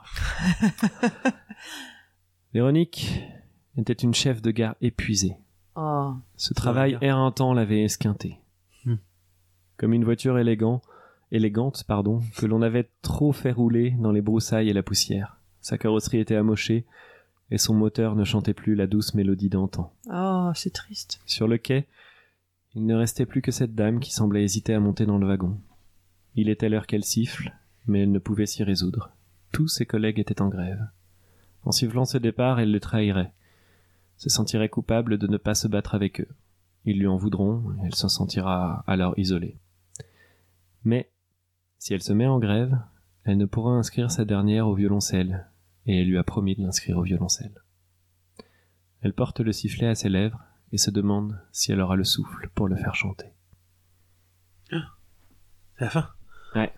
Véronique était une chef de gare épuisée. Oh. Ce travail gare. éreintant l'avait esquinté. Hmm. Comme une voiture élégant, élégante pardon, que l'on avait trop fait rouler dans les broussailles et la poussière. Sa carrosserie était amochée, et son moteur ne chantait plus la douce mélodie d'antan. Oh, c'est triste. Sur le quai, il ne restait plus que cette dame qui semblait hésiter à monter dans le wagon. Il était l'heure qu'elle siffle, mais elle ne pouvait s'y résoudre. Tous ses collègues étaient en grève. En sifflant ce départ, elle le trahirait. Se sentirait coupable de ne pas se battre avec eux. Ils lui en voudront, et elle se sentira alors isolée. Mais, si elle se met en grève, elle ne pourra inscrire sa dernière au violoncelle, et elle lui a promis de l'inscrire au violoncelle. Elle porte le sifflet à ses lèvres, et se demande si elle aura le souffle pour le faire chanter. C'est la fin. Ouais.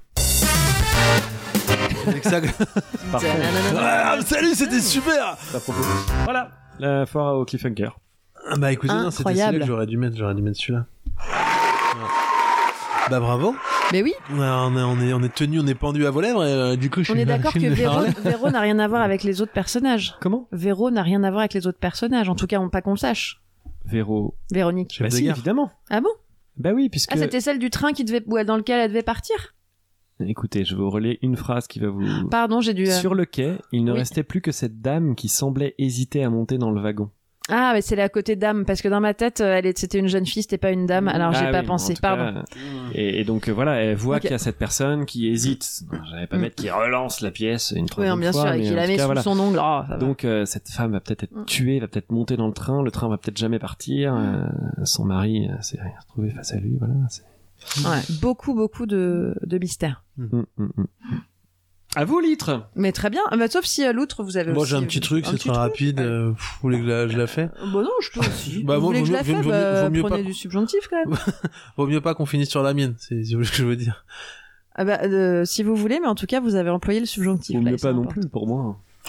Avec ça... Parfait. Ah, salut, c'était super. À propos. Voilà, la foire au cliffhanger. Ah, bah écoutez, non, c'était celui-là Incroyable. que j'aurais dû mettre, j'aurais dû mettre celui-là. Ouais. Bah bravo. Mais oui, On, a- on, est, on, est, on est tenu, on est pendu à vos lèvres, et euh, du coup je on suis est d'accord que machine de Véro, parler. Véro n'a rien à voir avec les autres personnages. Comment Véro n'a rien à voir avec les autres personnages. En tout cas, on pas qu'on le sache. Véro. Véronique. Chef Bah de si, gare. évidemment. Ah bon? Bah oui, puisque... Ah, c'était celle du train qui devait, ou dans lequel elle devait partir? Écoutez, je vais vous relayer une phrase qui va vous... Pardon, j'ai dû. euh, Sur le quai, il ne Oui. restait plus que cette dame qui semblait hésiter à monter dans le wagon. Ah, mais c'est la côté dame, parce que dans ma tête, euh, elle est... c'était une jeune fille, c'était pas une dame, alors j'ai Ah pas oui, pensé. en tout Pardon. cas, et, et donc euh, voilà, elle voit Ok. qu'il y a cette personne qui hésite. J'allais pas Mm. mettre qui relance la pièce une Oui, troisième bien fois. sûr, et mais qu'il en la tout met cas, sous voilà. son ongle. Oh, ça va. Donc euh, cette femme va peut-être être Mm. tuée, va peut-être monter dans le train, le train va peut-être jamais partir. euh, son mari euh, s'est retrouvé face à lui, voilà. c'est- Ouais, beaucoup, beaucoup de, de mystères. Mm, mm, mm. À vous, litre. Mais très bien, Ah bah, sauf si à l'outre vous avez Moi aussi- j'ai un petit truc, un c'est petit très truc. rapide. euh, pff, vous voulez que la- je la fais? Euh, Bah non, je peux aussi. Bah, vous moi, voulez que vaut je la mieux- fasse vaut mieux- bah, vaut mieux prenez pas. du subjonctif quand même. Vaut mieux pas qu'on finisse sur la mienne, c'est c'est ce que je veux dire. Ah bah, euh, si vous voulez, mais en tout cas, vous avez employé le subjonctif. Ou là, mieux et c'est pas non important. plus pour moi.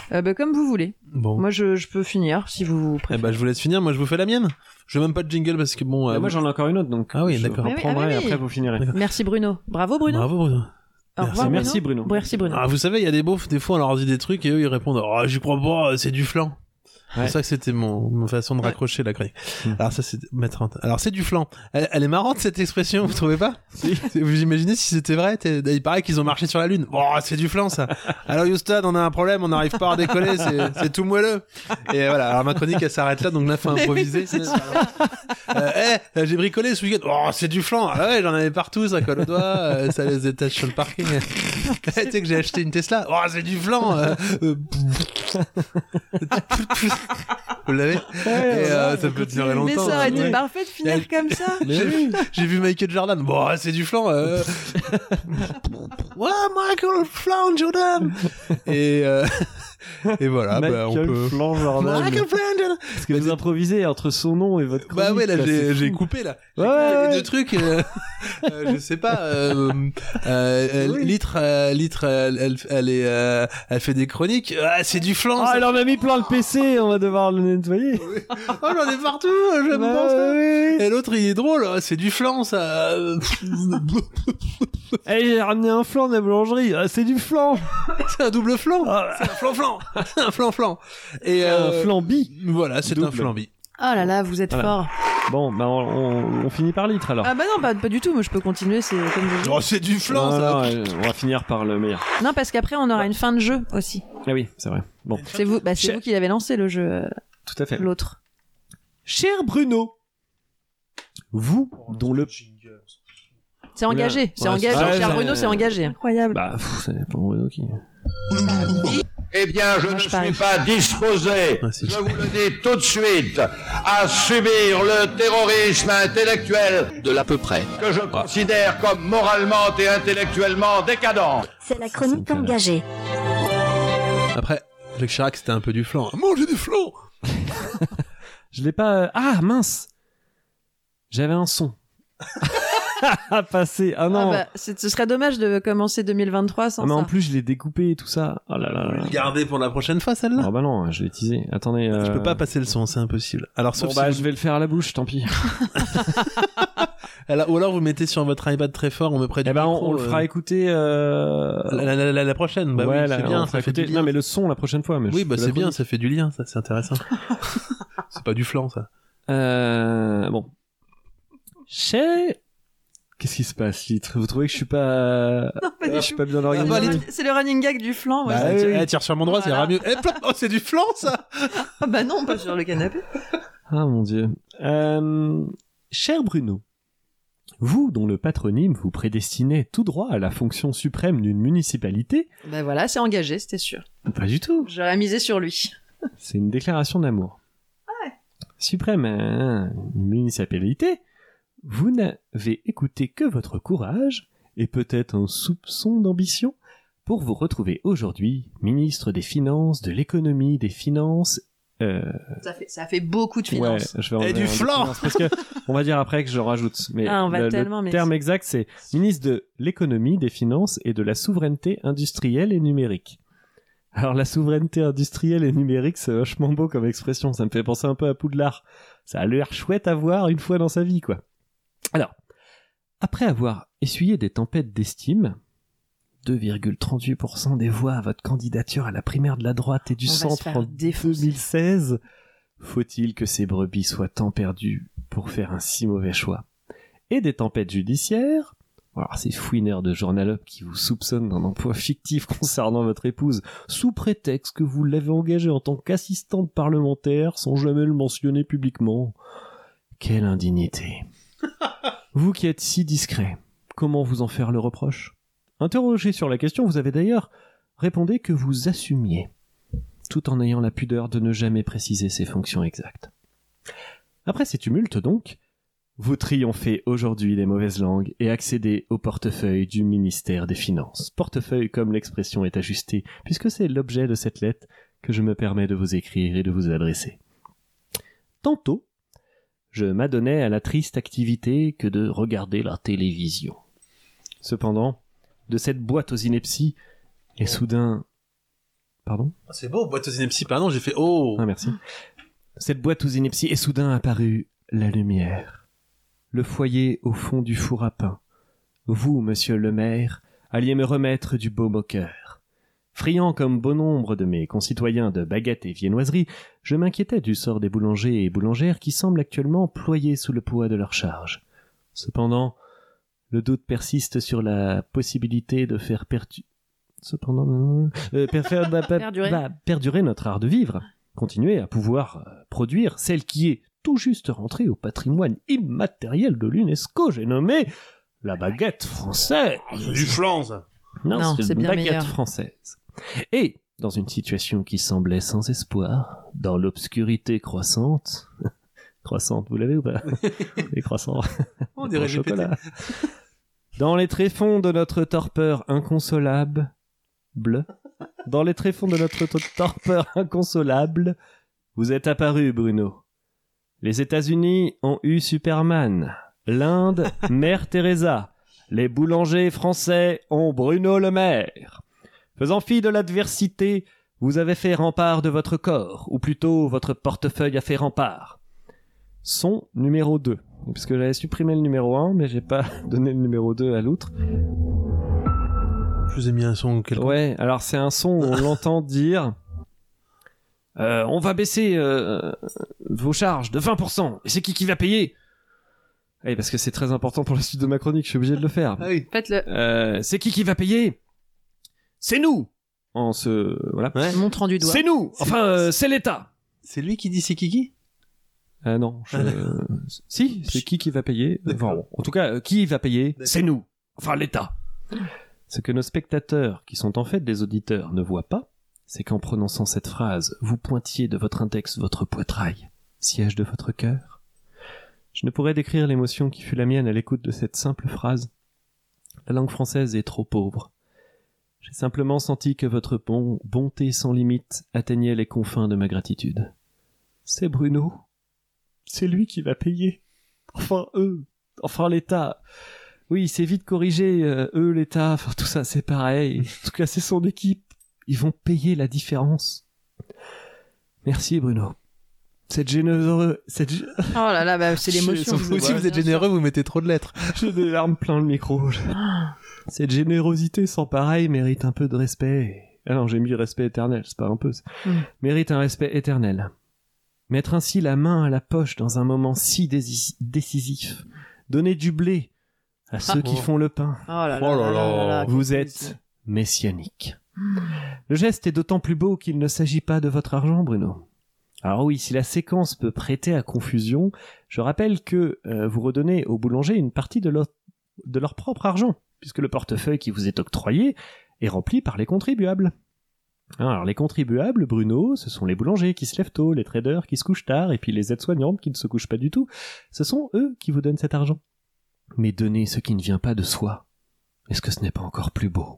Euh, bah, comme vous voulez. Bon. Moi, je, je peux finir, si vous Eh préférez. bah, je vous laisse finir. Moi, je vous fais la mienne. Je veux même pas de jingle parce que bon. Bah, euh, moi j'en ai encore une autre donc. Ah oui, je d'accord. reprendrai Ah oui, ah oui, et après vous finirez. D'accord. Merci Bruno. Bravo Bruno. Bravo, Bruno. Au Merci. revoir, Merci Bruno. Merci Bruno. Ah, vous savez, il y a des beaufs, des fois, on leur dit des trucs et eux, ils répondent oh, j'y crois pas, c'est du flan. Ouais. C'est ça que c'était mon, mon façon de raccrocher la chronique. Mmh. Alors ça, c'est mettre en... Alors c'est du flan. Elle, elle est marrante cette expression, vous trouvez pas? Si. Vous imaginez si c'était vrai? T'es- Il paraît qu'ils ont marché sur la lune. Oh, c'est du flan ça. Alors Houston, on a un problème, on n'arrive pas à décoller, c'est, c'est tout moelleux. Et voilà. Alors ma chronique elle s'arrête là, donc là faut improviser. euh, hey, j'ai bricolé ce week-end. Oh, c'est du flan. Ah ouais, j'en avais partout, ça colle au doigt, euh, ça les étages sur le parking. Tu sais que j'ai acheté une Tesla. Oh, c'est du flan. Euh, euh, Vous l'avez? Et euh, ça peut durer longtemps. Mais ça aurait été Ouais. parfait de finir Ouais. comme ça. J'ai vu, j'ai vu Michael Jordan. Bon, c'est du flan. Euh... ouais, Michael Flan Jordan. Et euh... et voilà, bah, on Michael peut. Flan Jordan. Michael Flan Jordan. Parce que vous improvisez entre son nom et votre chronique. Bah ouais, là quoi, j'ai, c'est j'ai fou. coupé là. J'ai Ouais, coupé ouais, les ouais. deux trucs. Euh, euh, je sais pas. Euh, euh, euh, Oui. Litre, euh, Litre, elle, elle, elle est, euh, elle fait des chroniques. Ah, c'est du flan. Ah, ça. elle en a mis plein le P C, on va devoir le nettoyer. Oh, j'en ai partout. J'aime Bah, pas ça. oui, oui. Et l'autre, il est drôle. Ah, c'est du flan, ça. Eh, j'ai ramené un flan de la boulangerie. Ah, c'est du flan. C'est un double flan. Ah, C'est un flan-flan. C'est un flan-flan. Et c'est euh, un flambi. voilà, c'est Double. un flambi. Oh là là, vous êtes Voilà. fort. Bon, bah on, on, on finit par litre alors. Ah bah non, pas, pas du tout. Moi, je peux continuer. C'est comme vous voulez. Oh, c'est du flan, Non, ça. non, euh, on va finir par le meilleur. Non, parce qu'après, on aura une fin de jeu aussi. Ah oui, c'est vrai. Bon, C'est vous, bah, c'est Cher- vous qui l'avez lancé le jeu, euh, tout à fait. l'autre. Cher Bruno, vous dont le... C'est engagé. C'est Ouais, engagé. c'est- Cher ouais, Bruno, c'est- c'est engagé. Incroyable. Bah, pff, c'est pour Bruno qui... Eh bien, je Moi, ne je parie. suis pas disposé, Ouais, c'est- je vous le dis tout de suite, à subir le terrorisme intellectuel De l'à peu près. que je considère comme moralement et intellectuellement décadent. C'est la chronique engagée. Après, Jacques Chirac, c'était un peu du flan. Mangez du flan. Je l'ai pas... Ah, mince. J'avais un son. À passer. Ah non. Ah bah, c'est- ce serait dommage de commencer deux mille vingt-trois sans Ah, mais ça. en plus, je l'ai découpé et tout ça. Oh là là là. Gardez pour la prochaine fois, celle-là. Oh bah non, je l'ai teasé. Attendez. Je euh, peux pas passer le son, c'est impossible. Alors, sauf Bon bah, si je vous- vais le faire à la bouche, tant pis. alors, ou alors vous mettez sur votre iPad très fort, on me près du Eh ben, on, micro, on le euh, fera écouter. Euh... La, la, la, la prochaine, bah ouais, oui, là, c'est on bien, le fera ça fait écouter. du lien. Non, mais le son la prochaine fois. Mais Oui, je bah fais la c'est bien, chronique. ça fait du lien, ça, c'est intéressant. C'est pas du flan, ça. Euh... Bon. Chez... Qu'est-ce qui se passe, Litre? Vous trouvez que je suis pas... Non, pas du je suis tout. pas bien Ah, bah, organisé? Litre. C'est le running gag du flan. ouais. Bah, oui, tire, oui. eh, tire sur mon droit, Voilà. ça ira mieux. Eh, plop, oh, c'est du flan, ça. Ah bah non, pas sur le canapé. Ah mon dieu. Euh... Cher Bruno, vous dont le patronyme vous prédestinait tout droit à la fonction suprême d'une municipalité, Bah voilà, c'est engagé, c'était sûr. pas du tout. J'aurais misé sur lui. C'est une déclaration d'amour. Suprême à une municipalité, vous n'avez écouté que votre courage et peut-être un soupçon d'ambition pour vous retrouver aujourd'hui ministre des Finances, de l'économie, des finances. Euh, Ça fait, ça fait beaucoup de ouais, finances. je vais enlever du un des flan finances, parce que on va dire après que je rajoute. Mais Ah, on va le, le tellement, mais terme c'est- exact, c'est ministre de l'économie, des finances et de la souveraineté industrielle et numérique. Alors la souveraineté industrielle et numérique, c'est vachement beau comme expression. Ça me fait penser un peu à Poudlard. Ça a l'air chouette à voir une fois dans sa vie, quoi. Alors, après avoir essuyé des tempêtes d'estime, deux virgule trente-huit pour cent des voix à votre candidature à la primaire de la droite et du On va se centre faire en défoncer. deux mille seize, faut-il que ces brebis soient tant perdues pour faire un si mauvais choix? Et des tempêtes judiciaires, alors ces fouineurs de journal qui vous soupçonnent d'un emploi fictif concernant votre épouse, sous prétexte que vous l'avez engagée en tant qu'assistante parlementaire sans jamais le mentionner publiquement. Quelle indignité. Vous qui êtes si discret, comment vous en faire le reproche? Interrogé sur la question, vous avez d'ailleurs répondu que vous assumiez, tout en ayant la pudeur de ne jamais préciser ses fonctions exactes. Après ces tumultes donc, vous triomphez aujourd'hui des mauvaises langues et accédez au portefeuille du ministère des Finances. Portefeuille comme l'expression est ajustée, puisque c'est l'objet de cette lettre que je me permets de vous écrire et de vous adresser. Tantôt, je m'adonnais à la triste activité que de regarder la télévision. Cependant, de cette boîte aux inepties est soudain Pardon ? C'est beau, boîte aux inepties, pardon, j'ai fait oh. Ah, merci. Cette boîte aux inepties est soudain apparue la lumière. Le foyer au fond du four à pain. Vous, monsieur le maire, alliez me remettre du baume au cœur. Friand comme bon nombre de mes concitoyens de baguettes et viennoiseries, je m'inquiétais du sort des boulangers et boulangères qui semblent actuellement ployés sous le poids de leur charge. Cependant, le doute persiste sur la possibilité de faire perdu... Cependant, euh, per- faire, bah, bah, Perdurer. bah, perdurer notre art de vivre, continuer à pouvoir euh, produire celle qui est tout juste rentrée au patrimoine immatériel de l'UNESCO, j'ai nommé la baguette française. C'est du flan, ça. Non, Non, c'est c'est une bien baguette meilleur. française. Et, dans une situation qui semblait sans espoir, dans l'obscurité croissante... croissante, vous l'avez ou pas? Les croissants. On dirait Au G P T. chocolat. Dans les tréfonds de notre torpeur inconsolable... Bleu. Dans les tréfonds de notre to- torpeur inconsolable, vous êtes apparu, Bruno. Les États-Unis ont eu Superman. L'Inde, Mère Teresa. Les boulangers français ont Bruno Le Maire. Faisant fi de l'adversité, vous avez fait rempart de votre corps, ou plutôt votre portefeuille a fait rempart. Son numéro deux. Parce que j'avais supprimé le numéro un, mais j'ai pas donné le numéro deux à l'autre. Je vous ai mis un son quelconque. Ouais, alors c'est un son où on l'entend dire euh, on va baisser euh, vos charges de vingt pour cent. Et c'est qui qui va payer? Oui, parce que c'est très important pour la suite de ma chronique, je suis obligé de le faire. Ah oui. Faites-le. Euh, c'est qui qui va payer? C'est nous. En ce voilà. Ouais. Montrant du doigt. C'est nous. Enfin, euh, c'est l'État. C'est lui qui dit c'est Kiki? Ah non. Je... euh, si, c'est qui qui va payer? D'accord. Enfin, en tout cas, euh, qui va payer? D'accord. C'est nous. Enfin, l'État. Ce que nos spectateurs, qui sont en fait des auditeurs, ne voient pas, c'est qu'en prononçant cette phrase, vous pointiez de votre index votre poitrail, siège de votre cœur. Je ne pourrais décrire l'émotion qui fut la mienne à l'écoute de cette simple phrase. La langue française est trop pauvre. J'ai simplement senti que votre bon, bonté sans limite atteignait les confins de ma gratitude. C'est Bruno. C'est lui qui va payer. Enfin, eux. Enfin, l'État. Oui, c'est vite corrigé, euh, eux, l'État, enfin, tout ça, c'est pareil. En tout cas, c'est son équipe. Ils vont payer la différence. Merci, Bruno. Cette généreuse... Cette... gé- Oh là là, bah, c'est l'émotion. Vous aussi, vous êtes généreux, vous mettez trop de lettres. J'ai des larmes plein le micro. Cette générosité sans pareil mérite un peu de respect. Ah non, j'ai mis respect éternel, c'est pas un peu. Mm. Mérite un respect éternel. Mettre ainsi la main à la poche dans un moment si dési- décisif. Donner du blé à ceux qui Oh. font le pain. Oh là là, Oh là là là là là, Vous quel êtes plaisir. messianique. Le geste est d'autant plus beau qu'il ne s'agit pas de votre argent, Bruno. Alors oui, si la séquence peut prêter à confusion, je rappelle que euh, vous redonnez aux boulangers une partie de leur, de leur propre argent, puisque le portefeuille qui vous est octroyé est rempli par les contribuables. Alors les contribuables, Bruno, ce sont les boulangers qui se lèvent tôt, les traders qui se couchent tard, et puis les aides-soignantes qui ne se couchent pas du tout. Ce sont eux qui vous donnent cet argent. Mais donner ce qui ne vient pas de soi, est-ce que ce n'est pas encore plus beau?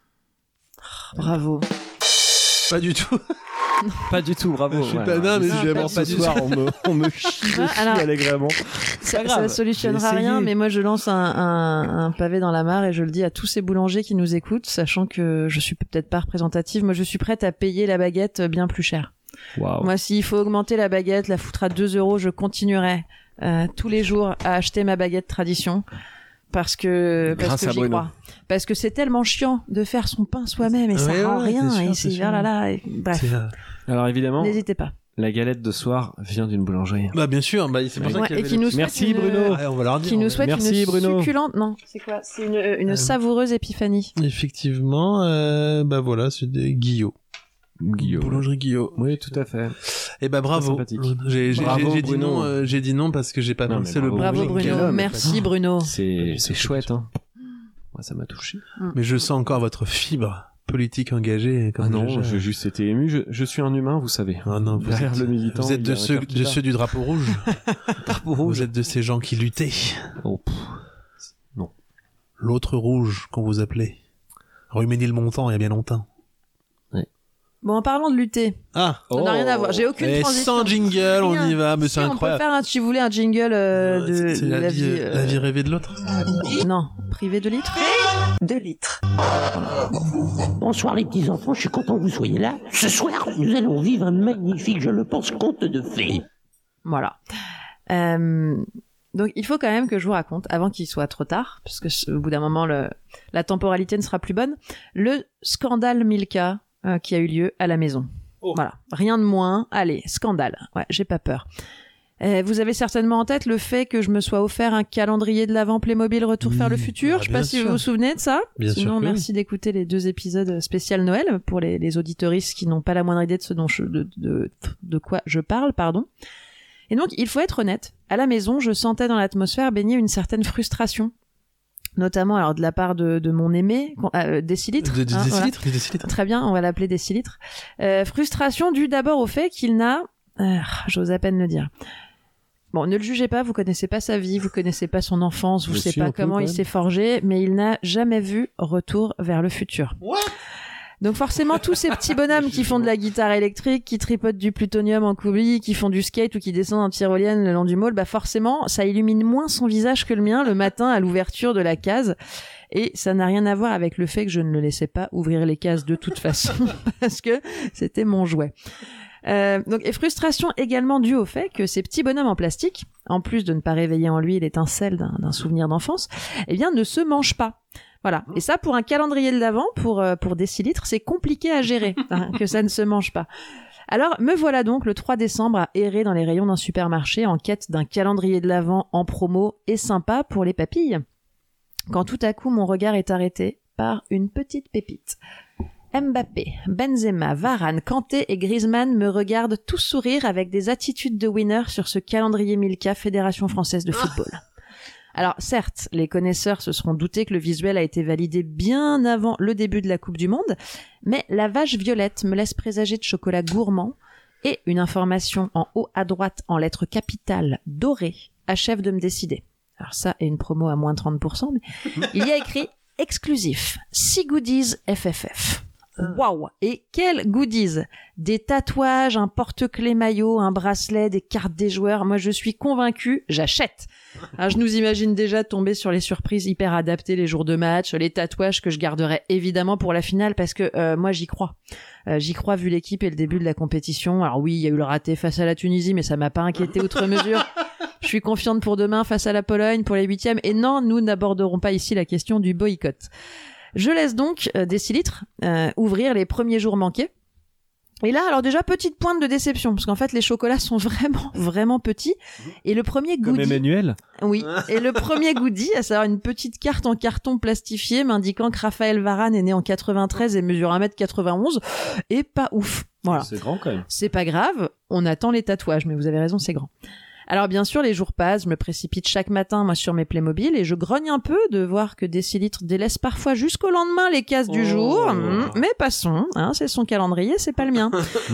Bravo. Pas du tout. Pas du tout, bravo. Je suis Voilà. pas- non, mais Décidément, pas ce du soir, on me, on me chie Ah, dessus alors- allègrement. Ça, grave. ça solutionnera J'ai essayé. rien, mais moi je lance un, un, un pavé dans la mare et je le dis à tous ces boulangers qui nous écoutent, sachant que je suis peut-être pas représentative, moi je suis prête à payer la baguette bien plus cher. Waouh. Moi, s'il faut augmenter la baguette, la foutre à deux euros, je continuerai euh, tous les jours à acheter ma baguette tradition. Parce que, parce Grâce que à j'y Bruno. crois. Parce que c'est tellement chiant de faire son pain soi-même et ça Ouais, rend ouais, rien. c'est sûr, et c'est c'est sûr. oh là là. et- bref, C'est, euh, Alors évidemment, n'hésitez pas. la galette de soir vient d'une boulangerie. Bah bien sûr, bah, c'est pour ça Ouais, qu'il y et avait qui le- nous souhaite Merci, une, Bruno. Ouais, on va leur dire. qui on nous va- souhaite Merci, une Bruno. succulente. Non, c'est quoi? C'est une, une Euh, savoureuse épiphanie. Effectivement, euh, bah voilà, c'est des Guillot. Guillaume. Boulangerie Guillot. Oui, tout à fait. Et bah bravo. sympathique. J'ai j'ai- Bravo, j'ai dit Bruno. non, euh, j'ai dit non parce que j'ai pas Non, pensé mais le bravo, Bravo boulangerie. Bruno. quel homme. Merci Bruno. C'est, c'est c'est chouette, hein. Moi, ça m'a touché. Mais je sens encore votre fibre politique engagée. Comme Ah non, je- j'ai juste été ému. Je, je suis un humain, vous savez. Ah non, vous Derrière êtes, le militant, vous êtes il y de a un ceux, cœur qui de bat. ceux du drapeau rouge. Drapeau Vous rouge. êtes de ces gens qui luttaient. Oh, pff. L'autre rouge qu'on vous appelait. Rue Ménilmontant il y a bien longtemps. Bon, en parlant de lutter, Ah. ça n'a rien à voir. J'ai aucune Et transition. sans jingle, on Rien. y va, mais Si, c'est on peut incroyable. faire, un, si vous voulez, un jingle euh, de C'est- c'est la, vie, euh, la vie rêvée de l'autre. Non, privé de litres. deux litres. Bonsoir les petits enfants, je suis content que vous soyez là. Ce soir, nous allons vivre un magnifique, je le pense, conte de fées. Voilà. Euh, donc il faut quand même que je vous raconte, avant qu'il soit trop tard, parce que au bout d'un moment, le, la temporalité ne sera plus bonne, le scandale Milka euh, qui a eu lieu à la maison. Oh. Voilà. Rien de moins. Allez, scandale. Ouais, j'ai pas peur. Euh, vous avez certainement en tête le fait que je me sois offert un calendrier de l'Avent Playmobil Retour mmh, vers le futur. Ah, je sais pas sûr. si vous vous souvenez de ça. Bien Sinon, sûr merci oui. d'écouter les deux épisodes spécial Noël pour les, les auditeuristes qui n'ont pas la moindre idée de ce dont je, de, de, de quoi je parle, pardon. Et donc, il faut être honnête. À la maison, je sentais dans l'atmosphère baigner une certaine frustration. Notamment, alors, de la part de, de mon aimé, euh, décilitre. De, de, hein, décilitre, voilà. décilitre. Très bien, on va l'appeler décilitre. Euh, frustration due d'abord au fait qu'il n'a, euh, j'ose à peine le dire. Bon, ne le jugez pas, vous connaissez pas sa vie, vous connaissez pas son enfance, vous savez pas comment il s'est forgé, mais il n'a jamais vu Retour vers le futur. What ? Donc forcément, tous ces petits bonhommes qui font de la guitare électrique, qui tripotent du plutonium en coulis, qui font du skate ou qui descendent en tyrolienne le long du mall, bah forcément, ça illumine moins son visage que le mien le matin à l'ouverture de la case. Et ça n'a rien à voir avec le fait que je ne le laissais pas ouvrir les cases de toute façon, parce que c'était mon jouet. Euh, donc, et frustration également due au fait que ces petits bonhommes en plastique, en plus de ne pas réveiller en lui l'étincelle d'un, d'un souvenir d'enfance, eh bien, ne se mangent pas. Voilà. Et ça, pour un calendrier de l'Avent, pour, euh, pour décilitres, c'est compliqué à gérer, hein, que ça ne se mange pas. Alors, me voilà donc le trois décembre à errer dans les rayons d'un supermarché en quête d'un calendrier de l'Avent en promo et sympa pour les papilles. Quand tout à coup, mon regard est arrêté par une petite pépite. Mbappé, Benzema, Varane, Kanté et Griezmann me regardent tous sourire avec des attitudes de winner sur ce calendrier Milka Fédération Française de Football. Alors certes, les connaisseurs se seront doutés que le visuel a été validé bien avant le début de la Coupe du Monde, mais la vache violette me laisse présager de chocolat gourmand et une information en haut à droite en lettres capitales dorées achève de me décider. Alors ça et une promo à moins de trente pour cent, mais il y a écrit exclusif, six goodies F F F. Waouh! Et quels goodies! Des tatouages, un porte-clés maillot, un bracelet, des cartes des joueurs. Moi, je suis convaincue, j'achète. Alors, je nous imagine déjà tomber sur les surprises hyper adaptées les jours de match, les tatouages que je garderai évidemment pour la finale parce que euh, moi, j'y crois. Euh, j'y crois vu l'équipe et le début de la compétition. Alors oui, il y a eu le raté face à la Tunisie, mais ça m'a pas inquiété outre mesure. Je suis confiante pour demain face à la Pologne pour les huitièmes. Et non, nous n'aborderons pas ici la question du boycott. Je laisse donc euh, Décilitre euh, ouvrir les premiers jours manqués. Et là, alors déjà, petite pointe de déception, parce qu'en fait, les chocolats sont vraiment, vraiment petits. Et le premier goodie... Comme Emmanuel ? Oui. Et le premier goodie, à savoir une petite carte en carton plastifié m'indiquant que Raphaël Varane est né en quatre-vingt-treize et mesure un mètre quatre-vingt-onze, et pas ouf. Voilà. C'est grand quand même. C'est pas grave, on attend les tatouages, mais vous avez raison, c'est grand. Alors bien sûr, les jours passent, je me précipite chaque matin moi sur mes Playmobil et je grogne un peu de voir que Décilitre délaisse parfois jusqu'au lendemain les cases du oh. jour. Mmh, mais passons, hein, c'est son calendrier, c'est pas le mien.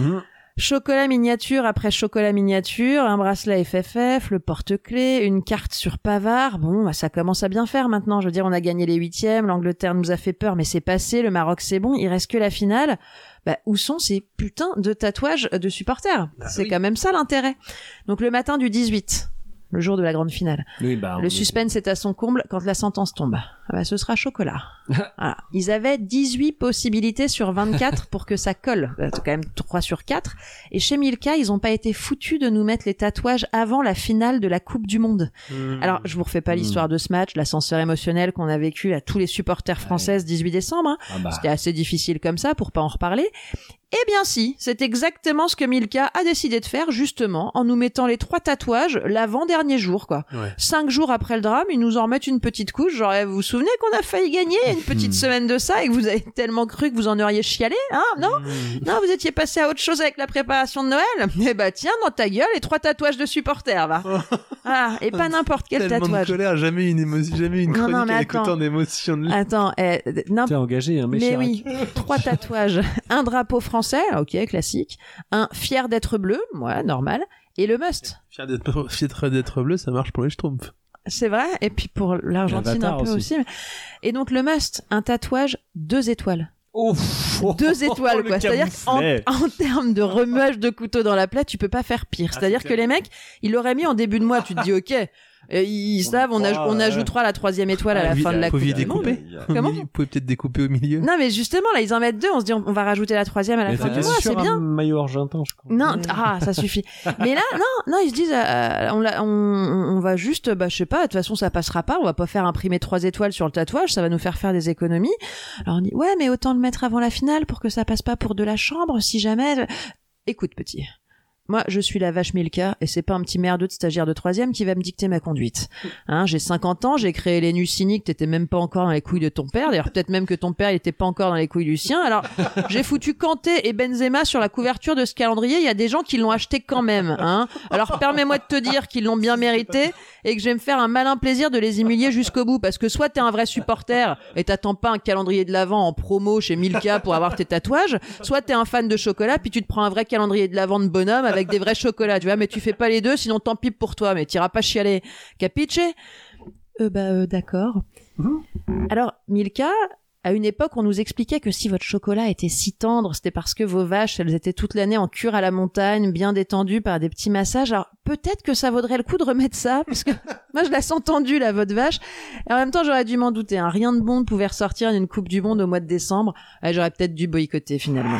Chocolat miniature après chocolat miniature, un bracelet F F F, le porte-clés, une carte sur Pavard. Bon, bah, ça commence à bien faire maintenant. Je veux dire, on a gagné les huitièmes, l'Angleterre nous a fait peur, mais c'est passé, le Maroc c'est bon, il reste que la finale. Bah, où sont ces putains de tatouages de supporters? Bah, c'est oui. Quand même ça l'intérêt. Donc le matin du dix-huit, le jour de la grande finale. Oui, bah, le suspense est... est à son comble quand la sentence tombe. Ah bah, ce sera chocolat. Voilà. Ils avaient dix-huit possibilités sur vingt-quatre pour que ça colle. C'est quand même trois sur quatre. Et chez Milka, ils ont pas été foutus de nous mettre les tatouages avant la finale de la Coupe du Monde. Mmh. Alors, je vous refais pas mmh. l'histoire de ce match, l'ascenseur émotionnel qu'on a vécu à tous les supporters français ce dix-huit décembre. Hein. Ah bah. C'était assez difficile comme ça pour pas en reparler. Eh bien si, c'est exactement ce que Milka a décidé de faire justement en nous mettant les trois tatouages l'avant-dernier jour quoi. Ouais. Cinq jours après le drame, ils nous en remettent une petite couche, genre vous vous souvenez qu'on a failli gagner une petite semaine de ça et que vous avez tellement cru que vous en auriez chialé, hein, non mmh. Non, vous étiez passé à autre chose avec la préparation de Noël. Eh bah tiens, dans ta gueule, les trois tatouages de supporters, va. Ah, et pas n'importe quel tellement tatouage. De colère, jamais une émotion, jamais une chronique non, non, avec attends. Autant d'émotion. De... Attends, eh, n'imp... t'es engagé, hein, mais Chirac. Oui, trois tatouages, un drapeau français, ok, classique, un fier d'être bleu, ouais, normal, et le must. Fier d'être, fier d'être bleu, ça marche pour les Schtroumpfs. C'est vrai, et puis pour l'Argentine un peu aussi. aussi. Et donc le must, un tatouage deux étoiles. Ouf, deux étoiles, quoi. C'est-à-dire qu'en en termes de remuage de couteau dans la plaie, tu peux pas faire pire. Ah, c'est-à-dire que les mecs, ils l'auraient mis en début de mois, tu te dis, ok, Et ils savent, on, aj- on ajoutera la troisième étoile à la fin de la Vous pouviez coupe du monde. découper Comment Vous pouviez peut-être découper au milieu. Non, mais justement, là, ils en mettent deux. On se dit, on, on va rajouter la troisième à la Mais fin du c'était mois. sur C'est un bien. maillot argentin, je crois. Non, t- ah, ça suffit. Mais là, non, non, ils se disent, euh, on, l'a- on, on va juste, bah, je sais pas, de toute façon, ça passera pas. On va pas faire imprimer trois étoiles sur le tatouage. Ça va nous faire faire des économies. Alors on dit, ouais, mais autant le mettre avant la finale pour que ça passe pas pour de la chambre, si jamais. Écoute, petit. Moi, je suis la vache Milka et c'est pas un petit merdeux de stagiaire de troisième qui va me dicter ma conduite. Hein, j'ai cinquante ans, j'ai créé les nus cyniques, t'étais même pas encore dans les couilles de ton père. D'ailleurs, peut-être même que ton père, il était pas encore dans les couilles du sien. Alors, j'ai foutu Kanté et Benzema sur la couverture de ce calendrier. Il y a des gens qui l'ont acheté quand même, hein. Alors, permets-moi de te dire qu'ils l'ont bien mérité et que je vais me faire un malin plaisir de les humilier jusqu'au bout parce que soit t'es un vrai supporter et t'attends pas un calendrier de l'Avent en promo chez Milka pour avoir tes tatouages, soit t'es un fan de chocolat puis tu te prends un vrai calendrier de l'Avent de bonhomme avec des vrais chocolats, tu vois, mais tu fais pas les deux, sinon tant pis pour toi, mais t'iras pas chialer. Capiche? Euh, bah, euh, d'accord. Alors, Milka, à une époque, on nous expliquait que si votre chocolat était si tendre, c'était parce que vos vaches, elles étaient toute l'année en cure à la montagne, bien détendues par des petits massages. Alors, peut-être que ça vaudrait le coup de remettre ça, parce que moi, je la sens tendue, là, votre vache. Et en même temps, j'aurais dû m'en douter, hein. Rien de bon ne pouvait ressortir d'une Coupe du Monde au mois de décembre. Ouais, j'aurais peut-être dû boycotter, finalement.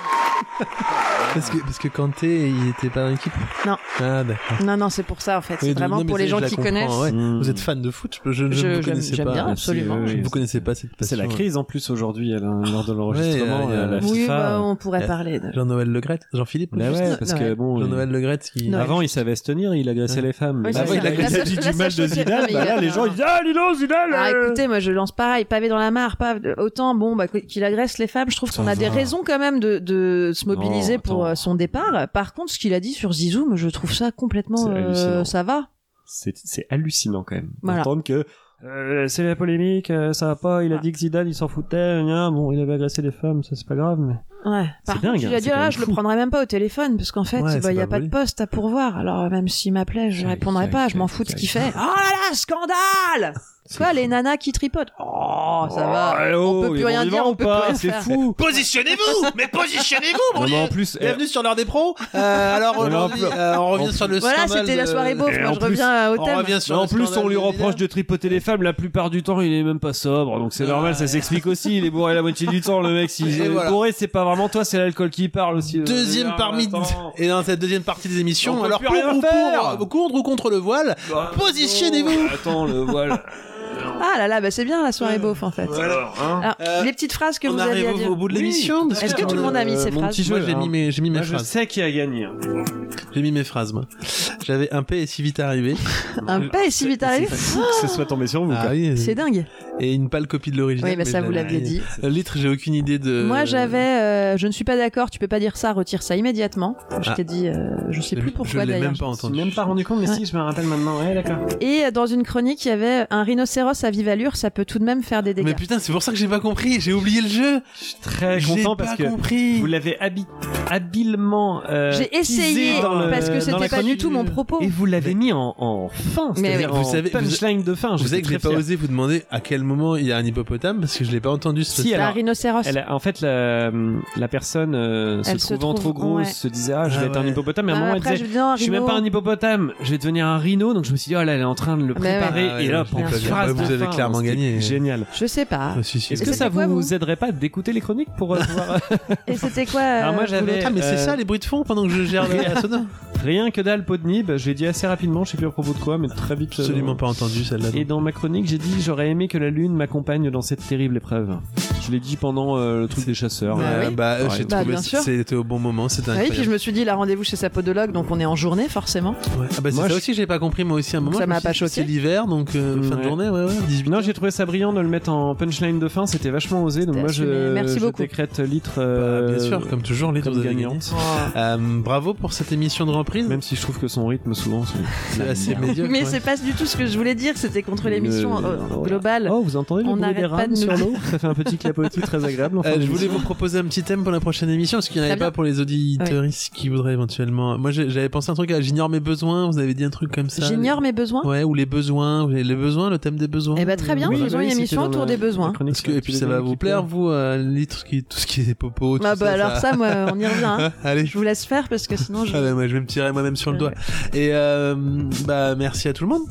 Parce que, parce que Kanté, il était pas dans l'équipe. Non. Ah, d'accord. Non, non, c'est pour ça, en fait. Oui, C'est donc, vraiment non, mais pour ça, les je gens la qui comprends, connaissent. ouais. Mmh. Vous êtes fan de foot, je, je, je Je- ne vous j'aime- connaissais j'aime pas. bien, absolument. Oui, oui, Je ne vous connaissais pas cette C'est passion. la crise en plus aujourd'hui, elle, hein, lors de l'enregistrement. Ouais, il y a- euh, la Oui, FIFA. bah, on pourrait Euh, parler de... Jean-Noël Legrette, Jean-Philippe. Bah juste ouais, parce que Noël. bon. il- Jean-Noël Legrette qui. Noël. Avant, il savait se tenir, il agressait Ouais. les femmes. Oui, Mais c'est avant, ça. il a Là, il a ça- dit là, du ça mal de choquait. Zidane. Non, mais Bah il a- là, les gens, ils disent ah, dis donc, Zidane. Ah, euh. écoutez, moi je lance pareil, pavé dans la mare, pas autant bon bah qu'il agresse les femmes. Je trouve Ça qu'on a va. des raisons quand même de, de se mobiliser Non, pour attends. euh, son départ. Par contre, ce qu'il a dit sur Zizou, moi, je trouve ça complètement, C'est euh, hallucinant. ça va. C'est c'est hallucinant quand même. Voilà. D'entendre que euh, c'est la polémique, euh, ça va pas. Il a dit que Zidane, il s'en foutait. gna, Bon, il avait agressé les femmes, ça c'est pas grave. Mais Ouais. Par C'est contre, dingue, il hein, a c'est dit quand ah, même je le fou. prendrai même pas au téléphone parce qu'en fait, Ouais, bah, c'est il y a pas pas de volé. poste à pourvoir. Alors même s'il m'appelait, je Aïe, répondrais aïe, pas. Je m'en aïe, fous de ce aïe, qu'il aïe. fait. Oh là là, scandale! Quoi, les nanas qui tripotent? Oh, ça va. Oh, On oh, peut ils plus vont rien vivre dire, ou on peut pas, plus rien c'est faire. fou. Positionnez-vous Mais positionnez-vous, Non, mais en plus, eh, Bienvenue sur l'heure des pros. Euh, alors Mais en aujourd'hui, plus- euh, on revient en sur le Voilà, scandale c'était la de- soirée beauf. Et Moi, en je plus, reviens au On thème. revient sur Mais en le plus, scandale on lui de reproche Zidane. de tripoter les femmes. La plupart du temps, il est même pas sobre. Donc c'est normal, ça s'explique aussi. Il est bourré la moitié du temps, le mec. S'il Et est voilà. bourré, c'est pas vraiment toi, c'est l'alcool qui parle aussi. Deuxième Ah, parmi attends. et dans cette deuxième partie des On émissions, peut alors plus pour rien ou faire. pour, contre ou contre le voile, Ah, positionnez-vous. non, Attends, le voile. Ah là là, bah c'est bien la soirée beauf en fait. Alors, hein. Alors, Euh, les petites phrases que on vous arrive aviez à au, dire. au bout de Oui. l'émission. parce Est-ce que tout le monde a mis ses mon phrases petit jeu, Moi, j'ai hein. mis mes, j'ai mis mes Moi, je phrases. sais qui a gagné. J'ai mis mes phrases, moi. J'avais un P et si vite arrivé. Un paix et si vite arrivé. C'est fou que ce soit tombé sur vous. Ah quoi. oui. C'est dingue. Et une pâle copie de l'original. Oui, bah mais ça je vous l'avais- l'aviez dit. Le litre, j'ai aucune idée de. Moi j'avais, euh, je ne suis pas d'accord, tu peux pas dire ça, retire ça immédiatement. Je Ah. t'ai dit, euh, je sais Je- plus je pourquoi l'ai d'ailleurs. même pas Je me suis entendu. même pas rendu compte, mais Ouais. si, je me rappelle maintenant. Ouais, d'accord. Et euh, dans une chronique, il y avait un rhinocéros à vive allure, ça peut tout de même faire des dégâts. Mais putain, c'est pour ça que j'ai pas compris. J'ai oublié le jeu. Je suis très J'ai content pas parce que compris. vous l'avez habi- habilement euh, J'ai essayé teasé dans le- parce que dans c'était la pas du chronique. tout mon propos. Et vous l'avez mis en, en fin, Mais c'est-à-dire oui. en Vous savez- punchline de fin. Vous savez que j'ai j'étais pas très fier. osé vous demander à quel moment il y a un hippopotame parce que je l'ai pas entendu. ce Si, C'est un alors, rhinocéros. Elle a- en fait, la, la personne euh, se Elle se trouvant trouve- trop grosse ouais. se disait ah je vais Ah être un ouais. hippopotame, mais à un Ah, moment elle après, disait je dis, non, je suis même rhino. pas un hippopotame, je vais devenir un rhino, donc je me suis dit oh là elle est en train de le Ah, bah ouais. préparer Ah ouais, et là je pour l'ai pas une vu. phrase Bah, de vous avez fin, clairement c'était gagné. génial. Je sais pas. Ah, si, si, Est-ce si. que ça c'était quoi, vous vous aiderait pas d'écouter les chroniques pour euh, pouvoir Et c'était quoi Alors moi, euh, j'avais- vous, Ah, mais c'est Euh, ça les bruits de fond pendant que je gère la sono. rien que dalle pot de nib, j'ai dit assez rapidement, je sais plus à propos de quoi, mais très vite. euh, Absolument pas entendu celle-là. Et dans ma chronique, j'ai dit j'aurais aimé que la lune m'accompagne dans cette terrible épreuve. Je l'ai dit pendant euh, le truc des chasseurs. Bah Ouais, oui. bah, Ouais. j'ai Bah, trouvé bien sûr. c'était au bon moment, c'était Ah oui, puis incroyable. je me suis dit, il a rendez-vous chez sa podologue, donc on est en journée forcément. Ouais. Ah bah c'est Moi, ça je- aussi que j'ai pas compris moi aussi à un moment. ça je me m'a suis pas dit, choqué. C'est l'hiver donc euh, fin de Ouais. journée, ouais ouais. dix-huit Non, heures. j'ai trouvé ça brillant de le mettre en punchline de fin, c'était vachement osé. Donc T'as moi, je, assumé. Merci je beaucoup. décrète litre. Bah, euh, bien sûr, comme toujours les comme deux gagnants. gagnante. Euh, bravo pour cette émission de reprise. Même si je trouve que son rythme souvent c'est. C'est assez médiocre. Mais ouais. c'est pas du tout ce que je voulais dire, c'était contre l'émission Euh, euh, voilà. globale. Oh, vous entendez le On bruit n'arrête des pas rames de sur nous- l'eau Ça fait un petit clapotis très agréable. en fin Euh, je d'émission. voulais vous proposer un petit thème pour la prochaine émission parce qu'il n'y en Très avait bien. pas pour les auditeuristes qui voudraient éventuellement. Moi j'ai- j'avais pensé un truc à J'ignore mes besoins, vous avez dit un truc comme ça. J'ignore mes besoins. Ouais, ou les besoins, ou les les besoins, le thème des besoins. Eh ben très bien, Oui, faisons oui, une c'était émission dans autour la- des besoins. la chronique Parce que, et puis sur ça les va gens vous qui plaire, pleurent. vous, euh, les- tout, ce qui, tout ce qui est popo, tout Ah ça. bah alors ça, moi, on y revient. hein. Allez. Je vous laisse faire parce que sinon je. Ah bah, moi, je vais me tirer moi-même sur le doigt. Et euh, bah merci à tout le monde.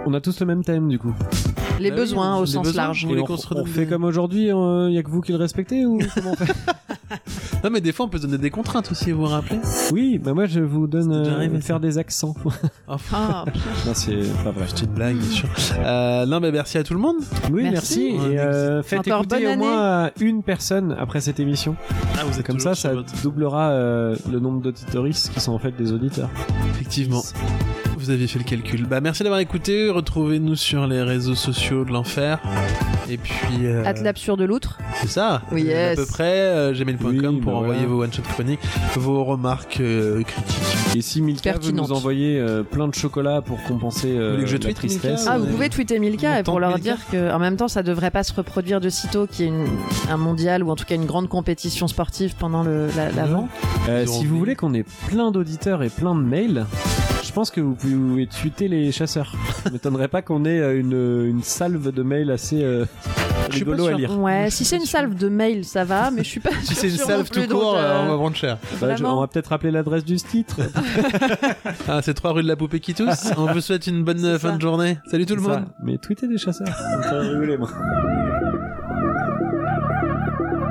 On a tous le même thème du coup. Les Bah besoins oui, au les sens besoins. large. Vous Et voulez on, qu'on se on redonne fait des- comme aujourd'hui, il y a que vous qui le respectez ou comment on fait? Non, mais des fois, on peut se donner des contraintes aussi, vous vous rappelez? Oui, bah moi je vous donne C'est déjà euh, arrivé, faire ça. des accents. Enfin, Ah, Non, c'est pas vrai. c'est une blague, bien sûr. Euh, non, mais merci à tout le monde. Oui, Merci. merci. Et euh, faites Encore écouter bonne au année. moins à une personne après cette émission. Ah, vous êtes Comme toujours ça, sur ça votre- doublera euh, le nombre d'auditoristes qui sont en fait des auditeurs. Effectivement. Vous aviez fait le calcul. Bah, merci d'avoir écouté. Retrouvez-nous sur les réseaux sociaux de l'enfer. Et puis. Euh... At l'absurde loutre. C'est ça. Oui, Euh, yes. À peu près. Euh, gmail point com Oui, pour bah envoyer voilà. vos one-shot chroniques, vos remarques euh, critiques. Et si Milka veut Pertinente. nous envoyer euh, plein de chocolat pour compenser euh, Vous voulez que je la tweete, tristesse, Milka, Ah, ou- vous pouvez tweeter Milka On et pour tente leur Milka. dire qu'en même temps, ça devrait pas se reproduire de sitôt qu'il y ait une- un mondial ou en tout cas une grande compétition sportive pendant le, la- l'avant. Euh, Ils auront si oublié. vous voulez qu'on ait plein d'auditeurs et plein de mails, je pense que vous pouvez tweeter les chasseurs. Ça m'étonnerait pas qu'on ait euh, une, une salve de mails assez euh, Je suis pas rigolo à sûr. lire. Ouais, je si suis c'est pas une sûr. salve de mail, ça va, mais je suis pas Si sûre c'est une sûre salve non plus, tout court, donc, euh, euh, on va vendre cher. Bah, je- Vraiment. on va peut-être rappeler l'adresse du titre. Ah, c'est trois rue de la Poupée qui tousse. On vous souhaite une bonne euh, C'est fin ça. de journée. Salut tout le C'est ça. monde. Mais tweetez des chasseurs. Ça me fait rigoler, moi.